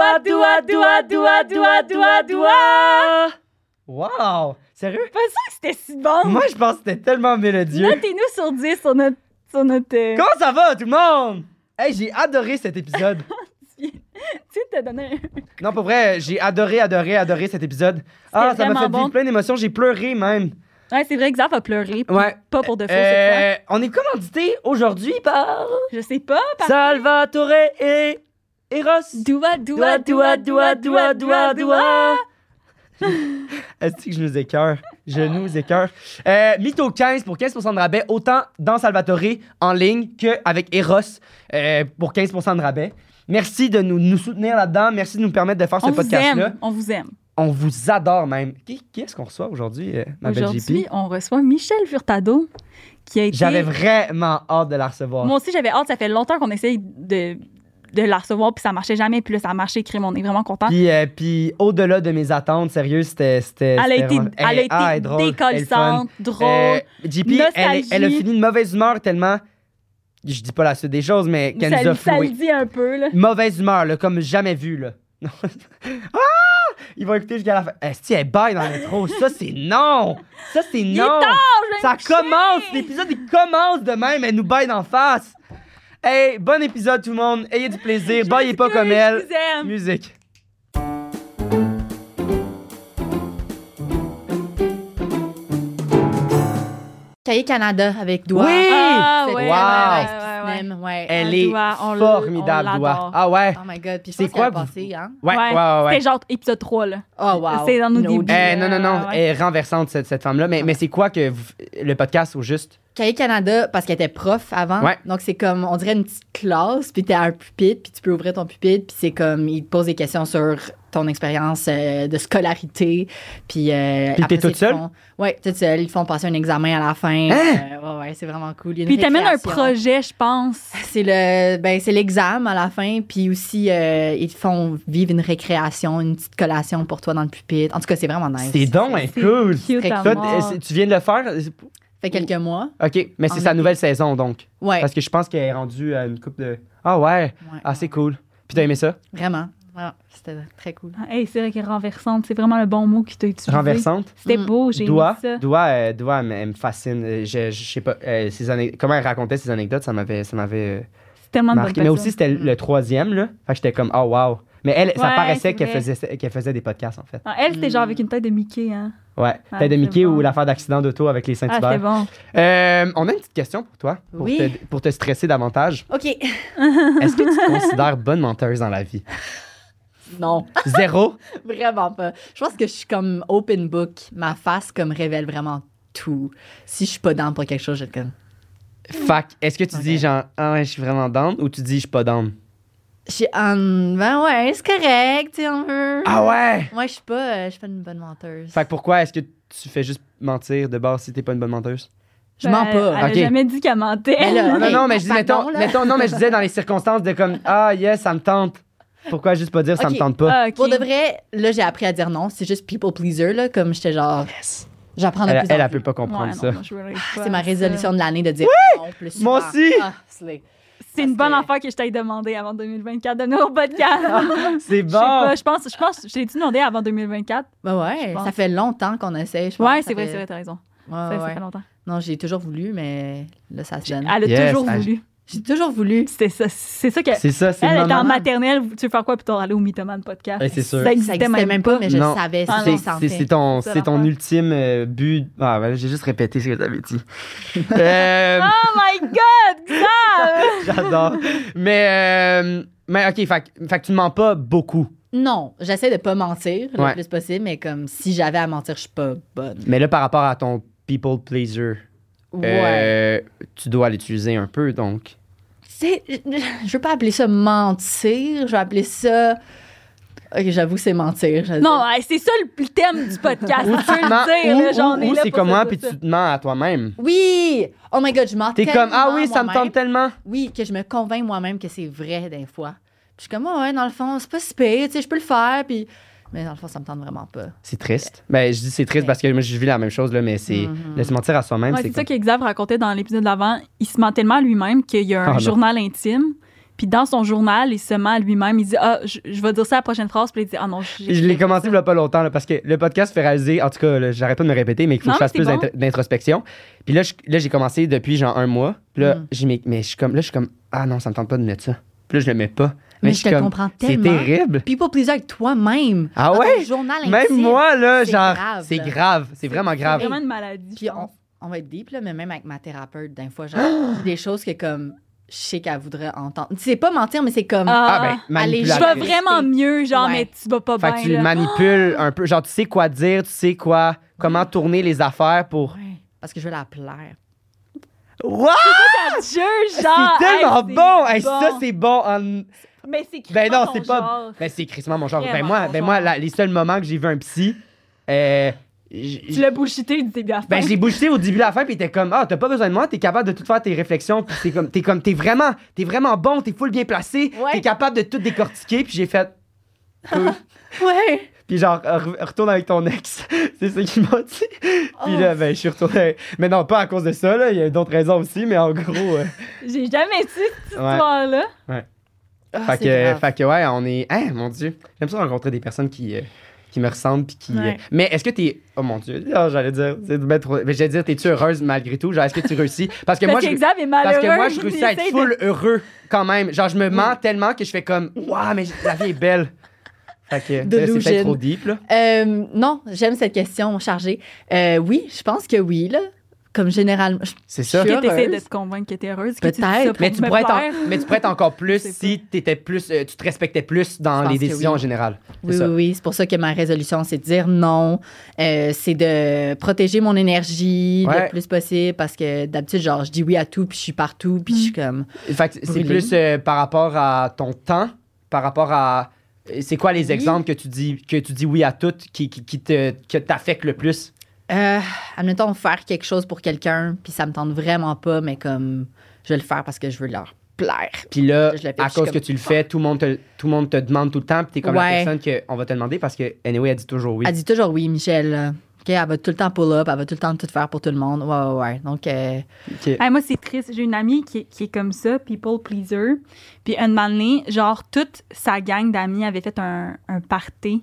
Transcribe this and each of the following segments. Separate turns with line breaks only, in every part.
Wow! Sérieux?
Pas sûr que c'était si bon.
Moi, je pense que c'était tellement mélodieux.
Notez-nous sur 10 sur notre...
Comment ça va, tout le monde? Hey, j'ai adoré cet épisode.
Tu sais, t'as donné un...
Non, pour vrai, j'ai adoré cet épisode. Ah, ça m'a fait vivre plein d'émotions. J'ai pleuré même.
Ouais, c'est vrai que Xav a pleuré.
Ouais.
Pas pour de faux cette fois.
On est commandité aujourd'hui par...
Je sais pas.
Salvatore et Eros.
Doua.
Est-ce que je nous écœure? Je nous écœure. Mytho 15 pour 15% de rabais, autant dans Salvatore en ligne qu'avec Eros pour 15% de rabais. Merci de nous soutenir là-dedans. Merci de nous permettre de faire ce podcast-là.
On vous aime.
On vous adore même. Qui est-ce qu'on reçoit aujourd'hui, ma belle JP?
Aujourd'hui, on reçoit Michel Furtado, qui a été...
J'avais vraiment hâte de la recevoir.
Moi aussi, j'avais hâte. Ça fait longtemps qu'on essaye de la recevoir, puis ça marchait jamais. Puis là, ça a marché, crime. On est vraiment contents.
Puis au-delà de mes attentes, sérieux, c'était
Elle a été décollissante, drôle,
JP, elle a fini de mauvaise humeur tellement... Je dis pas la suite des choses, mais qu'elle nous a floué.
Ça le dit un peu, là.
Mauvaise humeur, là, comme jamais vu, là. Ils vont écouter jusqu'à la fin. Est-ce elle baille dans l'intro? Ça, c'est non! Ça, c'est non!
Il est tard,
ça commence! L'épisode, il commence de même. Elle nous baille d'en face. Hey, bon épisode, tout le monde. Ayez du plaisir. Baillez pas comme elle. Musique.
Cahiers Canada avec Doua.
Oui!
Ouais.
Elle est formidable, Doua. Ah ouais?
Oh my God. Puis
c'est quoi?
Passé, hein?
Ouais.
C'était genre épisode 3, là.
Oh wow.
C'est dans nos débuts.
Non. Elle est renversante, cette femme-là. Mais c'est quoi que le podcast, au juste?
Cahiers Canada, parce qu'elle était prof avant.
Ouais.
Donc, c'est comme, on dirait une petite classe, puis t'es à un pupitre, puis tu peux ouvrir ton pupitre, puis c'est comme, ils te posent des questions sur ton expérience de scolarité. Puis
t'es toute seule?
Oui, toute seule. Ils font passer un examen à la fin.
Hein?
Ouais, c'est vraiment cool.
Puis ils t'amènent un projet, je pense.
C'est l'examen à la fin, puis aussi, ils font vivre une récréation, une petite collation pour toi dans le pupitre. En tout cas, c'est vraiment nice.
C'est donc cool.
Cute,
toi, tu viens de le faire?
Fait quelques mois.
OK, mais c'est sa nouvelle saison, donc.
Ouais.
Parce que je pense qu'elle est rendue à une coupe de... Ah ouais? C'est cool. Puis t'as aimé ça?
Vraiment. C'était très cool.
C'est vrai qu'elle est renversante. C'est vraiment le bon mot que tu as utilisé.
Renversante?
C'était beau, j'ai aimé ça.
Doua, elle me fascine. Je sais pas, comment elle racontait ses anecdotes, ça m'avait
c'est tellement de bonne
marqué. Mais aussi, c'était le 3e, là. Fait que j'étais comme, oh wow. Mais elle, ça paraissait qu'elle faisait des podcasts, en fait.
Elle, c'était genre avec une tête de Mickey, hein.
Ouais, tête de Mickey ou l'affaire d'accident d'auto avec les Saint-Hubert.
C'était bon.
On a une petite question pour toi, pour te stresser davantage.
OK.
Est-ce que tu te considères bonne menteuse dans la vie?
Non.
0?
Vraiment pas. Je pense que je suis comme open book. Ma face comme révèle vraiment tout. Si je suis pas down pour quelque chose, je vais être comme...
Fac, est-ce que tu dis genre, ah ouais, je suis vraiment down, ou tu dis je suis pas down?
Je suis ben ouais, c'est correct, tu sais, on veut.
Ah ouais?
Moi, je suis pas une bonne menteuse.
Fait que pourquoi est-ce que tu fais juste mentir de base si t'es pas une bonne menteuse?
Je mens pas.
Elle a jamais dit qu'elle mentait.
Non, mais je dis, mais je disais dans les circonstances de comme, ah yes, ça me tente. Pourquoi juste pas dire ça me tente pas?
Pour de vrai, là, j'ai appris à dire non. C'est juste people pleaser, là, comme j'étais genre...
Yes.
J'apprends de plus en plus.
Elle peut pas comprendre ça.
C'est ma résolution de l'année de dire non plus souvent.
Moi aussi!
C'est une bonne affaire que je t'ai demandé avant 2024 de nos podcasts.
C'est bon!
Je pense, je t'ai demandé avant 2024.
Ben ouais, ça fait longtemps qu'on essaie, je pense.
Ouais, c'est vrai, t'as raison. Ça fait longtemps.
Non, j'ai toujours voulu, mais là, ça se donne.
Elle a toujours voulu.
J'ai toujours voulu.
C'est ça que.
C'est ça, c'est
elle était en maternelle. Tu veux faire quoi? Puis t'as allé au Mythoman podcast.
C'est sûr.
Ça existait même pas, mais je savais.
C'est ton ultime but. Ah, ben, j'ai juste répété ce que t'avais dit.
Oh my God! Xav!
J'adore. Mais OK, fait que tu ne mens pas beaucoup.
Non, j'essaie de pas mentir le plus possible, mais comme si j'avais à mentir, je suis pas bonne.
Mais là, par rapport à ton people pleaser, tu dois l'utiliser un peu, donc.
Je veux pas appeler ça mentir, je vais appeler ça... OK, j'avoue, c'est mentir.
Non, c'est ça le thème du podcast.
Ou c'est comme moi, puis tu te mens à toi-même.
Oui! Oh my God, je mens tellement.
T'es comme, ah oui, ça me tente tellement.
Oui, que je me convainc moi-même que c'est vrai des fois. Puis je suis comme, ouais, dans le fond, c'est pas si pire, tu sais, je peux le faire, puis... Mais dans le fond, ça me tente vraiment pas. C'est
triste. Ben, je dis c'est triste parce que moi, je vis la même chose, là, mais c'est de se mentir à soi-même.
Ouais, c'est ça qu'Xav racontait dans l'épisode d'avant. Il se ment tellement à lui-même qu'il y a un journal intime. Puis dans son journal, il se ment à lui-même. Il dit « Ah, je vais dire ça à la prochaine phrase. » Puis il dit « Ah non,
Je l'ai commencé il y a pas longtemps, là, parce que le podcast fait réaliser, en tout cas, là, j'arrête pas de me répéter, mais il faut que je fasse plus d'introspection. Puis là, j'ai commencé depuis genre 1 mois. Puis là, mais je suis comme, ah non, ça me tente pas de mettre ça. Puis là, je le mets pas.
Mais je te comprends tellement.
C'est terrible.
People pleaser avec toi-même.
Ah
dans
ouais?
ton journal intime.
Même moi, là,
C'est
genre,
grave,
c'est
là.
grave. C'est vraiment grave.
C'est vraiment une maladie.
Puis on va être deep, là, mais même avec ma thérapeute, d'un fois, genre, des choses que comme, je sais qu'elle voudrait entendre. C'est pas mentir, mais c'est comme.
Je vais vraiment mieux, genre,
Ouais.
mais tu vas pas
Fait
bien.
que tu manipules un peu. Genre, tu sais quoi dire, tu sais comment tourner les affaires pour.
Ouais, parce que je veux la plaire.
What?
Jure, genre.
C'est tellement
hey,
bon!
c'est
Hey, ça, c'est bon.
Mais c'est
Ben non,
ton
c'est pas.
genre.
Ben, c'est crissement mon genre.
Vraiment
Ben
ton
moi,
genre.
les seuls moments que j'ai vu un psy,
Tu l'as bullshité du début à la fin.
ben, je l'ai bullshité au début à la fin, puis il était comme, ah, t'as pas besoin de moi, t'es capable de tout faire tes réflexions, puis t'es vraiment bon, t'es full bien placé,
Ouais.
t'es capable de tout décortiquer, puis j'ai fait, cool.
Ouais.
Puis genre, retourne avec ton ex. C'est ça qu'il m'a dit. Puis là, ben, je suis retourné. Mais non, pas à cause de ça, là. Il y a d'autres raisons aussi, mais en gros.
J'ai jamais su cette
Ouais.
histoire-là.
Ah, c'est grave.
Fait que, ouais, on est. Hein, mon Dieu. J'aime ça rencontrer des personnes qui me ressemblent. Puis qui.
Ouais.
Mais est-ce que t'es. Oh mon Dieu. Ah, j'allais dire. C'est de mettre. Mais j'allais dire, t'es-tu heureuse malgré tout? Genre, est-ce que tu réussis? Parce que moi,
Parce qu'Exam est malheureux.
Parce que moi, je réussis à être full heureux quand même. Genre, je me mens tellement que je fais comme, waouh, mais la vie est belle. Fait que c'est peut-être trop deep, là.
Non, j'aime cette question chargée. Oui, je pense que oui, là. Comme généralement.
C'est ça.
Je suis
Que t'essaies de
heureuse.
te convaincre que t'es heureuse. que tu dis
Peut-être.
ça pour
Mais tu
me
pourrais
plaire.
être encore plus
Je sais
si t'étais plus, tu te respectais plus dans
Je
les
pense que
décisions
oui.
en général.
Oui,
C'est ça.
oui. C'est pour ça que ma résolution, c'est de dire non. C'est de protéger mon énergie
Ouais.
le plus possible parce que d'habitude, genre, je dis oui à tout, puis je suis partout, puis je suis comme.
Fait que c'est
Brûlé.
plus par rapport à ton temps, par rapport à. C'est quoi les
Oui.
exemples que tu dis oui à toutes que t'affectent le plus?
Admettons, faire quelque chose pour quelqu'un, puis ça me tente vraiment pas, mais comme je vais le faire parce que je veux leur plaire.
Puis là,
Je le fais,
à
puis je suis
cause que
comme-
tu le fais, tout le monde te demande tout le temps, puis t'es comme
Ouais.
la personne qu'on va te demander parce que, anyway, elle dit toujours oui.
Elle dit toujours oui, Michel. OK, elle va tout le temps pull-up, elle va tout le temps tout faire pour tout le monde. Ouais. Donc,
Ok.
Hey, moi, c'est triste. J'ai une amie qui est comme ça, people pleaser. Puis un moment donné, genre, toute sa gang d'amis avait fait un party.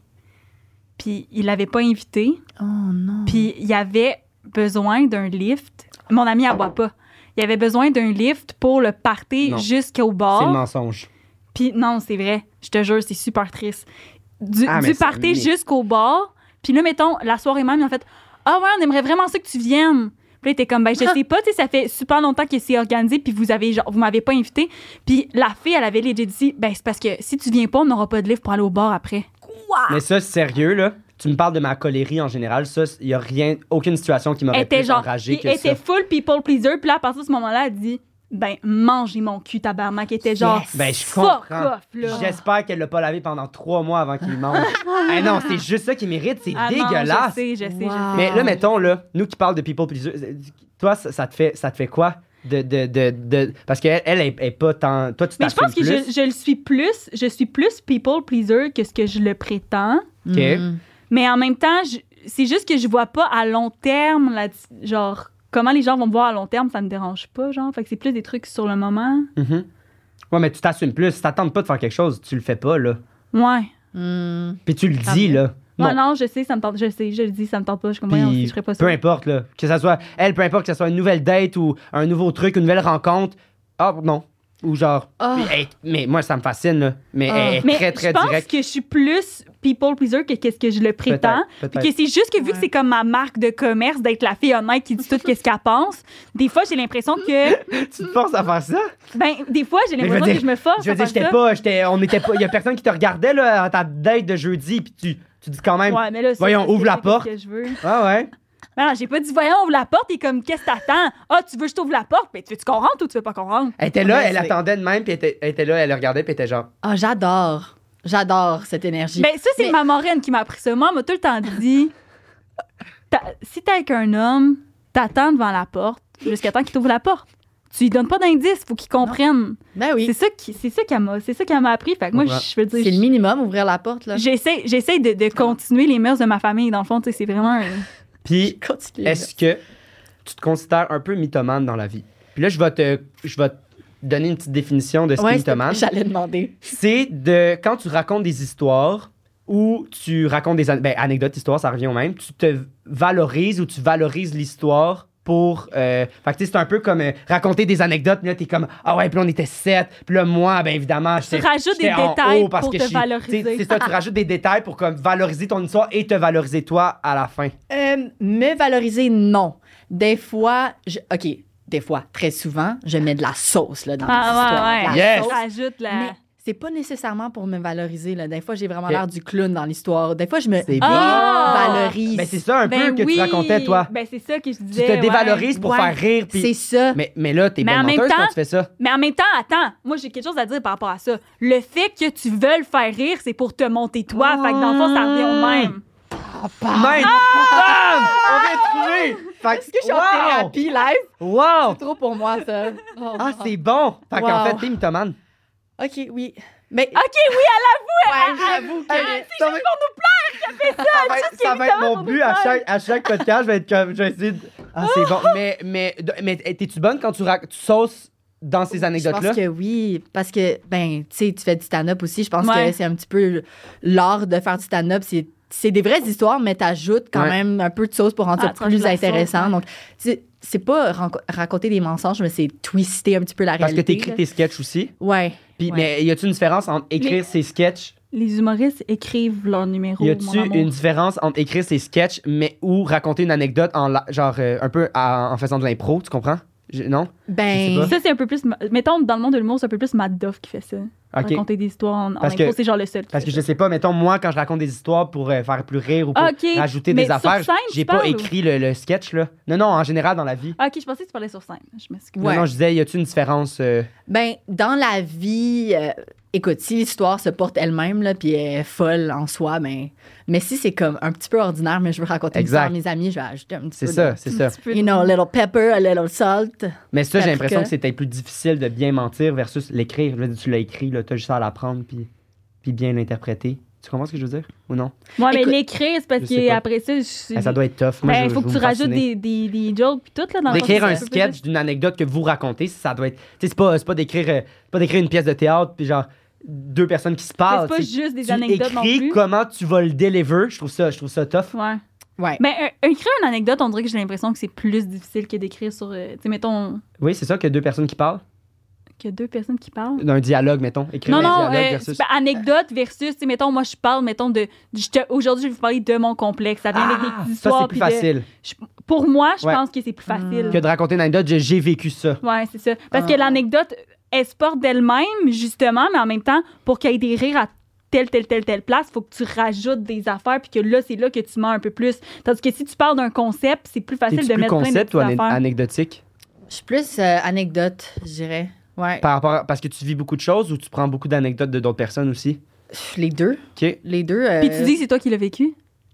Puis il l'avait pas invité.
oh non.
Puis il y avait besoin d'un lift. Mon amie, elle boit pas. Il y avait besoin d'un lift pour le party
Non.
jusqu'au
C'est le
bar.
mensonge.
Puis non, c'est vrai. Je te jure, c'est super triste. Du
Ah, mais
party
mais-
jusqu'au bar. Puis là, mettons, la soirée même, ils ont fait « Ah ouais, on aimerait vraiment ça que tu viennes. » Puis là, t'es comme « Ben, je sais pas, tu sais, ça fait super longtemps que c'est organisé, puis vous m'avez pas invité. » Puis la fille, elle avait legit dit « Ben, c'est parce que si tu viens pas, on n'aura pas de livre pour aller au bar après. »
Mais ça, c'est sérieux, là. Tu me parles de ma colérie en général. Ça, il y a rien, aucune situation qui
Elle
m'aurait
était
plus
genre,
enragé
puis elle
que ça.
était full people pleaser. Puis là, à partir de ce moment-là, elle dit ben, mangez mon cul, tabarnak. Elle était genre,
Yes.
Ben, je
fuck
comprends.
off, là.
J'espère qu'elle l'a pas lavé pendant 3 mois avant qu'il mange. Eh non, c'est juste ça qui mérite. C'est
Ah non,
dégueulasse.
je sais.
Wow.
Mais là, mettons, là, nous qui parlons de people pleaser, toi, ça te fait quoi? Parce qu'elle est pas tant. Toi, tu
Mais je pense que
t'assumes plus.
je suis plus people pleaser que ce que je le prétends.
OK.
Mhm.
Mais en même temps, c'est juste que je vois pas à long terme, genre, comment les gens vont me voir à long terme, ça me dérange pas, genre. Fait que c'est plus des trucs sur le moment.
Mhm. Ouais, mais tu t'assumes plus. Si t'attends pas de faire quelque chose, tu le fais pas, là.
Ouais.
Mhm.
Puis tu le
Tant
dis,
mieux.
là.
Ouais, non, je sais, ça me tente. Je le dis, ça me tente pas. Je comprends,
Puis
je ferais pas ça.
peu importe, là. Que ça soit elle, peu importe que ça soit une nouvelle date ou un nouveau truc, une nouvelle rencontre. Ah, non. Ou genre.
Ah.
Puis, mais moi, ça me fascine, là. Mais elle est
Mais
très, très
je pense
directe.
que je suis plus people pleaser que qu'est-ce que je le prétends.
Peut-être.
Puis que c'est juste que vu que
Ouais.
c'est comme ma marque de commerce d'être la fille honnête qui dit tout qu'est-ce qu'elle pense, des fois j'ai l'impression que
Tu te forces à faire ça?
des fois j'ai
Mais je veux
l'impression
dire-
que je me force
Je veux
à
dire,
faire ça.
on était pas. Il y a personne qui te regardait, là, à ta date de jeudi, puis tu dis quand même.
Ouais, mais là, ça,
Voyons,
c'est
ouvre la
ce que
porte.
je veux.
Ah ouais.
Mais non, j'ai pas dit voyons, ouvre la porte et comme qu'est-ce que t'attends? Ah, tu veux que je t'ouvre la porte? Mais tu veux-tu qu'on rentre ou tu veux pas qu'on rentre?
Elle était là,
Ouais,
elle
c'est-
attendait de même, puis elle était là, elle regardait, puis elle était genre.
Ah, j'adore cette énergie.
Ben ça, c'est
Mais-
ma moraine qui m'a appris ça. Moi, elle m'a tout le temps dit si t'es avec un homme, t'attends devant la porte jusqu'à temps qu'il t'ouvre la porte. Tu lui donnes pas d'indice, faut qu'il comprenne.
Ben oui.
C'est ça qu'elle m'a appris. Fait que moi,
Comprends.
je veux dire,
C'est le minimum, ouvrir la porte, là.
j'essaie de continuer les mœurs de ma famille. Dans le fond, tu sais, c'est vraiment.
Puis,
Continue.
est-ce que tu te considères un peu mythomane dans la vie? Puis là, je vais donner une petite définition de ce qu'est mythomane.
J'allais demander.
C'est de quand tu racontes des histoires ou tu racontes des anecdotes, histoires, ça revient au même. Tu te valorises ou tu valorises l'histoire pour. Fait que tu sais, c'est un peu comme raconter des anecdotes, mais là, t'es comme ah ouais, puis là, on était 7, puis là, moi, ben évidemment,
Tu rajoutes des détails pour te valoriser.
C'est ça, tu rajoutes des détails pour comme valoriser ton histoire et te valoriser toi à la fin.
Me valoriser, non. Des fois, des fois, très souvent, je mets de la sauce là, dans l'histoire.
Ouais.
La
Yes.
sauce.
Rajoute la...
Mais c'est pas nécessairement pour me valoriser. Là. Des fois, j'ai vraiment l'air du clown dans l'histoire. Des fois, je me
C'est
valorise.
Ben, c'est ça un peu que tu racontais, toi.
Ben, c'est ça que je
Tu
disais.
te dévalorises pour
Ouais.
faire rire. Puis...
C'est ça.
Mais là, t'es
Mais en
bonne
même
menteuse
temps-
quand tu fais ça.
Mais en même temps, attends, moi j'ai quelque chose à dire par rapport à ça. Le fait que tu veuilles faire rire, c'est pour te monter toi. Fait que dans le fond, ça revient au même.
Même! Bam! On vient de trouver! Fait
Est-ce que je suis en thérapie live?
Wow!
C'est trop pour moi, ça. Oh,
Ah,
wow.
c'est bon! Fait qu'en
Wow.
fait, t'es mythomane.
OK, oui. Mais
OK, oui, à
ouais, j'avoue que...
Ça va être mon but à chaque podcast. Je vais être comme. Je vais essayer de... Ah, c'est bon. Mais t'es-tu bonne quand tu sauces dans ces
Je
anecdotes-là?
pense que oui, parce que, ben, tu sais, tu fais du stand-up aussi. Je pense
Ouais.
que c'est un petit peu l'art de faire du stand-up. C'est des vraies histoires, mais t'ajoutes quand
Ouais.
même un peu de sauce pour rendre ça
Ah, tu rajoutes
plus
de la sauce,
intéressant.
ouais.
Donc, c'est pas raconter des mensonges, mais c'est twister un petit peu la
Parce que
réalité.
t'écris
là.
tes sketchs aussi.
Ouais.
Puis,
Ouais.
mais y a-tu une différence entre écrire ses sketchs?
Les humoristes écrivent leurs numéros.
Y a-tu
mon amour.
une différence entre écrire ses sketchs, mais ou raconter une anecdote un peu en faisant de l'impro, tu comprends? Non?
Ben,
Je sais
Ça, c'est un peu plus. Mettons, dans le monde de l'humour, c'est un peu plus Matt Duff qui fait ça.
Ok.
Raconter des histoires en
Parce
impro,
que-
c'est genre le seul. qui
Parce que
fait
je sais pas, mettons, moi, quand je raconte des histoires pour faire plus rire ou pour
Ok,
rajouter
mais
des
sur
affaires,
scène,
j'ai
tu
pas
parles,
écrit le sketch, là. Non, en général, dans la vie.
ça. Ok, je pensais que tu parlais sur scène. Je m'excuse.
Ouais.
Non, je disais, y a-tu une différence?
ben, dans la vie, écoute, si l'histoire se porte elle-même, là, puis elle est folle en soi, ben, mais si c'est comme un petit peu ordinaire, mais je veux raconter une
Exact.
histoire à mes amis, je vais ajouter un petit
C'est
peu
ça,
de...
c'est ça.
Tu peux-
You know, a little pepper, a little salt.
Mais ça, j'ai
Paprika.
l'impression que c'était plus difficile de bien mentir versus l'écrire. Là, tu l'as écrit, là, t'as juste à l'apprendre puis bien l'interpréter. Tu comprends ce que je veux dire? Ou non?
Ouais, mais
Écoute,
l'écrire, c'est parce
je sais pas.
qu'après ça,
Ça doit être tough. Moi,
ben,
je
il faut
je
que
vais
tu
me
rajoutes
fasciner.
des jokes puis tout, là, dans le
D'écrire
fond,
un
c'est peu plus
sketch d'une anecdote que vous racontez, ça doit être. Tu sais, c'est pas d'écrire une pièce de théâtre puis genre deux personnes qui se parlent.
c'est pas
tu sais.
juste des
Tu
anecdotes non
écris
plus.
comment tu vas le deliver. Je trouve ça tough.
Ouais.
Ouais.
Mais écrire une anecdote, on dirait que j'ai l'impression que c'est plus difficile que d'écrire sur. Tu sais, mettons,
Oui, c'est ça que deux personnes qui parlent.
qu'il y a deux personnes qui parlent.
D'un dialogue, mettons. Écrire
Non,
un
non,
dialogue versus.
c'est pas anecdote versus, tu sais, mettons, moi, je parle, mettons, aujourd'hui, je vais vous parler de mon complexe. Ça vient avec des petites
ça,
histoires.
c'est plus
puis de-
facile
pour moi, je
Ouais.
pense que c'est plus facile.
que de raconter une anecdote. J'ai vécu ça.
Ouais, c'est ça. Parce que l'anecdote, elle se porte d'elle-même, justement, mais en même temps, pour qu'il y ait des rires à telle place, il faut que tu rajoutes des affaires, puis que là, c'est là que tu mens un peu plus. Tandis que si tu parles d'un concept, c'est plus facile
T'es-tu
de
plus
mettre plein de
concept ou
petites affaires.
anecdotique?
Je suis plus anecdote, je dirais. Ouais.
Parce que tu vis beaucoup de choses ou tu prends beaucoup d'anecdotes de d'autres personnes aussi?
Les deux.
OK.
Les deux.
Puis tu dis que c'est toi qui l'as vécu?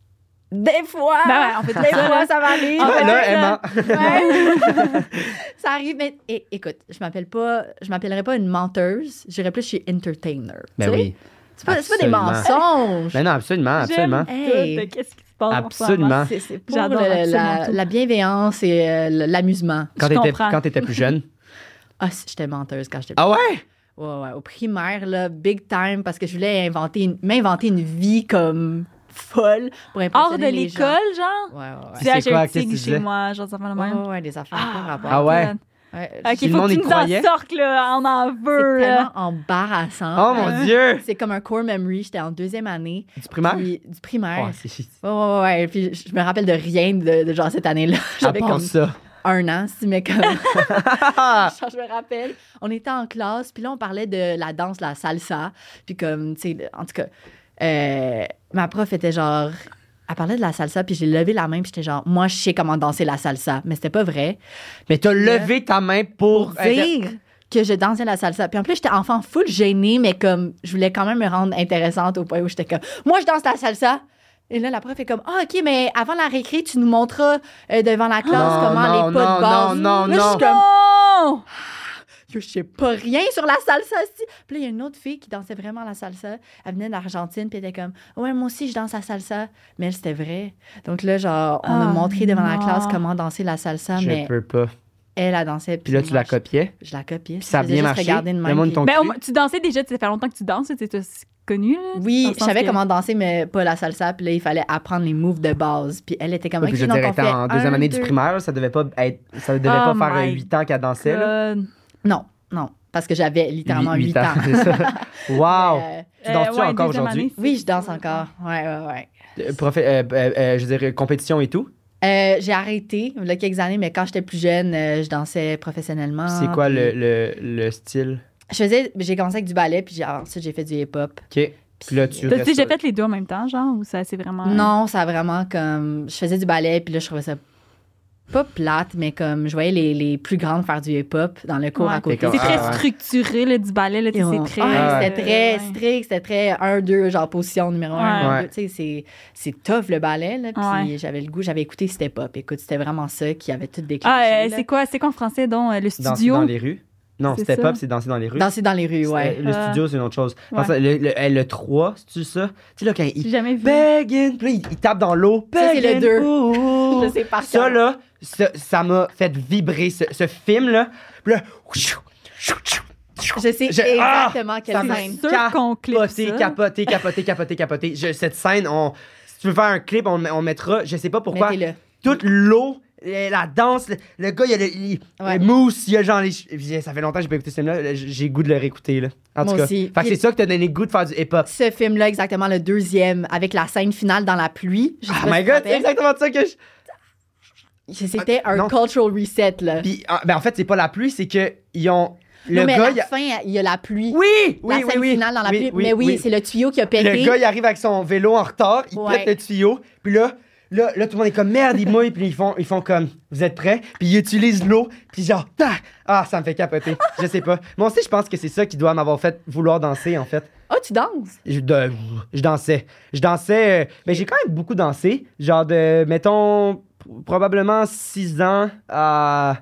Des fois!
Ben ouais, on fait
Des
ça,
fois,
là.
ça m'arrive.
Ah,
Là,
ouais,
elle ment.
Ouais. Ça arrive, mais écoute, je m'appellerais pas une menteuse, j'irais plus chez entertainer.
Ben
tu sais?
oui.
C'est pas des
Absolument.
mensonges.
Ben non, absolument.
J'aime
Hey.
tout. Qu'est-ce qui se passe? en ce
Absolument.
moment.
C'est pour
J'adore absolument tout.
la bienveillance et l'amusement.
Quand
Je
t'étais
comprends.
quand t'étais plus jeune.
Ah, j'étais menteuse quand j'étais
Ah ouais?
ouais, au primaire, là, big time, parce que je voulais m'inventer une vie comme folle pour impressionner
Hors de
les gens.
l'école, genre?
Ouais.
Tu sais,
C'est
j'ai
quoi?
un
Qu'est-ce que
tigre
tu
chez
disais?
moi, genre ça fait le même.
Ouais, des affaires pas rapport.
Ah ouais?
Ouais,
Ok,
Tout le
faut
monde
que
y
tu nous
croyait?
en sortes, là. On en
c'est
veut, là.
tellement embarrassant.
Oh mon Dieu!
C'est comme un core memory. J'étais en 2e année.
Du primaire?
Du primaire.
Oh, c'est
Ouais. Puis je me rappelle de rien de genre cette année-là.
à
J'avais
part
comme
ça.
1 an, si, mais comme. Genre, je me rappelle, on était en classe, puis là, on parlait de la danse, la salsa. Puis comme, tu sais, en tout cas, ma prof était genre. Elle parlait de la salsa, puis j'ai levé la main, puis j'étais genre, moi, je sais comment danser la salsa. Mais c'était pas vrai.
Mais t'as levé ta main pour
Dire que je dansais la salsa. Puis en plus, j'étais enfant full gênée, mais comme, je voulais quand même me rendre intéressante au point où j'étais comme, moi, je danse la salsa. Et là, la prof est comme, ah, OK, mais avant la récré, tu nous montreras devant la classe
Non,
comment
non,
les pas de base.
non,
Là, je suis
non.
comme,
Oh!
je sais pas rien sur la salsa. Puis là, il y a une autre fille qui dansait vraiment la salsa. Elle venait d'Argentine, puis elle était comme, ouais, moi aussi, je danse la salsa. Mais elle, c'était vrai. Donc là, genre, on a
Ah,
montré devant la
non.
classe comment danser la salsa,
Je
mais
peux pas.
Elle a dansé.
Puis là, tu la copiais.
Je la copiais.
Puis ça a
Je faisais
bien
juste
marché.
regarder de
Le
même,
monde
puis-
t'ont
Ben,
cru.
tu dansais déjà, ça fait longtemps que tu danses, tu es connu. Là, dans
Oui,
le
je
sens
savais
que-
comment danser, mais pas la salsa. Puis là, il fallait apprendre les moves de base. Puis elle était comme...
Ouais, puis je
OK, donc
dirais,
on
t'es
fait
en deuxième
un,
année du
deux.
primaire, ça devait pas faire
my
8 ans qu'elle dansait. Là.
Non, parce que j'avais littéralement 8 ans.
c'est ça. Wow! Tu danses-tu
ouais,
encore
deuxième
aujourd'hui?
année,
Oui, je danse encore. Ouais.
Je veux dire, compétition et tout.
J'ai arrêté il y a quelques années, mais quand j'étais plus jeune, je dansais professionnellement.
C'est quoi
puis
le style?
J'ai commencé avec du ballet, puis ensuite j'ai fait du hip-hop.
OK. Puis là, tu
T'as-tu
restes...
déjà fait les deux en même temps, genre, ou ça, c'est vraiment.
Non, ça a vraiment comme... Je faisais du ballet, puis là, je trouvais ça pas plate, mais comme je voyais les plus grandes faire du hip-hop dans le cours
Ouais.
à côté.
Comme-
C'est très
Ah, ouais.
structuré, là, du ballet, là, tu sais, c'est très.
C'était très
ouais.
strict, c'était très 1-2, genre position numéro 1.
Ouais.
Tu sais, c'est tough le ballet, là. Puis
Ouais.
j'avais le goût, j'avais écouté Step Up. Écoute, c'était vraiment ça qui avait tout déclenché.
Ah,
là.
c'est quoi en français, donc, le
Danser
studio?
dans les rues? Non,
C'est
step
ça.
up, c'est danser dans les rues.
Danser dans les rues, ouais.
Le studio, c'est une autre chose.
Ouais.
Enfin, le 3, c'est-tu ça? Tu sais, là, quand
J'ai
il...
jamais vu.
Begging! Puis là, il tape dans l'eau.
Ça, c'est le
Begging,
2.
ouh.
Je sais par
Ça,
cœur.
là, ça m'a fait vibrer, ce film-là. Puis là...
Je sais exactement quelle
ça m'a
scène.
sûr qu'on clip ça.
capoté. Cette scène, si tu veux faire un clip, on mettra, je sais pas pourquoi,
Mettez-le.
toute l'eau, la danse, le gars, il y a
Ouais.
le mousse, il y a genre les... Ça fait longtemps que j'ai pas écouté ce film-là, j'ai le goût de le réécouter, là. En
Moi
tout cas.
aussi.
Fait que
Puis-
c'est ça que t'as donné le goût de faire du hip-hop.
Ce film-là, exactement le deuxième, avec la scène finale dans la pluie. Je sais
Oh
pas
my
si tu te
god, c'est
rappelles.
exactement ça que je...
C'était un
non.
cultural reset, là.
Puis, ben en fait, c'est pas la pluie, c'est que ils ont... Le
Non, mais
gars,
à
il
la
a...
fin, il y a la pluie.
Oui,
La scène finale dans la pluie. Mais oui, c'est le tuyau qui a pété.
Le gars, il arrive avec son vélo en retard, il
Ouais.
pète le tuyau, puis là, tout le monde est comme merde, il mouille, puis ils font comme vous êtes prêts, puis ils utilisent l'eau, puis genre tac! Ah, ça me fait capoter. Je sais pas. Moi aussi, je pense que c'est ça qui doit m'avoir fait vouloir danser en fait.
Oh, tu danses?
Je dansais. Mais j'ai quand même beaucoup dansé, genre de mettons probablement 6 ans à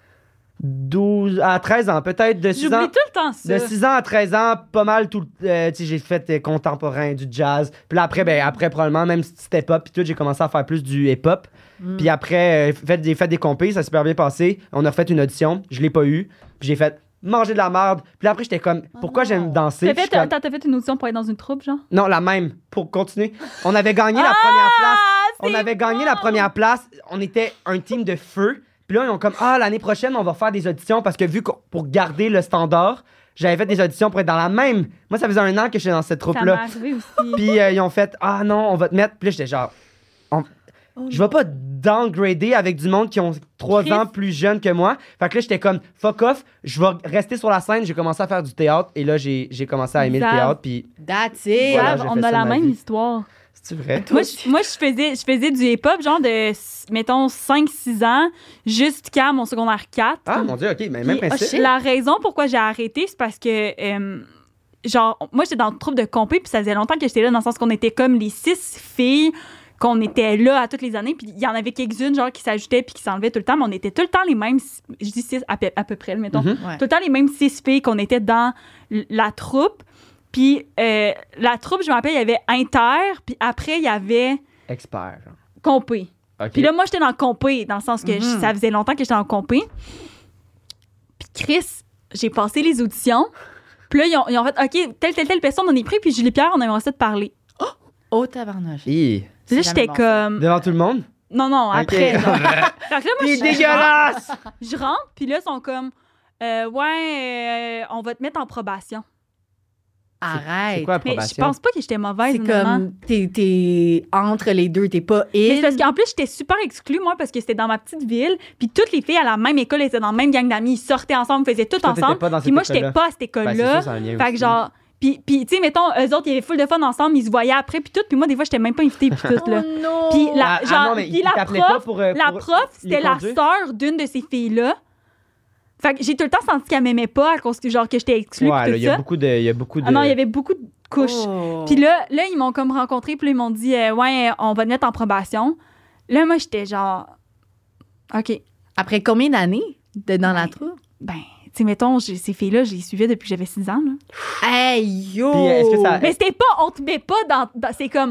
12 à 13 ans, peut-être de 6 ans.
J'oublie tout le temps ça.
De 6 ans à 13 ans, pas mal tout. Tu sais, j'ai fait contemporain, du jazz. Puis là, après, probablement, même si c'était pop, puis tout, j'ai commencé à faire plus du hip-hop. Puis après, j'ai fait des compés, ça s'est super bien passé. On a fait une audition, je l'ai pas eu. Puis j'ai fait manger de la merde. Puis là, après, j'étais comme, pourquoi j'aime danser?
T'as
Puis je
fait,
suis comme,
t'as fait une audition pour être dans une troupe, genre?
non, la même, pour continuer. On avait gagné la première place. On avait gagné la première place. On était un team de feu. Puis là, ils ont comme, l'année prochaine, on va faire des auditions parce que pour garder le standard, j'avais fait des auditions pour être dans la même. Moi, ça faisait 1 an que j'étais dans cette
Ça m'est
troupe-là.
arrivé aussi.
Puis ils ont fait, non, on va te mettre. Puis là, j'étais genre, je vais pas downgrader avec du monde qui ont 3
Chris.
ans plus jeunes que moi. Fait que là, j'étais comme, fuck off, je vais rester sur la scène. J'ai commencé à faire du théâtre et là, j'ai commencé à aimer le
Zav.
théâtre. Puis
That's it.
Voilà,
Grave,
j'ai
on
fait
a
ça
la
de ma
même
vie.
histoire.
c'est vrai.
Moi, je faisais du hip-hop, genre de, mettons, 5-6 ans, jusqu'à mon secondaire 4.
Ah, mon Dieu, OK, mais même
Puis,
principe.
la raison pourquoi j'ai arrêté, c'est parce que, genre, moi, j'étais dans le troupe de compé, puis ça faisait longtemps que j'étais là, dans le sens qu'on était comme les 6 filles, qu'on était là à toutes les années, puis il y en avait quelques-unes, genre, qui s'ajoutaient puis qui s'enlevaient tout le temps, mais on était tout le temps les mêmes, je dis 6 à peu près, mettons,
Mhm.
Ouais.
tout le temps les mêmes 6 filles qu'on était dans la troupe. Puis la troupe, je me rappelle, il y avait Inter, puis après, il y avait
Expert. genre.
Compé.
OK.
Puis là, moi, j'étais dans le compé, dans le sens que
Mhm.
ça faisait longtemps que j'étais dans le compé. Puis Chris, j'ai passé les auditions. Puis là, ils ont fait, OK, telle personne, on est pris, puis Julie Pierre, on aimerait ça de parler.
Oh, tabarnouche.
Hi.
Puis là,
C'est
j'étais
jamais bon, ça.
comme...
Devant tout le monde?
Non, après.
Ok.
genre. Fait que là, moi,
T'es
je
dégueulasse!
je rentre, puis là, ils sont comme, on va te mettre en probation.
Arrête.
C'est quoi la
Mais je
probation?
pense pas que j'étais mauvaise,
C'est
honnêtement.
comme, t'es entre les deux, t'es pas
Mais
il.
c'est parce qu'en plus, j'étais super exclue, moi, parce que c'était dans ma petite ville. Puis toutes les filles à la même école étaient dans la même gang d'amis. Ils sortaient ensemble, faisaient tout
Toi, t'étais
ensemble.
pas dans
Puis
cette
moi, j'étais
école-là.
pas à cette
Ben, c'est
école-là.
sûr, ça a un lien
Fait que
aussi.
genre... Puis tu sais, mettons, eux autres, il y avait full de fun ensemble. Ils se voyaient après, puis tout. Puis moi, des fois, j'étais même pas invitée, puis tout, là.
Oh non!
Puis la,
Ah,
genre,
non, mais
puis
ils
la
t'appelaient
prof,
pas pour,
la
pour
prof,
les
c'était la
conduire?
sœur d'une de ces filles-là. Fait que j'ai tout le temps senti qu'elle m'aimait pas à cause que, genre, que j'étais exclue,
Ouais,
puis
là,
tout
il y a
ça.
beaucoup de...
Ah non, il y avait beaucoup de couches.
Oh.
Puis là, ils m'ont comme rencontré, puis là, ils m'ont dit, ouais, on va te mettre en probation. Là, moi, j'étais genre, OK.
Après combien d'années dans la troupe?
Ben, tu sais, mettons, ces filles-là, je les suivais depuis que j'avais 6 ans, là.
Hey, yo!
Puis, est-ce que ça-
Mais c'était pas, on te met pas c'est comme,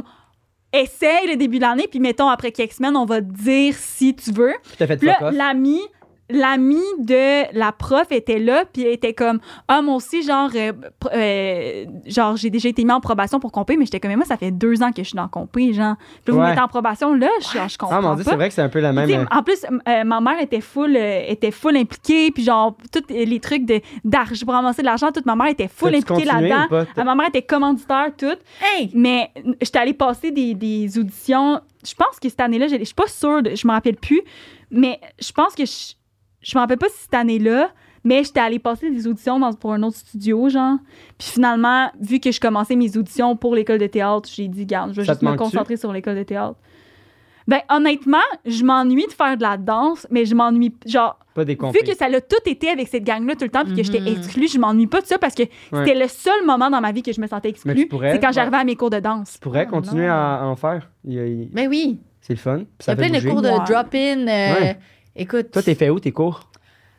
essaye le début de l'année, puis mettons, après quelques semaines, on va te dire si tu veux.
Puis t'as fait
Puis
fuck
là,
off.
l'ami l'amie de la prof était là, puis elle était comme moi aussi, genre j'ai déjà été mis en probation pour compé, mais j'étais comme, moi, ça fait 2 ans que je suis dans compé, genre. Puis vous me mettez en probation, là, je comprends.
Ah, mon Dieu,
pas.
c'est vrai que c'est un peu la même.
En plus, ma mère était full impliquée, puis genre, tous les trucs d'argent, pour ramasser de l'argent, toute ma mère était full
T'as-tu
impliquée
continué
là-dedans.
ou pas?
Ma mère était commanditaire, tout.
Hey!
Mais j'étais allée passer des auditions. Je pense que cette année-là, je suis pas sûre, je me rappelle plus, mais je pense que je me rappelle pas si cette année-là, mais j'étais allée passer des auditions pour un autre studio, genre. Puis finalement, vu que je commençais mes auditions pour l'école de théâtre, j'ai dit, garde, je vais
Ça
juste
te
me
manque-tu?
concentrer sur l'école de théâtre. Ben, honnêtement, je m'ennuie de faire de la danse, mais je m'ennuie, genre,
Pas des compés.
vu que ça l'a tout été avec cette gang-là tout le temps, puis que j'étais exclue, je m'ennuie pas de ça parce que c'était le seul moment dans ma vie que je me sentais
Mais tu
exclue.
pourrais,
C'est quand j'arrivais à mes cours de danse.
Tu pourrais
Oh,
continuer
non.
à en faire.
Mais oui,
C'est le fun. puis
il y
Ça
a
fait
plein de
bouger.
cours de
Ouais.
drop-in.
Ouais.
Écoute,
Toi, t'es fait où, tes cours?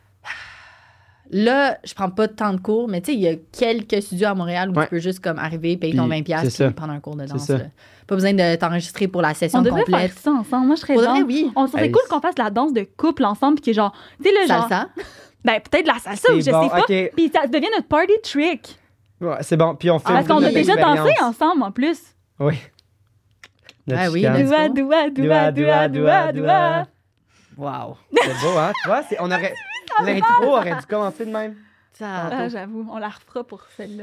là, je prends pas tant de cours, mais tu sais, il y a quelques studios à Montréal où
Ouais.
tu peux juste comme arriver, payer
Puis,
ton
c'est
20$
ça.
puis prendre un cours de danse.
ça.
là. Pas besoin de t'enregistrer pour la session
On devrait
complète.
faire ça ensemble. Moi, je serais
Pour de vrai,
dans.
oui.
On serait
Hey,
cool qu'on fasse la danse de couple ensemble, puis que genre, tu sais, le genre.
Salsa.
Ben, peut-être la salsa, ou je
C'est bon,
sais pas.
ok.
Puis ça devient notre party trick.
Ouais, c'est bon. Puis on fait
Parce qu'on a
notre
déjà
expérience.
dansé ensemble, en plus.
Oui. Notre
Ah oui,
chicane.
let's go.
Doua, doua, doua, doua, doua.
Wow.
C'est beau, hein? Tu vois, on aurait... L'intro aurait dû commencer de même.
Ça...
Ah, j'avoue, on la refera pour celle-là.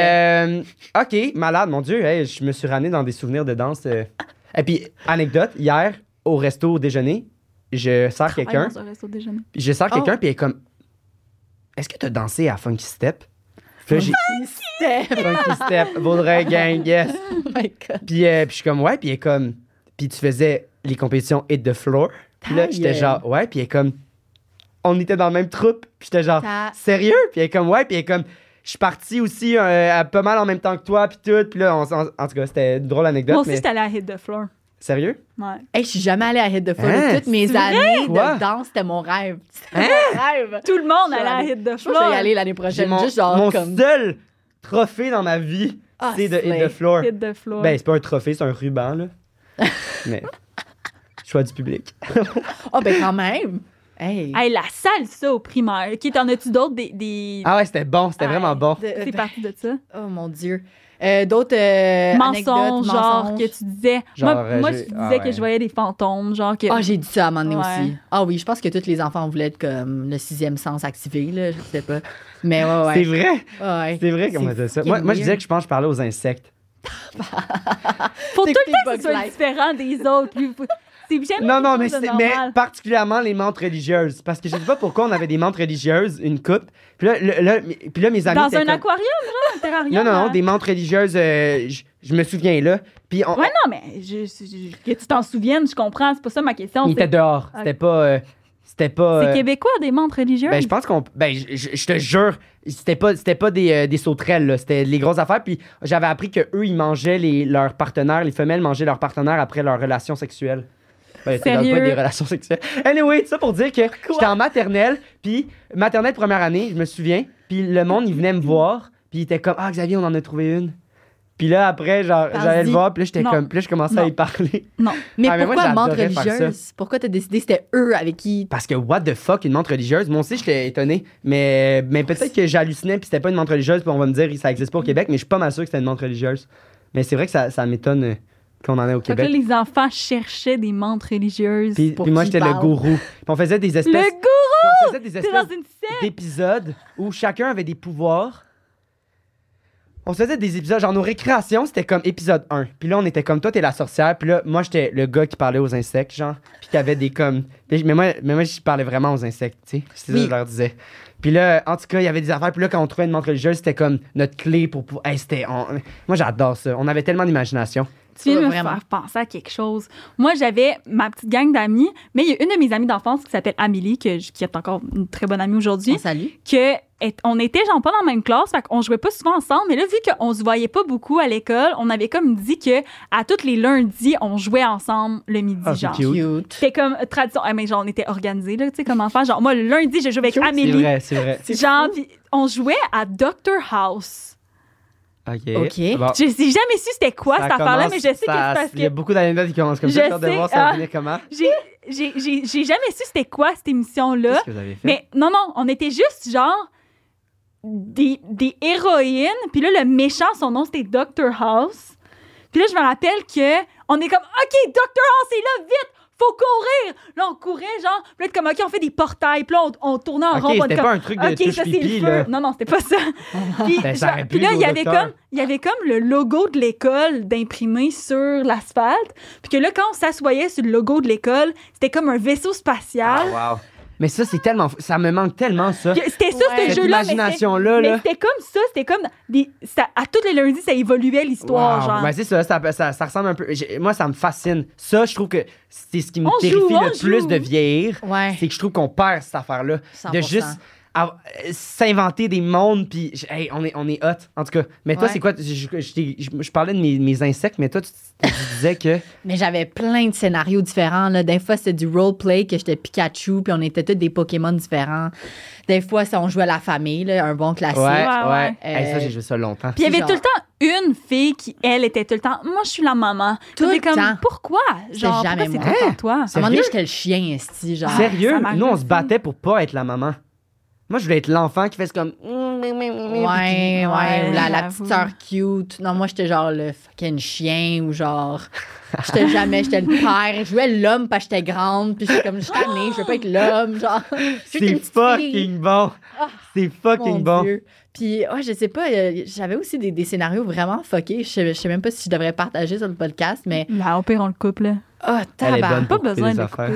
OK, malade, mon Dieu. Hey, je me suis ramené dans des souvenirs de danse. Et puis, anecdote, hier, au resto au déjeuner, je sers quelqu'un.
Dans un resto déjeuner.
Puis je sers quelqu'un,
Oh.
puis elle est comme... Est-ce que t'as dansé à Funky Step? Puis là, j'ai... Funky Step, Vaudreuil Gang, yes.
Oh my God.
Puis je suis comme, ouais, puis elle est comme... Puis tu faisais les compétitions Hit the Floor. Puis là, j'étais genre, ouais, puis elle est comme... On était dans le même troupe, puis j'étais genre, sérieux? Puis elle est comme, ouais, puis elle est comme... Je suis parti aussi pas mal en même temps que toi, puis tout. Puis là, en tout cas, c'était une drôle anecdote.
Moi aussi,
mais...
j'étais allée à Hit the Floor.
Sérieux?
Ouais.
Hey, je suis jamais allée à Hit the Floor.
Hein?
Toutes mes
C'est
années
Quoi?
de danse, c'était mon rêve. C'était
Hein?
mon rêve.
Tout le monde
Je suis
allait à
allée-
Hit the
Je pense que
Floor.
je vais y aller l'année
J'ai
prochaine.
mon,
Juste genre
mon
comme...
seul trophée dans ma vie,
Ah,
c'est de Hit
slay.
the Floor.
Hit the Floor.
Ben, c'est pas un trophée, c'est un ruban, là. Mais, choix du public.
Oh, ben quand même. Hey.
Hey, la salsa au primaire. OK, t'en as-tu d'autres des...
Ah ouais, c'était bon, c'était
Hey,
vraiment bon.
C'est parti de ça.
Oh mon Dieu. D'autres
Mensonges,
anecdotes,
genre,
mensonges.
que tu disais...
Genre,
moi
j'ai-
je disais
ah ouais.
que je voyais des fantômes, genre que...
Ah, j'ai dit ça à un moment donné
Ouais.
aussi. Ah oui, je pense que tous les enfants voulaient être comme le 6e sens activé, là, je sais pas. Mais ouais.
C'est vrai,
Ouais.
c'est vrai qu'on
C'est
faisait ça.
fucking
Moi, je
weird.
disais que je pense que je parlais aux insectes.
Faut tout le
T'écoutes
temps que
Bugs
ce soit
Life.
différent des autres. C'est jamais
Non, non,
quelque
mais,
chose de
mais
normal.
particulièrement les mantes religieuses. Parce que je sais pas pourquoi on avait des mantes religieuses, une coupe. Puis là, mes amis.
Dans
étaient
un
comme-
aquarium, genre, un terrarium.
Non, non, non,
hein?
des mantes religieuses, je me souviens là. Puis on,
Ouais, non, mais que tu t'en souviennes, je comprends. C'est pas ça ma question.
il était dehors.
Ok.
C'était pas. C'était pas.
C'est québécois, des montres religieuses?
Ben, je pense qu'on. Ben, je te jure, c'était pas des sauterelles, là. C'était les grosses affaires. Puis j'avais appris qu'eux, ils mangeaient leurs partenaires, les femelles mangeaient leurs partenaires après leur relation sexuelle. Ben, c'était
Sérieux?
pas des relations sexuelles. Anyway, tout ça pour dire que j'étais en maternelle, puis maternelle première année, je me souviens, puis le monde, il venait me voir, puis il était comme, ah, Xavier, on en a trouvé une. Puis là, après, genre, j'allais le
Vas-y.
voir, puis là, j'étais
Non.
comme, puis là, je commençais à
Non.
y parler.
Non.
Mais
Ah, mais moi,
pourquoi menthe
j'adorais faire ça.
religieuse? Pourquoi t'as décidé que c'était eux avec qui...
Parce que, what the fuck, une montre religieuse? Moi aussi, j'étais étonné. Mais peut-être que j'hallucinais, puis c'était pas une montre religieuse, puis on va me dire que ça existe pas au Québec, mais je suis pas mal sûr que c'était une montre religieuse. Mais c'est vrai que ça m'étonne qu'on en ait au
Fait que là,
Québec.
les enfants cherchaient des montres religieuses.
Puis
pour
moi,
qui
j'étais le
parle.
gourou. Puis on faisait des espèces.
Le gourou!
On faisait des
T'es dans
espèces
une secte!
d'épisodes où chacun avait des pouvoirs. On se faisait des épisodes, genre nos récréations, c'était comme épisode 1. Puis là, on était comme, toi, t'es la sorcière. Puis là, moi, j'étais le gars qui parlait aux insectes, genre. Puis t'avais des comme... Mais moi, je parlais vraiment aux insectes, tu sais. C'est ça que
Oui.
je leur disais. Puis là, en tout cas, il y avait des affaires. Puis là, quand on trouvait une montre religieuse, c'était comme notre clé pour pouvoir... Hey, moi, j'adore ça. On avait tellement d'imagination.
Tu viens de me
Vraiment.
faire penser à quelque chose. Moi, j'avais ma petite gang d'amis, mais il y a une de mes amies d'enfance qui s'appelle Amélie, qui est encore une très bonne amie aujourd'hui,
On salue.
on était genre pas dans la même classe, fait qu'on jouait pas souvent ensemble, mais là, vu qu'on se voyait pas beaucoup à l'école, on avait comme dit que à tous les lundis, on jouait ensemble le midi,
Ah, c'est
genre.
cute.
Cute.
C'était comme tradition. Ah, mais genre, on était organisés, là, tu sais, comme enfant. Genre, moi, le lundi, je jouais avec
C'est
Amélie.
vrai, c'est vrai.
Genre, puis on jouait à Doctor House.
OK.
OK.
Bon.
Je sais jamais su c'était quoi
Ça
cette affaire-là,
commence-
mais je sais que c'est
ça-
parce
Il y a
que
beaucoup d'anecdotes qui commencent comme
Je
ça. J'ai hâte de
sais,
voir ça va
ah.
finir comment.
j'ai jamais su c'était quoi cette émission-là.
Qu'est-ce que vous avez fait?
Mais non, on était juste genre des héroïnes. Puis là, le méchant, son nom, c'était Dr. House. Puis là, je me rappelle que on est comme, OK, Dr. House est là, vite! Faut courir! Là, on courait, genre, puis là, comme, OK, on fait des portails, puis là, on tournait en
OK,
rond.
c'était pas un truc de
OK,
touche
ça, c'est
pipi,
le feu.
là.
Non, c'était pas ça. Puis,
Ben, ça aurait
puis
pu,
là,
au
il
docteur.
y avait comme le logo de l'école d'imprimé sur l'asphalte. Puis que là, quand on s'assoyait sur le logo de l'école, c'était comme un vaisseau spatial.
Ah, wow. Mais ça, c'est tellement... Ça me manque tellement, ça.
C'était ça,
Ouais.
ce
Cette
jeu-là.
imagination-là,
Mais
là.
c'était comme ça, c'était comme à tous les lundis, ça évoluait l'histoire,
Wow.
genre.
Ben, c'est ça ressemble un peu... Moi, ça me fascine. Ça, je trouve que c'est ce qui me
On
terrifie
joue, on
le plus
joue.
de vieillir.
Ouais.
C'est que je trouve qu'on perd cette affaire-là.
100%.
De juste s'inventer des mondes, puis hey, on est hot, en tout cas. Mais toi,
Ouais.
c'est quoi? Je parlais de mes insectes, mais toi, tu disais que...
Mais j'avais plein de scénarios différents. Là. Des fois, c'était du roleplay, que j'étais Pikachu, puis on était tous des Pokémon différents. Des fois, on jouait à la famille, là, un bon classique.
Ouais.
ouais.
Hey, ça, j'ai joué ça longtemps.
Puis il y avait
genre-
tout le temps une fille qui, elle, était tout le temps, moi, je suis la maman.
Tout
T'es
le
comme,
temps.
pourquoi? Genre,
jamais
pourquoi c'est
moi.
tout le temps toi?
À un moment donné,
Sérieux?
j'étais le chien, esti, genre.
Sérieux?
ça m'arrive
Nous, on se
aussi.
battait pour pas être la maman. Moi, je voulais être l'enfant qui fait comme...
Ouais, ou la
j'avoue.
petite sœur cute. Non, moi, j'étais genre le fucking chien ou genre. J'étais le père. Je jouais l'homme parce que j'étais grande. Puis j'étais comme, je suis tannée, je veux pas être l'homme. Genre, je suis une
C'est
petite fille.
fucking bon. C'est fucking
Mon
bon.
Dieu. Puis, ouais, je sais pas, j'avais aussi des scénarios vraiment fuckés. Je sais même pas si je devrais partager sur le podcast, mais.
Là, au pire, on le couple, là.
Oh,
Elle est bonne
Pas
pour couper
besoin
des
de
affaires.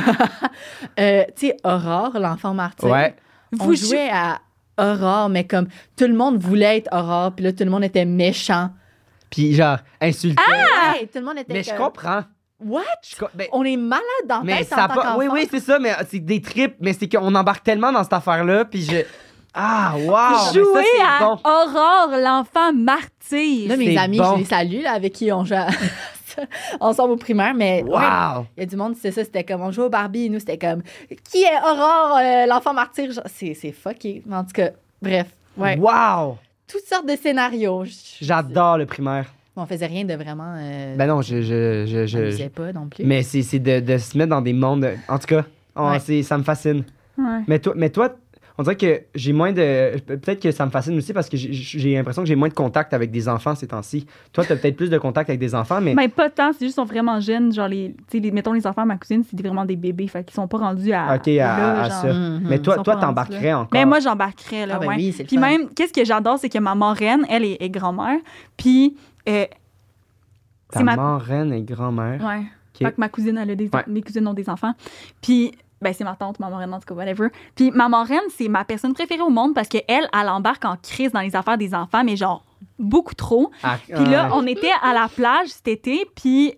Tu sais, Aurore, l'enfant martyr.
Ouais.
On
Vous
jouait à Aurore, mais comme tout le monde voulait être Aurore, puis là, tout le monde était méchant.
Puis genre, insulté.
Ouais, tout le monde était
Mais je
comme,
comprends.
What?
Ben,
On est malade dans la
mais
tête
ça
en tant qu'enfant.
Oui, c'est ça, mais c'est des trips. Mais c'est qu'on embarque tellement dans cette affaire-là, puis je... Ah, wow! mais
Jouer
ça,
à
c'est bon.
Aurore, l'enfant martyr.
Là, mes
C'est
amis,
bon.
je les salue, là, avec qui on joue ensemble au primaire, mais ouais,
Wow!
il y a du monde, c'était ça, c'était comme, on jouait au Barbie, et nous, c'était comme, qui est Aurore, l'enfant martyr? Genre, c'est fucké. Mais en tout cas, bref, ouais.
Wow!
Toutes sortes de scénarios.
J'adore le primaire.
On faisait rien de vraiment...
Ben non,
on faisait pas non plus.
Mais c'est de se mettre dans des mondes... En tout cas,
Ouais.
ça me fascine.
Ouais.
Mais toi, on dirait que j'ai moins de... Peut-être que ça me fascine aussi parce que j'ai l'impression que j'ai moins de contact avec des enfants ces temps-ci. Toi, t'as peut-être plus de contact avec des enfants, mais...
Mais pas tant, c'est juste qu'ils sont vraiment jeunes. Genre, mettons les enfants de ma cousine, c'est vraiment des bébés. Fait qu'ils sont pas rendus à.
OK,
là,
à
genre.
ça.
Mhm.
Mais toi,
Ils sont pas
t'embarquerais encore.
Mais moi, j'embarquerais, là,
Ah, ben
ouais.
oui, c'est le
Puis
fun.
même, qu'est-ce que j'adore, c'est que ma marraine, elle est grand-mère. Puis,
Ta
c'est ma.
marraine et grand-mère.
Ouais.
Ok.
Fait que ma cousine, elle a des.
Ouais.
Mes cousines ont des enfants. Puis, ben, c'est ma tante, ma marraine, en tout cas, whatever. Puis, ma marraine, c'est ma personne préférée au monde parce qu'elle, elle embarque en crise dans les affaires des enfants, mais genre, beaucoup trop.
Ah,
Puis là, on était à la plage cet été, puis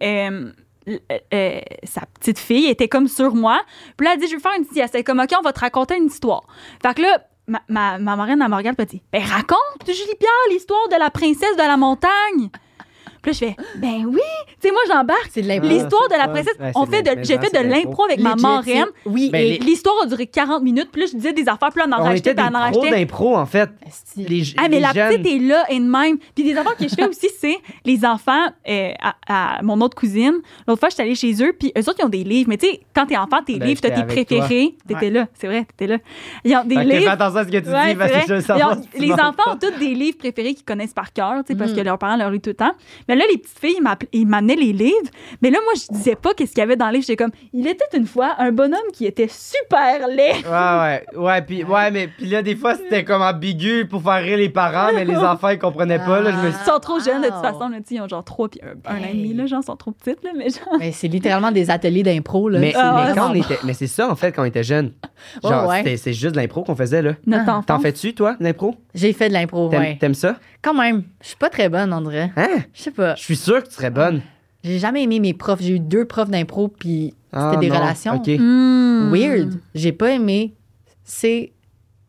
sa petite fille était comme sur moi. Puis là, elle dit, je vais faire une sieste. Elle est comme, OK, on va te raconter une histoire. Fait que là, ma marraine, elle me regarde, puis elle dit, ben raconte, Julie-Pierre, l'histoire de la princesse de la montagne. Puis là, je fais, ben oui. Tu sais, moi, j'embarque.
C'est de l'impro.
L'histoire de la
c'est
princesse,
fun. Ouais,
on
c'est
fait
de-
de,
mais
j'ai
non,
fait
c'est
de
de
l'impro avec ma
Legit,
marraine.
Oui,
Ben,
et
L'histoire a duré 40 minutes, puis là, je disais des affaires, puis là, on en
On
rajoutait,
était
puis
des
on en
pros
rajoutait.
d'impro, en fait.
Esti.
Ah, mais
les
la
jeunes.
petite est là et de même. Puis des affaires que je fais aussi, c'est les enfants à mon autre cousine. L'autre fois, j'étais allée chez eux, puis eux autres, ils ont des livres. Mais tu sais, quand t'es enfant, tes
Ben,
livres, t'as
j'étais
tes
avec toi.
préférés. T'étais là, c'est vrai, t'étais là. Ils ont des
Ok, fais
livres.
attention à ce que tu
Ouais,
dis parce
c'est
que je veux
vrai.
savoir. si tu
Les
m'en
enfants
parles.
ont tous des livres préférés qu'ils connaissent par cœur, tu sais, parce
Mhm.
que leurs parents leur lisent tout le temps. Mais là, les petites filles, ils m'amenaient les livres. Mais là, moi, je disais pas qu'est-ce qu'il y avait dans le livre. J'étais comme, il était une fois un bonhomme qui était super laid.
Mais puis là, des fois, c'était comme ambigu pour faire rire les parents, mais les enfants, ils comprenaient pas. Là, je me suis
Ils sont trop jeunes, de toute
Wow.
façon. Là, tu sais, ils ont genre 3 puis un an et demi. Là, genre, ils sont trop petites. Là, mais genre...
Mais c'est littéralement des ateliers d'impro, là.
mais,
Ah,
mais quand
ouais.
on était. Mais c'est ça, en fait, quand on était jeune. Genre,
Ouais.
c'est juste de l'impro qu'on faisait, là.
Notre
Ah.
enfant.
T'en fais-tu, toi, de l'impro?
J'ai fait de l'impro, ouais.
T'aimes ça?
Quand même, je suis pas très bonne, on dirait.
Hein?
Je sais pas.
Je suis sûr que tu serais bonne.
J'ai jamais aimé mes profs. J'ai eu 2 profs d'impro, puis
Ah,
c'était des
non.
relations
OK.
Hmm.
weird. J'ai pas aimé. C'est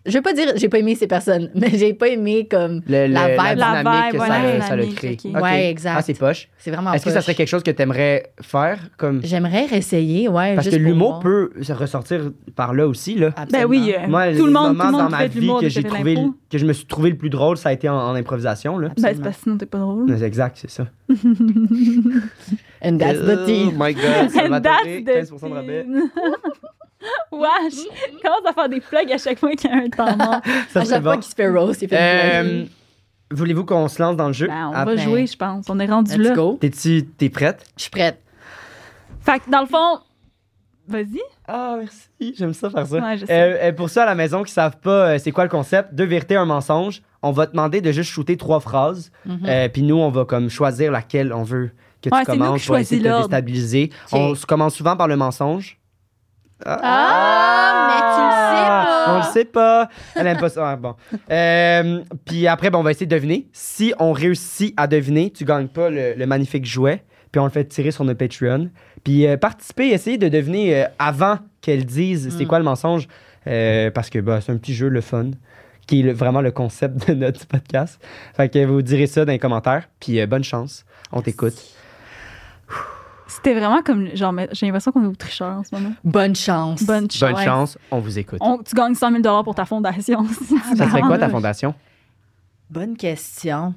Je vais pas dire j'ai pas aimé ces personnes, mais j'ai pas aimé comme la vibe.
La dynamique que
ouais,
ça le
dynamique,
crée.
ok.
Ok.
Ouais, exact.
Ah, c'est poche.
C'est vraiment
Est-ce que ça
poche.
serait quelque chose que tu aimerais faire? Comme...
J'aimerais réessayer, ouais.
Parce que
juste pour
l'humour
voir.
peut se ressortir par là aussi, là.
Ben
Absolument.
oui,
Moi,
tout le
les
monde,
moments dans ma
fait de
vie
l'humour,
que
déjà
j'ai
fait de
trouvé,
l'impro.
que je me suis trouvé le plus drôle, ça a été en improvisation, là.
Ben, c'est parce que sinon, t'es pas drôle.
Mais c'est exact, c'est ça.
And that's the tea.
Oh my God,
And
Salvatore,
that's
15% de rabais.
Wesh! Commence à faire des plugs à chaque fois qu'il y a un temps mort.
Ça
À
serait
chaque fois
bon.
qu'il se fait roast, il fait une blague.
Voulez-vous qu'on se lance dans le jeu?
Ben, on
Ah,
va
ben,
jouer, je pense. On est rendu
Let's
là.
go.
T'es prête?
Je suis prête.
Fait que dans le fond, vas-y.
Ah, merci. J'aime ça faire ça.
Ouais, je sais.
Pour ceux à la maison qui savent pas c'est quoi le concept, 2 vérités, un mensonge, on va te demander de juste shooter 3 phrases. Puis nous, on va comme choisir laquelle on veut que tu
Ouais, c'est nous
commences
qui
pour essayer de te
choisis l'ordre.
déstabiliser.
Ok.
On se commence souvent par le mensonge.
Ah, mais tu le sais pas.
On le sait pas. Elle aime pas ça. Ah, bon. Puis après, on va essayer de deviner. Si on réussit à deviner, tu gagnes pas le magnifique jouet. Puis on le fait tirer sur notre Patreon. Puis participer, essayer de deviner avant qu'elle dise c'est quoi le mensonge. Parce que c'est un petit jeu, le fun, qui est vraiment le concept de notre podcast. Fait que vous direz ça dans les commentaires. Puis bonne chance. On t'écoute.
C'était vraiment comme. Genre, j'ai l'impression qu'on est au tricheur en ce moment.
Bonne chance.
Bonne chance.
Bonne chance. On vous écoute.
Tu gagnes 100 000 pour ta fondation.
Ça serait quoi ta fondation?
Bonne question.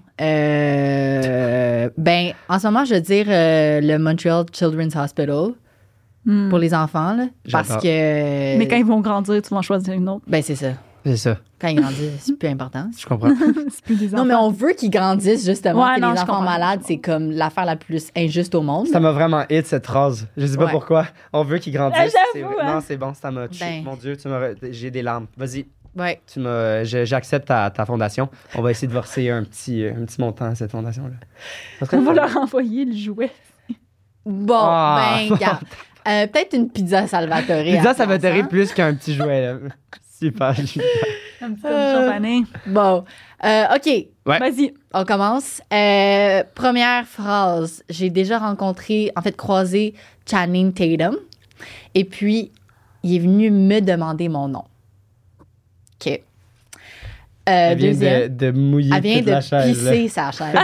Ben, en ce moment, je veux dire le Montreal Children's Hospital
Hmm.
pour les enfants, là, parce
J'adore.
que...
Mais quand ils vont grandir, tu vas en choisir une autre.
Ben, c'est ça.
C'est ça.
Quand ils grandissent, c'est plus important.
Je comprends.
C'est plus des enfants.
Non, mais on veut qu'ils grandissent, justement.
Ouais,
que
non,
les
je
enfants
comprends.
malades, c'est comme l'affaire la plus injuste au monde.
Ça m'a vraiment hit cette phrase. Je sais pas
Ouais.
pourquoi. On veut qu'ils grandissent.
Ah,
C'est
j'avoue,
vrai.
hein.
Non, c'est bon, ça m'a touché.
Ben.
Mon Dieu, j'ai des larmes. Vas-y,
Ouais.
j'accepte ta fondation. On va essayer de verser un petit montant à cette fondation-là. Ça serait
On va
fun.
leur envoyer le jouet.
Bon,
Ah.
ben, regarde. Peut-être une pizza Salvatore.
Pizza,
à
ça va
place, hein?
t'aider plus qu'un petit jouet. Là. Super.
Un petit champagne.
Bon. OK.
Ouais.
Vas-y.
On commence. Première phrase. J'ai déjà croisé Channing Tatum. Et puis, il est venu me demander mon nom. OK.
Elle vient
Deuxième.
de mouiller
Elle vient
toute la
de
chaise. là.
pisser sa chaise.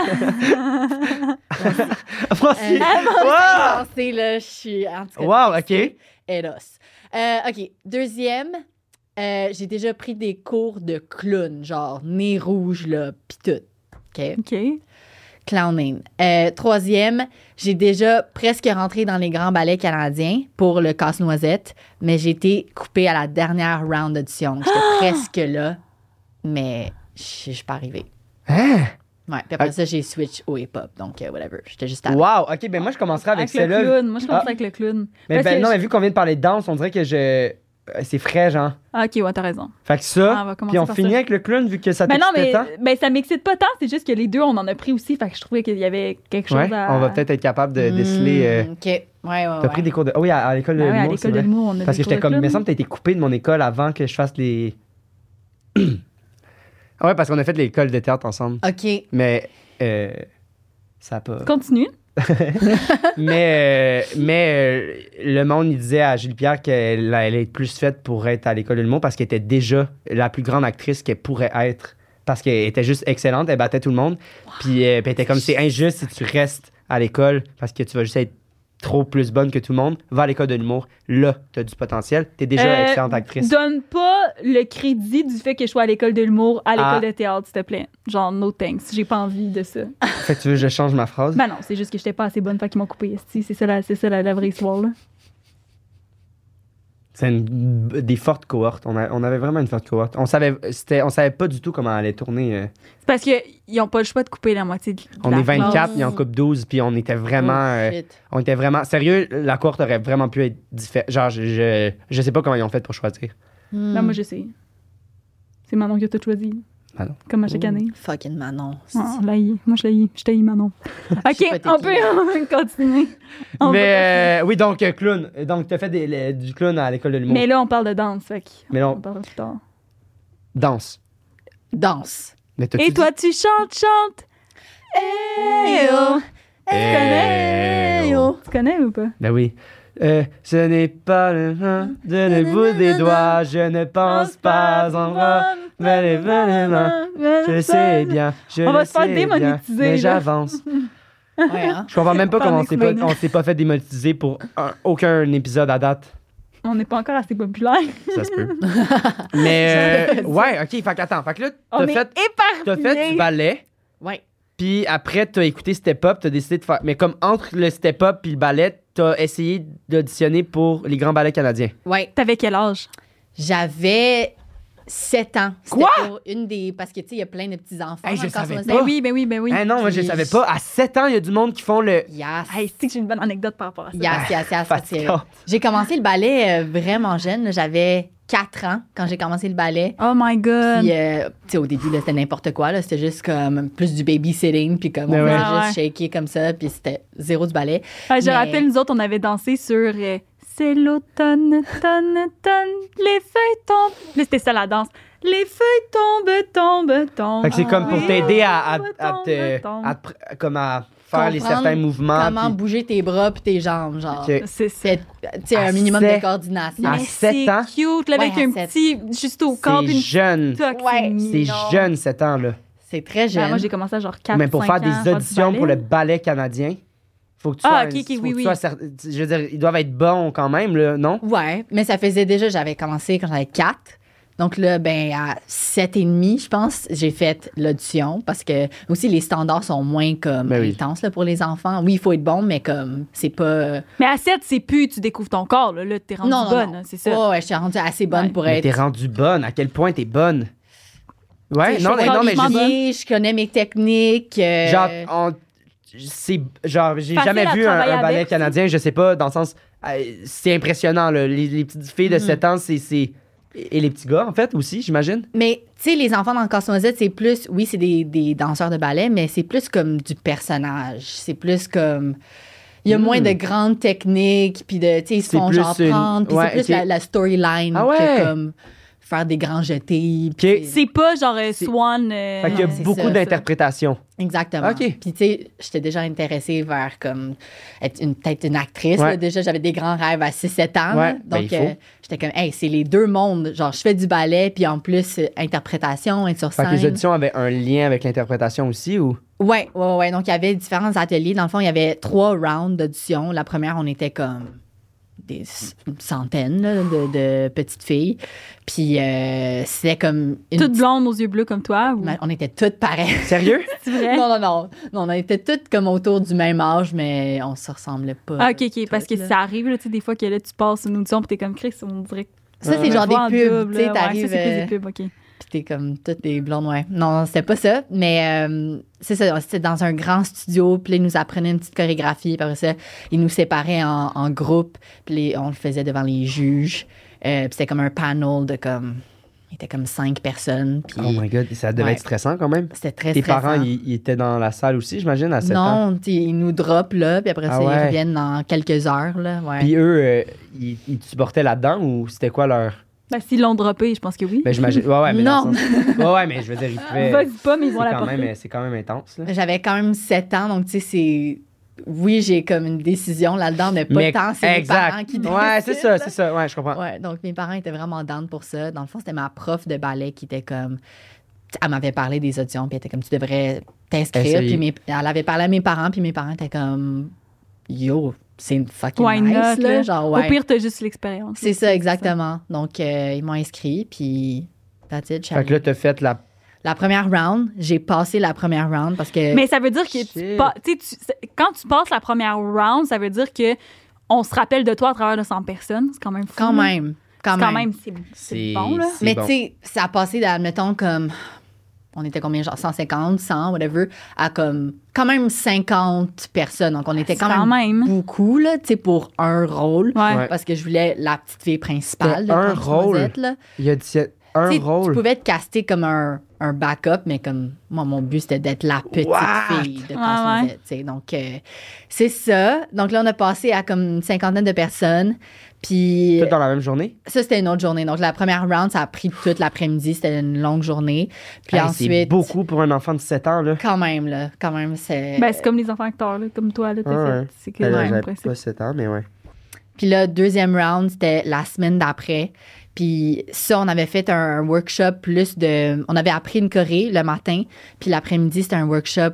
Francis.
Wow! Là, je suis... En tout cas,
Wow, OK.
Eros. OK. Deuxième. J'ai déjà pris des cours de clown, genre nez rouge, là, pis tout. OK?
OK.
Clowning. Troisième, j'ai déjà presque rentré dans les grands ballets canadiens pour le casse-noisette, mais j'ai été coupée à la dernière round d'audition. J'étais presque là, mais je suis pas arrivée.
Hein?
Ouais, puis après ça, j'ai switch au hip-hop, donc whatever. J'étais juste à...
Wow, OK, ben moi, je commencerai avec
Avec le
celle-là.
clown. Moi, je commence
Ah.
avec le clown.
Mais
Parce que
non, mais vu qu'on vient de parler de danse, on dirait que c'est frais, genre.
Ah, OK, ouais, t'as raison.
Fait que ça,
Ah, on va commencer
puis on
par
finit
ça.
avec le clown vu que ça
Ben non,
t'excitait
mais
tant.
ben, ça m'excite pas tant, c'est juste que les deux, on en a pris aussi, fait que je trouvais qu'il y avait quelque chose
Ouais,
à...
on va peut-être être capable de déceler.
OK. Ouais.
T'as pris des cours de. Ah oui, à l'école de
Ben ouais, à
l'humour, c'est
l'école de
vrai.
l'humour, on a
Parce
des
que j'étais
cours
comme.
de
Il me
clown.
semble que t'as été coupé de mon école avant que je fasse les. Ah ouais, parce qu'on a fait l'école de théâtre ensemble.
OK.
Mais. Ça a pas.
Continue.
mais le monde, il disait à Julie Pierre qu'elle allait être plus faite pour être à l'école de l'humour parce qu'elle était déjà la plus grande actrice qu'elle pourrait être. Parce qu'elle était juste excellente, elle battait tout le monde. Puis elle était comme, c'est injuste si tu restes à l'école parce que tu vas juste être trop plus bonne que tout le monde. Va à l'école de l'humour. Là, t'as du potentiel. T'es déjà excellente actrice.
Donne pas le crédit du fait que je sois à l'école de l'humour, à l'école
Ah.
de théâtre, s'il te plaît. Genre, no thanks. J'ai pas envie de ça.
Fait que tu veux que je change ma phrase?
Ben non, c'est juste que j'étais pas assez bonne, fait qu'ils m'ont coupé. C'est ça la vraie histoire, là.
C'est des fortes cohortes. On avait vraiment une forte cohorte. On savait pas du tout comment elle allait tourner.
C'est parce qu'ils ont pas le choix de couper la moitié de
On
la
est 24,
classe.
il en coupe 12, puis on était vraiment...
Oh, shit.
on était vraiment... Sérieux, la cohorte aurait vraiment pu être différente. Genre, je sais pas comment ils ont fait pour choisir.
Hmm.
Ben, moi, je sais. C'est Manon qui a tout choisi.
Manon.
Comme à chaque année.
Fucking Manon.
Ah, on l'a eu. Moi, je l'ai eu. Je t'ai eu, Manon.
sais
OK,
pas
on
t'es
peut continuer. On va-
Mais oui, donc clown. Donc, t'as fait du clown à l'école de l'humour.
Mais là, on parle de danse, fait que
Mais non.
on parlera plus tard.
Danse.
Danse.
Mais t'as-tu
Et toi, tu chantes.
Eh oh.
Tu connais ou pas?
Ben oui. Ce n'est pas le temps de le bout des doigts, je ne pense pas en moi. Je sais bien, je
On va
le
se faire
sais bien,
démonétiser,
mais
là.
j'avance.
Ouais, hein?
Je comprends même pas comment
Panic
on s'est pas fait démonétiser pour aucun épisode à date.
On n'est pas encore assez populaire.
Ça se peut. Mais ouais, ok, fait qu'attends. Fait que là,
On est
t'as fait du ballet,
Ouais.
puis après, t'as écouté Step Up, t'as décidé de faire. Mais comme entre le Step Up puis le ballet, t'as essayé d'auditionner pour les grands ballets canadiens.
Ouais.
T'avais quel âge?
J'avais 7 ans. C'était
Quoi?
pour une des. Parce que, tu sais, il y a plein de petits-enfants.
Hey, je
dans le
savais
Cosmos
pas.
Zen.
Ben oui.
Ah non, moi, je
Puis-
savais pas. À 7 ans, il y a du monde qui font le.
Yes.
Hey, c'est que j'ai une bonne anecdote par rapport à ça.
Yes.
Fatigante.
J'ai commencé le ballet vraiment jeune. Là. J'avais 4 ans quand j'ai commencé le ballet.
Oh my God.
Puis, tu sais, au début, là, c'était n'importe quoi. Là. C'était juste comme plus du babysitting. Puis comme on
Ouais,
faisait
ouais.
juste shaker comme ça. Puis c'était zéro du ballet.
Ah, je
Mais-
rappelle, nous autres, on avait dansé sur C'est l'automne, les feuilles tombent. Là, c'était ça la danse. Les feuilles tombent.
Fait que c'est comme pour
Ah,
t'aider à comme à faire les
Comprendre
certains mouvements.
Comment
puis-
bouger tes bras puis tes jambes, genre.
Ok.
C'est ça.
C'est, tu sais,
À
un minimum
sept-
de coordination.
à
Mais
7
c'est
ans?
cute, là, avec
Ouais, à
un
7.
petit, juste au corps,
C'est
puis une
jeune.
toque,
Ouais,
c'est
C'est
mignon.
jeune, 7 ans, là.
C'est très jeune.
Ben, moi, j'ai commencé à genre 4
Mais pour faire des
ans,
auditions
du
pour le
ballet.
ballet canadien, faut que tu
Ah,
sois.
ok,
faut que
oui,
tu
oui.
sois je veux dire, ils doivent être bons quand même, là, non?
Ouais, mais ça faisait déjà, j'avais commencé quand j'avais 4. Donc là, ben, à 7 et demi, je pense, j'ai fait l'audition parce que aussi les standards sont moins comme
Ben oui.
intenses là, pour les enfants. Oui, il faut être bon, mais comme c'est pas.
Mais à 7, c'est plus, tu découvres ton corps, là, t'es rendu bonne, hein, c'est ça.
Ouais, je suis rendue assez bonne
Ouais.
pour
Mais
être.
t'es rendue bonne. À quel point t'es bonne? Ouais,
Tu sais,
non,
je
mais
fais
non, mais
des
je
pieds, je connais mes techniques.
Genre, j'ai
Facile
jamais
à
vu
travailler
un ballet
avec,
canadien, je sais pas, dans le sens. C'est impressionnant, là. Les petites filles de 7 ans, c'est. Et les petits gars, en fait, aussi, j'imagine.
Mais, tu sais, les enfants dans le Casse-Noisette, c'est plus. Oui, c'est des danseurs de ballet, mais c'est plus comme du personnage. C'est plus comme. Il y a moins de grandes techniques, puis de. Tu sais, ils se
C'est
font
plus
genre
une-
prendre, puis
ouais,
c'est plus
ok.
la storyline
Ah ouais.
que comme faire des grands jetés. puis
Ok.
C'est pas genre
C'est-
Swan.
Fait qu'il y a
non, c'est
beaucoup
ça.
d'interprétations.
Exactement.
Ok.
Puis, tu sais, j'étais déjà intéressée vers comme être peut-être une actrice.
Ouais.
là. Déjà, j'avais des grands rêves à 6-7 ans.
Ouais,
là.
ben,
Donc,
il faut.
j'étais comme, hey, c'est les deux mondes. Genre, je fais du ballet, puis en plus, interprétation, être sur
Fait que
scène.
les auditions avaient un lien avec l'interprétation aussi, ou?
Ouais. Donc, il y avait différents ateliers. Dans le fond, il y avait 3 rounds d'audition. La première, on était comme une centaine là, de petites filles. Puis, c'était comme une
Toute blonde aux yeux bleus comme toi. Ou...
On était toutes pareilles.
Sérieux?
C'est vrai?
Non, on était toutes comme autour du même âge, mais on se ressemblait pas.
Ah, ok, parce que
là.
ça arrive, là, tu sais, des fois que là, tu passes une audition, puis t'es comme Chris, on dirait que.
Ça, c'est genre des
en
pubs.
double,
Tu sais,
là. Ouais,
t'arrives.
ça, c'est plus des pubs, ok.
Puis t'es comme toutes des blondes, ouais. Non, c'était pas ça. Mais c'est ça, c'était dans un grand studio. Puis là, ils nous apprenaient une petite chorégraphie. Puis après ça, ils nous séparaient en groupes. Puis on le faisait devant les juges. Puis c'était comme un panel de comme... Il était comme 5 personnes. Puis
Oh my god, ça devait
Ouais.
être stressant quand même.
c'était très
Tes
stressant.
parents, ils étaient dans la salle aussi, j'imagine, à 7 ans.
Non, tu sais, ils nous droppent là. Puis après
Ah
ça,
ouais.
ils reviennent dans quelques heures, là. Ouais.
Puis eux, ils te supportaient là-dedans ou c'était quoi leur.
Ben, s'ils l'ont droppé, je pense que oui.
Ben, j'imagine. Ouais, mais
Non.
dans le sens- Ouais, mais je veux dire, ils pouvaient.
Vas-y pas, mais ils vont
C'est
la
quand,
porter.
c'est quand même intense, là.
J'avais quand même 7 ans, donc tu sais, c'est... Oui, j'ai comme une décision là-dedans, mais pas
Mais-
tant, c'est mes parents
exact.
qui décident.
Ouais, c'est ça, ouais, je comprends.
Ouais, donc mes parents étaient vraiment down pour ça. Dans le fond, c'était ma prof de ballet qui était comme... Elle m'avait parlé des auditions, puis elle était comme, tu devrais t'inscrire.
Essayer.
Puis elle avait parlé à mes parents, puis mes parents étaient comme, yo, c'est fucking
Why
nice,
not,
là.
là?
Genre,
Au
ouais.
pire, t'as juste l'expérience.
C'est ça, exactement. Donc, ils m'ont inscrit, puis that's it.
Fait que là, t'as fait la.
La première round, j'ai passé la première round parce que...
Mais ça veut dire que
Shit.
quand tu passes la première round, ça veut dire que on se rappelle de toi à travers de 100 personnes. C'est quand même fou.
Quand
là.
même.
C'est quand même, c'est
C'est
bon, là.
c'est
Mais
bon.
tu sais, ça a passé, admettons, comme. On était combien, genre 150, 100, whatever, à comme quand même 50 personnes. Donc, on était
C'est
quand même
même.
beaucoup, là, tu sais, pour un rôle.
Ouais.
Ouais.
Parce que je voulais la petite fille principale.
C'était
là,
un
Casse-Noisette, là.
Il y a un
Tu sais,
rôle.
Tu pouvais te caster comme un backup, mais comme moi, mon but, c'était d'être la petite
What?
fille de
Ouais,
Casse-Noisette, tu sais. Donc, c'est ça. Donc là, on a passé à comme une cinquantaine de personnes. Puis
Tout dans la même journée?
ça, c'était une autre journée. Donc, la première round, ça a pris toute l'après-midi. C'était une longue journée. Puis
Hey,
ensuite...
C'est beaucoup pour un enfant de 7 ans, là.
Quand même, là. Quand même, c'est...
Ben, c'est comme les enfants acteurs, là, comme toi, là, t'as
Ah
fait.
ouais.
C'est que
Ben,
le
là,
même
j'avais
principe.
pas 7 ans, mais ouais.
Puis là, deuxième round, c'était la semaine d'après. Puis ça, on avait fait un workshop plus de... On avait appris une choré le matin, puis l'après-midi, c'était un workshop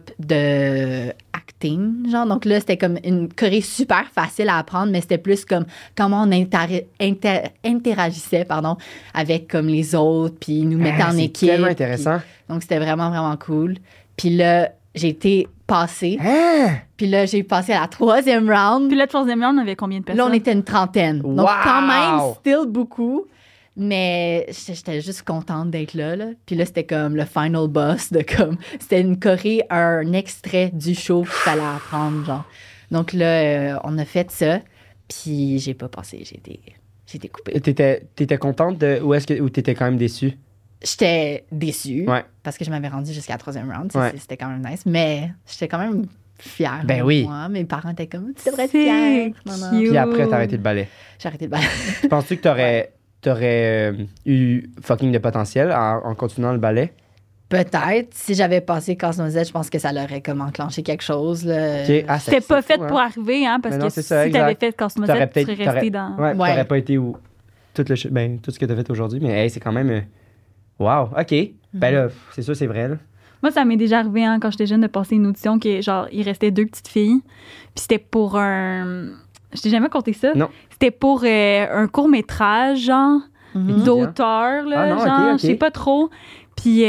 de acting, genre. Donc là, c'était comme une choré super facile à apprendre, mais c'était plus comme comment on interagissait, avec comme les autres, puis ils nous mettaient en équipe.
C'est tellement intéressant.
Donc c'était vraiment, vraiment cool. Puis là, j'ai été passée. Puis là, j'ai passé à la troisième round.
Puis là, troisième round, on avait combien de personnes?
Là, on était une trentaine. Donc,
Wow!
quand même, still beaucoup. Mais j'étais juste contente d'être là. Puis là, c'était comme le final boss de comme... C'était une choré, un extrait du show qu'il fallait apprendre, genre. Donc là, on a fait ça. Puis j'ai pas passé. J'ai été coupée.
T'étais contente ou t'étais quand même déçue?
J'étais déçue.
Ouais.
Parce que je m'avais rendue jusqu'à la troisième round.
Ouais.
C'était quand même nice. Mais j'étais quand même fière.
Ben oui.
Moi. Mes parents étaient comme, tu devrais être fière. Non.
cute.
Puis après, t'as arrêté le ballet.
J'ai arrêté de baller.
Penses-tu que t'aurais eu fucking de potentiel en continuant le ballet?
Peut-être. Si j'avais passé Casse-Noisette, je pense que ça l'aurait comme enclenché quelque chose. Là.
Ok. Ah,
C'était pas
fou,
fait
hein.
pour arriver, hein, parce
Mais non,
que
c'est
si
ça, exact.
t'avais fait Casse-Noisette, tu serais resté dans...
Ouais,
Ouais.
t'aurais pas été où tout ce que t'as fait aujourd'hui, mais hey, c'est quand même... Wow, OK. Ben là, c'est sûr, c'est vrai, là.
Moi, ça m'est déjà arrivé, hein, quand j'étais jeune, de passer une audition qui, genre, il restait 2 petites filles. Puis c'était pour un... Je t'ai jamais conté ça?
Non.
C'était pour un court-métrage, genre, d'auteur, là,
Ah non,
genre,
ok.
je sais pas trop. Puis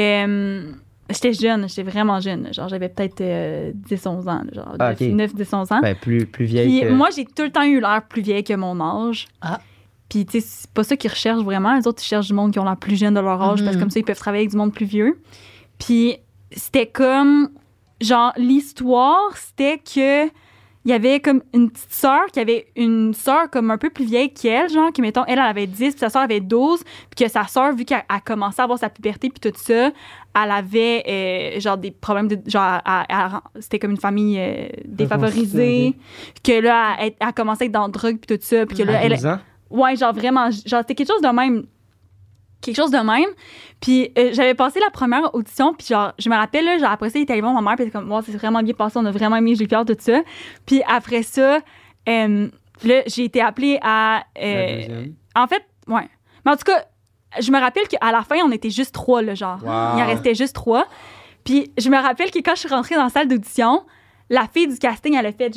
j'étais jeune, j'étais vraiment jeune. Genre, j'avais peut-être 10-11 ans, genre,
Ah, ok.
9-10-11 ans.
Ben, plus vieille
Puis
que...
moi, j'ai tout le temps eu l'air plus vieille que mon âge.
Ah.
Puis, tu sais, c'est pas ça qu'ils recherchent vraiment. Les autres, ils cherchent du monde qui ont l'air plus jeune de leur âge parce que comme ça, ils peuvent travailler avec du monde plus vieux. Puis, c'était comme... Genre, l'histoire, c'était que... Il y avait comme une petite sœur qui avait une sœur comme un peu plus vieille qu'elle, genre, qui, mettons, elle avait 10, puis sa sœur avait 12, puis que sa sœur, vu qu'elle commençait à avoir sa puberté, puis tout ça, elle avait, genre, des problèmes de... Genre, c'était comme une famille défavorisée, que là, elle commençait à être dans la drogue, puis tout ça, puis que là,
À 12 ans?
Ouais, genre vraiment, genre c'était quelque chose de même. Quelque chose de même. Puis j'avais passé la première audition, puis genre, je me rappelle, là, genre après ça, il est allé voir ma mère, puis elle était comme, wow, c'est vraiment bien passé, on a vraiment aimé Jules-Pierre, tout ça. Puis après ça, là, j'ai été appelée à...
La deuxième.
en fait, ouais. Mais en tout cas, je me rappelle qu'à la fin, on était juste 3, là, genre.
Wow.
Il en restait juste 3. Puis je me rappelle que quand je suis rentrée dans la salle d'audition, la fille du casting, elle a fait,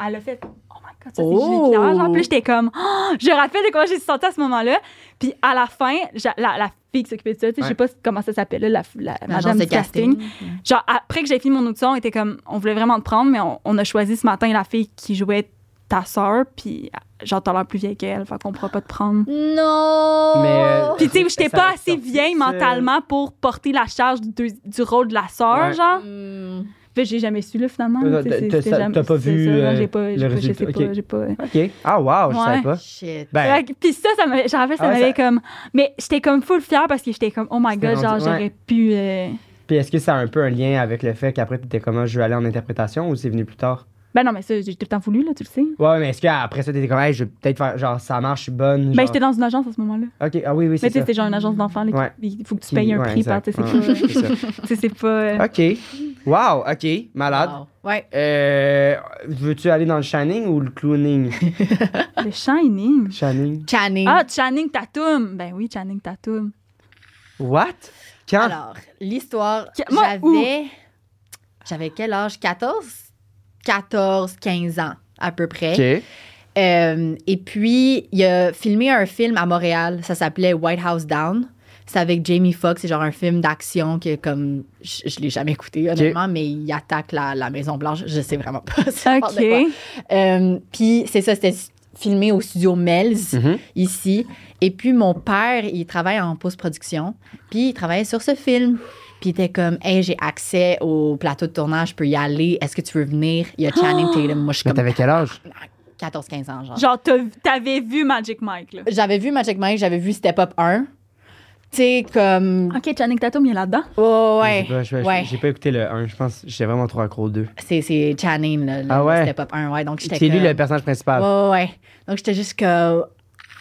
oh my God, ça c'est Julie Pierre. Genre, puis j'étais comme, oh! Je me rappelle de comment j'ai senti à ce moment-là. Puis à la fin, la fille qui s'occupait de ça, tu sais, je sais pas comment ça s'appelle, là, la madame du casting. Genre, après que j'ai fini mon audition, on était comme, on voulait vraiment te prendre, mais on a choisi ce matin la fille qui jouait ta sœur, puis genre, t'as l'air plus vieille qu'elle, fait qu'on pourra pas te prendre.
Non!
Mais,
Puis tu sais, j'étais
ça
pas
a
assez
sorti
vieille
ça.
mentalement pour porter la charge du rôle de la sœur,
Ouais.
genre. Fait que j'ai jamais su, là, finalement.
T'as-
Tu sais,
t'as-
c'était jamais-
t'as pas
c'est
vu,
ça, non, j'ai pas,
le
j'ai pas, je sais
résultat,
pas,
ok.
j'ai pas.
OK. Ah, wow, je
Ouais.
savais pas.
Shit.
Ben,
Fait que- Puis ça m'avait, je me rappelle, ça
Ah ouais,
m'avait
ça-
comme... Mais j'étais comme full fière parce que j'étais comme, oh my
C'était
God, genre,
rendu- ouais.
j'aurais pu...
puis est-ce que ça a un peu un lien avec le fait qu'après, t'étais comment, je veux aller en interprétation ou c'est venu plus tard?
Ben non, mais ça, j'ai tout le temps voulu, là, tu le sais.
Ouais, mais est-ce qu'après ça, t'étais comme, hey, je vais peut-être faire, genre, ça marche, je suis bonne.
Ben
genre-
j'étais dans une agence à ce moment-là.
OK, ah oui, oui, c'est
Mais tu sais,
ça.
c'était genre une agence d'enfants, là,
Ouais.
il faut que tu payes un
Ouais,
prix,
exact.
tu sais,
Ouais,
c'est
c'est ça.
pas... tu sais, c'est pas...
OK. Wow, OK. Malade.
Wow. Ouais.
Veux-tu aller dans le Shining ou le Clowning?
Le Shining.
Shining.
Channing.
Ah, Channing Tatum. Ben oui, Channing Tatum.
What? Quand?
Alors, l'histoire,
Moi,
j'avais quel âge? 14, 15 ans, à peu près.
OK.
Et puis, il a filmé un film à Montréal. Ça s'appelait White House Down. C'est avec Jamie Foxx. C'est genre un film d'action que, comme, je l'ai jamais écouté, honnêtement, mais il attaque la Maison-Blanche. Je sais vraiment pas. ça parle de quoi.
OK.
Puis, c'est ça, c'était filmé au studio Mel's,
Mhm.
ici. Et puis, mon père, il travaille en post-production. Puis, il travaillait sur ce film. Puis, il était comme, hey, j'ai accès au plateau de tournage, je peux y aller. Est-ce que tu veux venir? Il y a Channing Tatum. Moi, je suis
Mais
comme
t'avais quel âge?
14-15 ans, genre.
Genre, t'avais vu Magic Mike, là.
J'avais vu Magic Mike, j'avais vu Step Up 1. Tu sais, comme.
OK, Channing Tatum, il est là-dedans.
Oh, ouais. Ouais.
J'ai pas écouté le 1. Je pense que j'étais vraiment trop accro au 2.
C'est Channing, là,
Ah ouais?
le Step Up 1. Ouais, donc j'étais
C'est lui
comme-
le personnage principal.
Ouais. Donc, j'étais juste comme.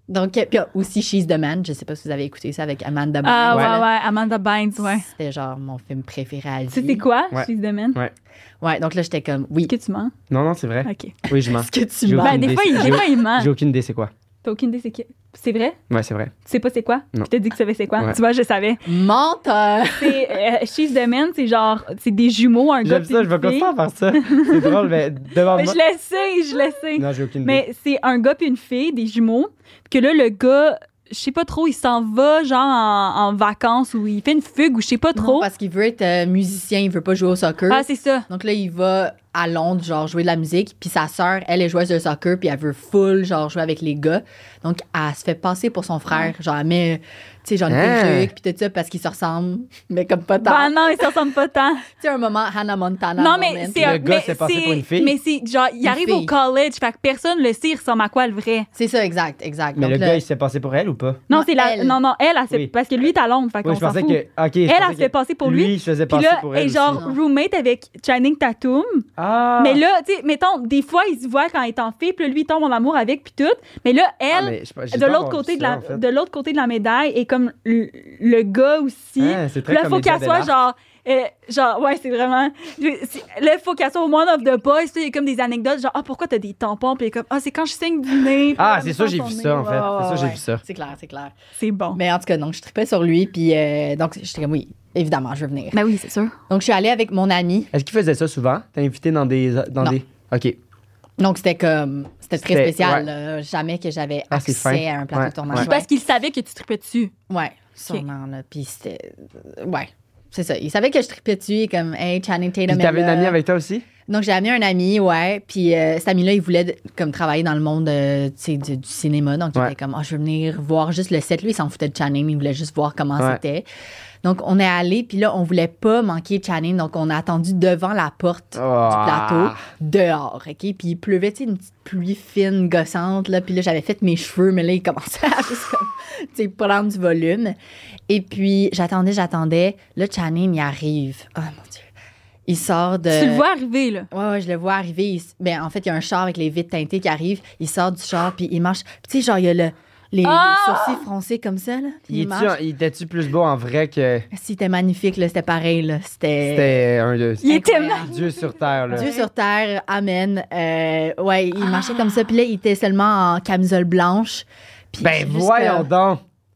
Donc, puis aussi She's the Man. Je sais pas si vous avez écouté ça avec Amanda Bynes.
Ah,
Ouais.
ouais, Amanda Bynes, ouais.
C'était genre mon film préféré à vie.
C'était quoi,
Ouais.
She's the Man?
Ouais, donc là, j'étais comme, oui.
Est-ce que tu mens?
Non, c'est vrai.
OK.
Oui, je mens.
Est-ce que tu
J'ai
mens?
aucune
Ben, des
idée,
fois, il ment.
J'ai aucune idée, c'est quoi.
T'as aucune idée, c'est qui? C'est vrai?
Ouais, c'est vrai.
Tu sais pas c'est quoi?
Non.
Je t'ai dit que tu savais c'est quoi.
Ouais.
Tu vois, je savais.
Menteur!
C'est She's the Man, c'est genre, c'est des jumeaux, un gars
J'aime
pis
ça,
une
je vais
fille.
continuer à faire ça. C'est drôle, mais devant
Mais
moi.
je le sais.
Non, j'ai aucune idée.
Mais c'est un gars puis une fille, des jumeaux, puis que là, le gars, je sais pas trop, il s'en va genre en vacances ou il fait une fugue ou je sais pas
Non,
trop.
parce qu'il veut être musicien, il veut pas jouer au soccer.
Ah, c'est ça.
Donc là, il va à Londres, genre, jouer de la musique. Puis sa sœur, elle est joueuse de soccer, puis elle veut full, genre, jouer avec les gars. Donc, elle se fait passer pour son frère. Genre, elle met, tu sais, genre, une
Hein?
perruque, puis tout ça, parce qu'ils se ressemblent, mais comme pas tant.
Ben non, ils se ressemblent pas tant.
Tu sais, un moment, Hannah Montana.
Non,
moment.
mais c'est
Le
un.
gars
mais
s'est passé
c'est-
pour une fille.
Mais c'est genre, il
Une
arrive au
fille.
college, fait que personne le sait, il ressemble à quoi le vrai.
C'est ça, exact.
Mais
Donc,
le
là,
gars, il s'est passé pour elle ou pas?
Non,
Non,
c'est la.
elle.
Non, elle s'est-
Oui.
parce que lui, il est à Londres, fait
Oui,
qu'on
je
s'en
pensais
fout.
que. Ok.
Elle se fait passer pour lui.
Lui, je faisais
Puis
passer
là,
pour
elle
elle.
est genre
aussi.
roommate avec Channing Tatum.
Ah!
Mais là, tu sais, mettons, des fois, ils se voient quand il est en fille, puis là, lui, il tombe en amour avec, puis tout. Mais là,
Ah,
elle,
mais j'ai
de
pas
l'autre
avoir
côté
vu
de
ça,
la,
en fait.
de l'autre côté de la médaille, est comme le gars aussi.
Ah, c'est très
Là, il faut
Comédia
qu'elle soit
dell'arte.
genre, ouais, c'est vraiment. Là, il faut qu'elle soit au one of the boys. Il y a comme des anecdotes, genre, ah, pourquoi t'as des tampons? Puis il est comme, ah, c'est quand je saigne du nez.
Ah,
Puis
c'est
elle
ça,
me
j'ai
sent
vu
son
ça,
nez.
en fait. C'est ça, j'ai vu ça.
C'est clair, c'est clair.
C'est bon.
Mais en tout cas, donc, je tripais sur lui, puis donc, j'étais comme, oui, évidemment, je veux venir.
Ben oui, c'est sûr.
Donc, je suis allée avec mon ami.
Est-ce qu'il faisait ça souvent? T'as invité dans des.
Non.
Ok.
Donc, c'était comme, c'était très
C'était-
spécial.
ouais.
là. Jamais que j'avais
Ah, c'est
accès
fin.
à un plateau
Ouais,
de tournage.
ouais.
Parce qu'il savait que tu tripais dessus.
Ouais, sûrement, là. Puis c'était. Ouais, c'est ça. Il savait que je tripais dessus, et comme, hey, Channing Tatum.
Puis t'avais
est
une
là.
amie avec toi aussi?
Donc, j'ai amené un ami, ouais. Puis cet ami-là, il voulait comme travailler dans le monde tu sais, du cinéma. Donc, il
Ouais.
était comme, je veux venir voir juste le set. Lui, il s'en foutait de Channing. Il voulait juste voir comment
Ouais.
c'était. Donc, on est allé. Puis là, on voulait pas manquer Channing. Donc, on a attendu devant la porte
Ah.
du plateau, dehors, OK? Puis il pleuvait, tu sais, une petite pluie fine, gossante, là. Puis là, j'avais fait mes cheveux, mais là, il commençait à juste comme, tu sais, prendre du volume. Et puis, j'attendais. Là, Channing, il arrive. Oh, mon Dieu. Il sort de...
Tu le vois arriver, là.
Ouais, je le vois arriver. Ben, en fait, il y a un char avec les vitres teintées qui arrive. Il sort du char, puis il marche. Puis, tu sais, genre, il y a les sourcils froncés comme ça, là. Puis il marche.
Il était-tu plus beau en vrai que.
C'était magnifique, là. C'était pareil, là.
C'était un de.
Il était
incroyable.
Dieu sur terre, là.
Dieu sur terre, amen. Ouais, il marchait comme ça. Puis là, il était seulement en camisole blanche. Puis
Ben
juste
voyons
que-
donc!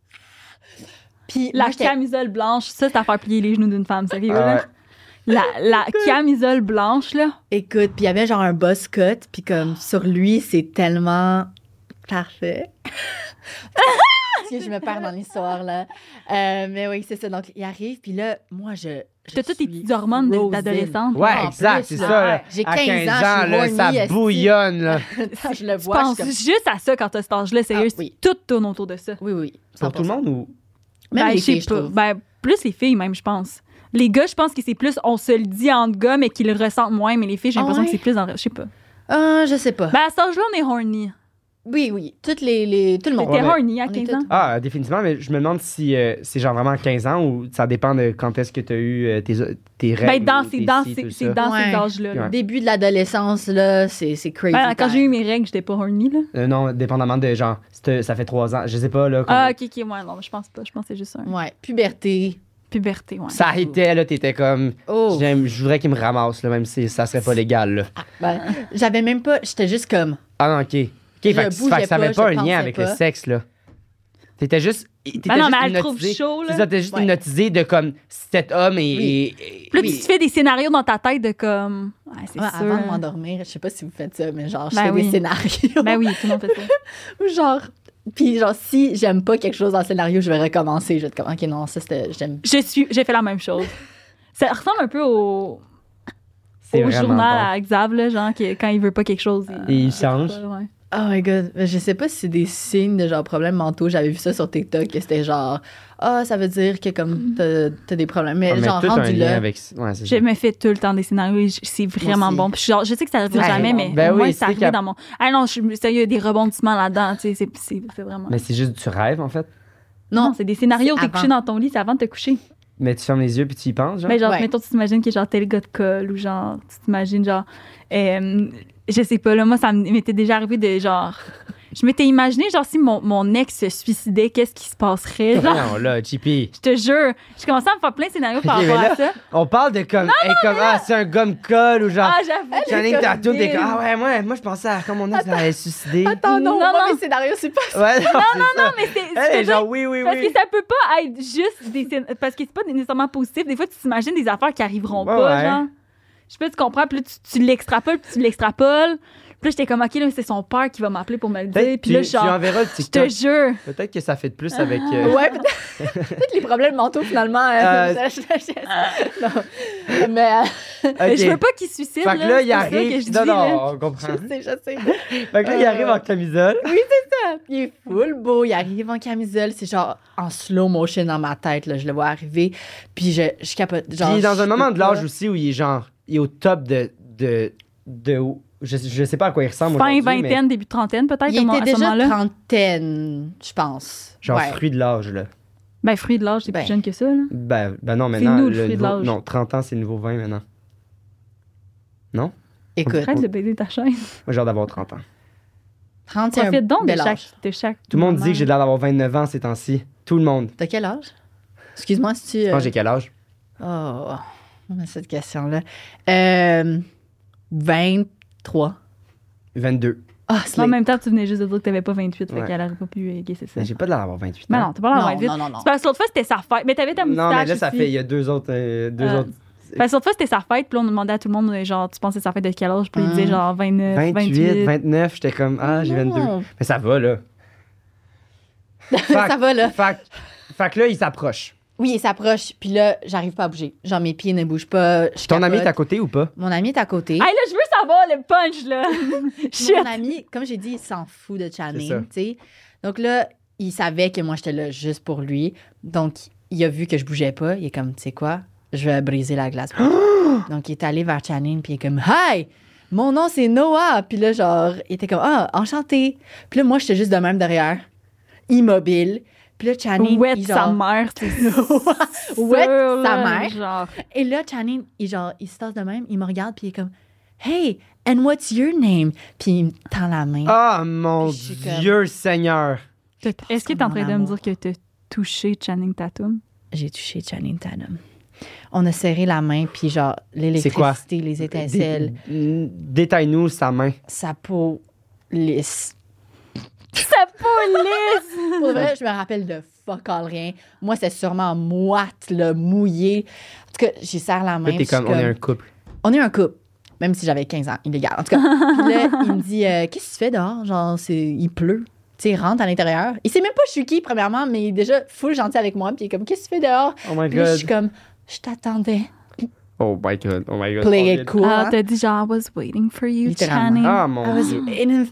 Puis
La
moi, j'étais-
camisole blanche, ça, c'est à faire plier les genoux d'une femme, sérieux,
Ah
là. La camisole blanche, là.
Écoute, puis il y avait genre un boss cut. Puis comme sur lui, c'est tellement parfait. Parce que je me perds dans l'histoire, là. Mais oui, c'est ça. Donc, il arrive, puis là, moi, je
T'as toutes tes
suis
petites hormones
frozen.
d'adolescente.
Ouais,
En
exact,
plus,
c'est
là,
ça. Là.
j'ai
À
15 ans, je suis
là,
horny,
ça
esti.
bouillonne, là.
je le
Tu
vois. je
penses
suis comme-
juste à ça quand t'as cet âge-là, sérieux.
Ah, oui.
Tout tourne autour de ça.
Oui, oui.
Pour tout le
100%.
monde ou.
Même
Ben,
les
je sais
filles, je
pas.
trouve.
Ben, plus les filles, même, je pense. Les gars, je pense que c'est plus, on se le dit entre gars, mais qu'ils le ressentent moins. Mais les filles, j'ai
Ah
l'impression
ouais?
que c'est plus dans le. Je sais pas.
Je sais pas.
Ben, à cet âge-là, on est horny.
Oui, oui. Toutes les tout le monde.
T'es
mais
horny à
on est
15 ans.
toutes-
Ah, définitivement, mais je me demande si c'est genre vraiment 15 ans ou ça dépend de quand est-ce que tu as eu tes règles.
Ben,
ou
c'est
tes
dans,
ci,
ces,
tout
c'est
ça.
dans ces
Ouais.
âges-là. là.
Ouais.
Début de l'adolescence, là, c'est crazy.
Ben, quand
time.
j'ai eu mes règles, j'étais pas horny, là.
Non, dépendamment de genre, ça fait 3 ans, je sais pas, là.
Ah, ok, ouais, non, je pense pas. Je pense que c'est juste un.
Ouais, puberté.
Puberté, ouais.
Ça était, là, t'étais comme.
Oh.
Je voudrais qu'il me ramasse, là, même si ça serait pas légal, là.
Ben, j'avais même pas. J'étais juste comme.
Ah non, ok. Ok, fait que
bougeais
ça avait
pas,
pas
je
un lien
pensais
avec le
pas.
sexe, là. T'étais juste.
Ben non, mais elle trouve chaud, là.
C'est ça, t'es juste
Ouais.
hypnotisé de comme cet homme
Oui.
et.
Puis là,
Oui.
tu te fais des scénarios dans ta tête de comme. Ouais, c'est
Ouais,
sûr.
avant de m'endormir, je sais pas si vous faites ça, mais genre, je
Ben
fais
oui.
des scénarios.
Ben oui, tout le monde fait ça.
Ou genre. Puis genre, si j'aime pas quelque chose dans le scénario, je vais recommencer. Je vais être comme, OK, non, ça, c'était. J'aime.
J'ai fait la même chose. Ça ressemble un peu au
C'est vraiment
journal
bon.
à Xav, là, genre, quand il veut pas quelque chose.
Et il change.
Ouais.
Oh my god. Mais je sais pas si c'est des signes de genre problèmes mentaux. J'avais vu ça sur TikTok que c'était genre, ça veut dire que comme t'as des problèmes. Mais
Ah, mais
genre,
tout un
rendu
lien
là.
avec. Ouais, c'est
Je
ça.
me fais tout le temps des scénarios et c'est vraiment
aussi.
bon. Puis genre, je sais que ça arrive
Ouais,
jamais, mais
ben
au moins,
oui,
ça
c'est
arrive
cap-
dans mon. Ah non, sérieux, il y a des rebondissements là-dedans. Tu sais, c'est vraiment.
Mais c'est juste du rêve, en fait.
Non, c'est des scénarios où
c'est
t'es couché
avant.
dans ton lit, c'est avant de te coucher.
Mais tu fermes les yeux puis tu y penses, genre.
Mais genre,
Ouais.
mettons, tu t'imagines qu'il y a genre tel gars de colle ou genre, tu t'imagines genre. Je sais pas, là, moi, ça m'était déjà arrivé de genre. Je m'étais imaginé, genre, si mon ex se suicidait, qu'est-ce qui se passerait? Genre,
Non, là, JP.
je te jure. Je commençais à me faire plein de scénarios par
Ok,
rapport
mais
à ça.
On parle de comme. C'est un gomme-colle ou genre.
Ah, j'avoue.
Channing Tatum, t'es
Bill.
comme. Ah ouais, moi, je pensais à comme mon ex allait se suicider.
Attends, non,
Non,
moi,
non.
mes scénarios, c'est pas ça.
Ouais, non,
Mais c'est
Elle est genre, oui,
parce
oui.
que ça peut pas être juste parce que c'est pas nécessairement positif. Des fois, tu t'imagines des affaires qui arriveront
Ouais,
pas,
ouais.
genre. Je sais pas, tu comprends, puis là, tu l'extrapoles, puis tu l'extrapoles. Puis là, j'étais comme, OK, là, c'est son père qui va m'appeler pour me le dire.
Peut-être
Puis là,
tu
genre,
enverras le
je te
TikTok.
jure.
Peut-être que ça fait de plus avec.
Ouais, peut-être les problèmes mentaux, finalement. Non. Mais
Ok.
Je veux pas qu'il se suicide.
Fait que là, il
c'est ça
arrive.
que je
Non,
dis, là.
non, on comprend.
je sais.
Fait que là, il arrive en camisole.
Il est full beau, il arrive en camisole, c'est genre en slow motion dans ma tête, là, je le vois arriver, puis je capote. Genre,
Puis dans un
je
moment
peux
de l'âge
pas-
aussi où il est genre. Il est au top de je sais pas à quoi il ressemble
Fin
aujourd'hui, mais
vingtaine, début de trentaine, peut-être,
Il
à
était
ce
déjà
moment-là.
trentaine, je pense.
genre
Ouais.
fruit de l'âge, là.
Ben, fruit de l'âge, c'est
Ben.
plus jeune que ça, là.
Ben non,
C'est
maintenant.
nous, le fruit de
nouveau-
l'âge.
Non, 30 ans, c'est le nouveau 20 maintenant.
Écoute,
Arrête de baiser ta chaise.
Moi, j'ai l'air d'avoir 30 ans.
30 c'est un
Profite donc de
bel
chaque,
âge.
de chaque.
Tout le monde
moment.
dit que j'ai l'air d'avoir 29 ans ces temps-ci. Tout le monde.
T'as quel âge? Excuse-moi si tu...
Tu penses que j'ai quel âge?
Oh, on a cette question-là. 23.
22.
Ah,
Mais en même temps, tu venais juste de dire que t'avais pas 28,
Ouais.
fait qu'elle aurait pas pu guesser ça.
Mais j'ai pas l'air d'avoir 28 ans.
Mais non, t'as pas l'air
Non,
d'avoir 28.
non, non, non.
C'est parce que l'autre fois, c'était sa fête. Mais t'avais ta moustache
Non, mais là, ça
aussi.
fait. Il y a deux autres.
Parce que l'autre fois, c'était sa fête, puis là, on demandait à tout le monde, genre, tu pensais sa fête de quel âge? Puis il disait genre 29,
28,
28.
29, j'étais comme, j'ai 22.
Non.
Mais ça va, là.
Ça va, là.
Fait que là, il s'approche.
Oui, il s'approche, puis là, j'arrive pas à bouger. Genre, mes pieds ne bougent pas. je
Ton ami est
capote.
à côté ou pas?
Mon ami est à côté.
Hey, là, je veux savoir le punch, là. Shit.
Mon ami, comme j'ai dit, il s'en fout de
C'est ça.
Channing, tu sais. Donc là, il savait que moi, j'étais là juste pour lui. Donc, il a vu que je bougeais pas. Il est comme, tu sais quoi, je vais briser la glace. Donc, il est allé vers Channing, puis il est comme, Hi! Mon nom, c'est Noah. Puis là, genre, il était comme, enchanté. Puis là, moi, j'étais juste de même derrière, immobile. Puis là, Channing,
Ouette
il,
sa
genre,
mère, c'est
Ouette
sûr,
sa
là,
mère.
Genre.
Et là, Channing, il se tasse de même, il me regarde, puis il est comme, Hey, and what's your name? Puis il me tend la main.
Ah, mon
Je suis comme-
Dieu Seigneur!
Est-ce que t'es en train de me dire que t'as touché Channing Tatum?
J'ai touché Channing Tatum. On a serré la main, puis genre,
C'est quoi?
l'électricité, les étincelles,
Détaille-nous sa main.
sa peau lisse.
Sa peau lisse!
Pour vrai, je me rappelle de fuck all rien. Moi, c'est sûrement moite, là, mouillé. En tout cas, j'y serre la main.
Là, t'es
puis je suis
comme, on est un couple.
On est un couple. Même si j'avais 15 ans, illégal. En tout cas, puis là, il me dit, qu'est-ce que tu fais dehors? Genre, il pleut. Tu sais, il rentre à l'intérieur. Il sait même pas je suis qui, premièrement, mais il est déjà full gentil avec moi. Puis il est comme, qu'est-ce que tu fais dehors?
Oh my
Puis là, je
god.
suis comme, je t'attendais.
Oh my god. Oh my god.
Play
Oh,
it cool.
Ah,
hein?
t'as dit genre, I was waiting for you,
Littéralement.
Channing.
Ah,
I
mon
was
Dieu.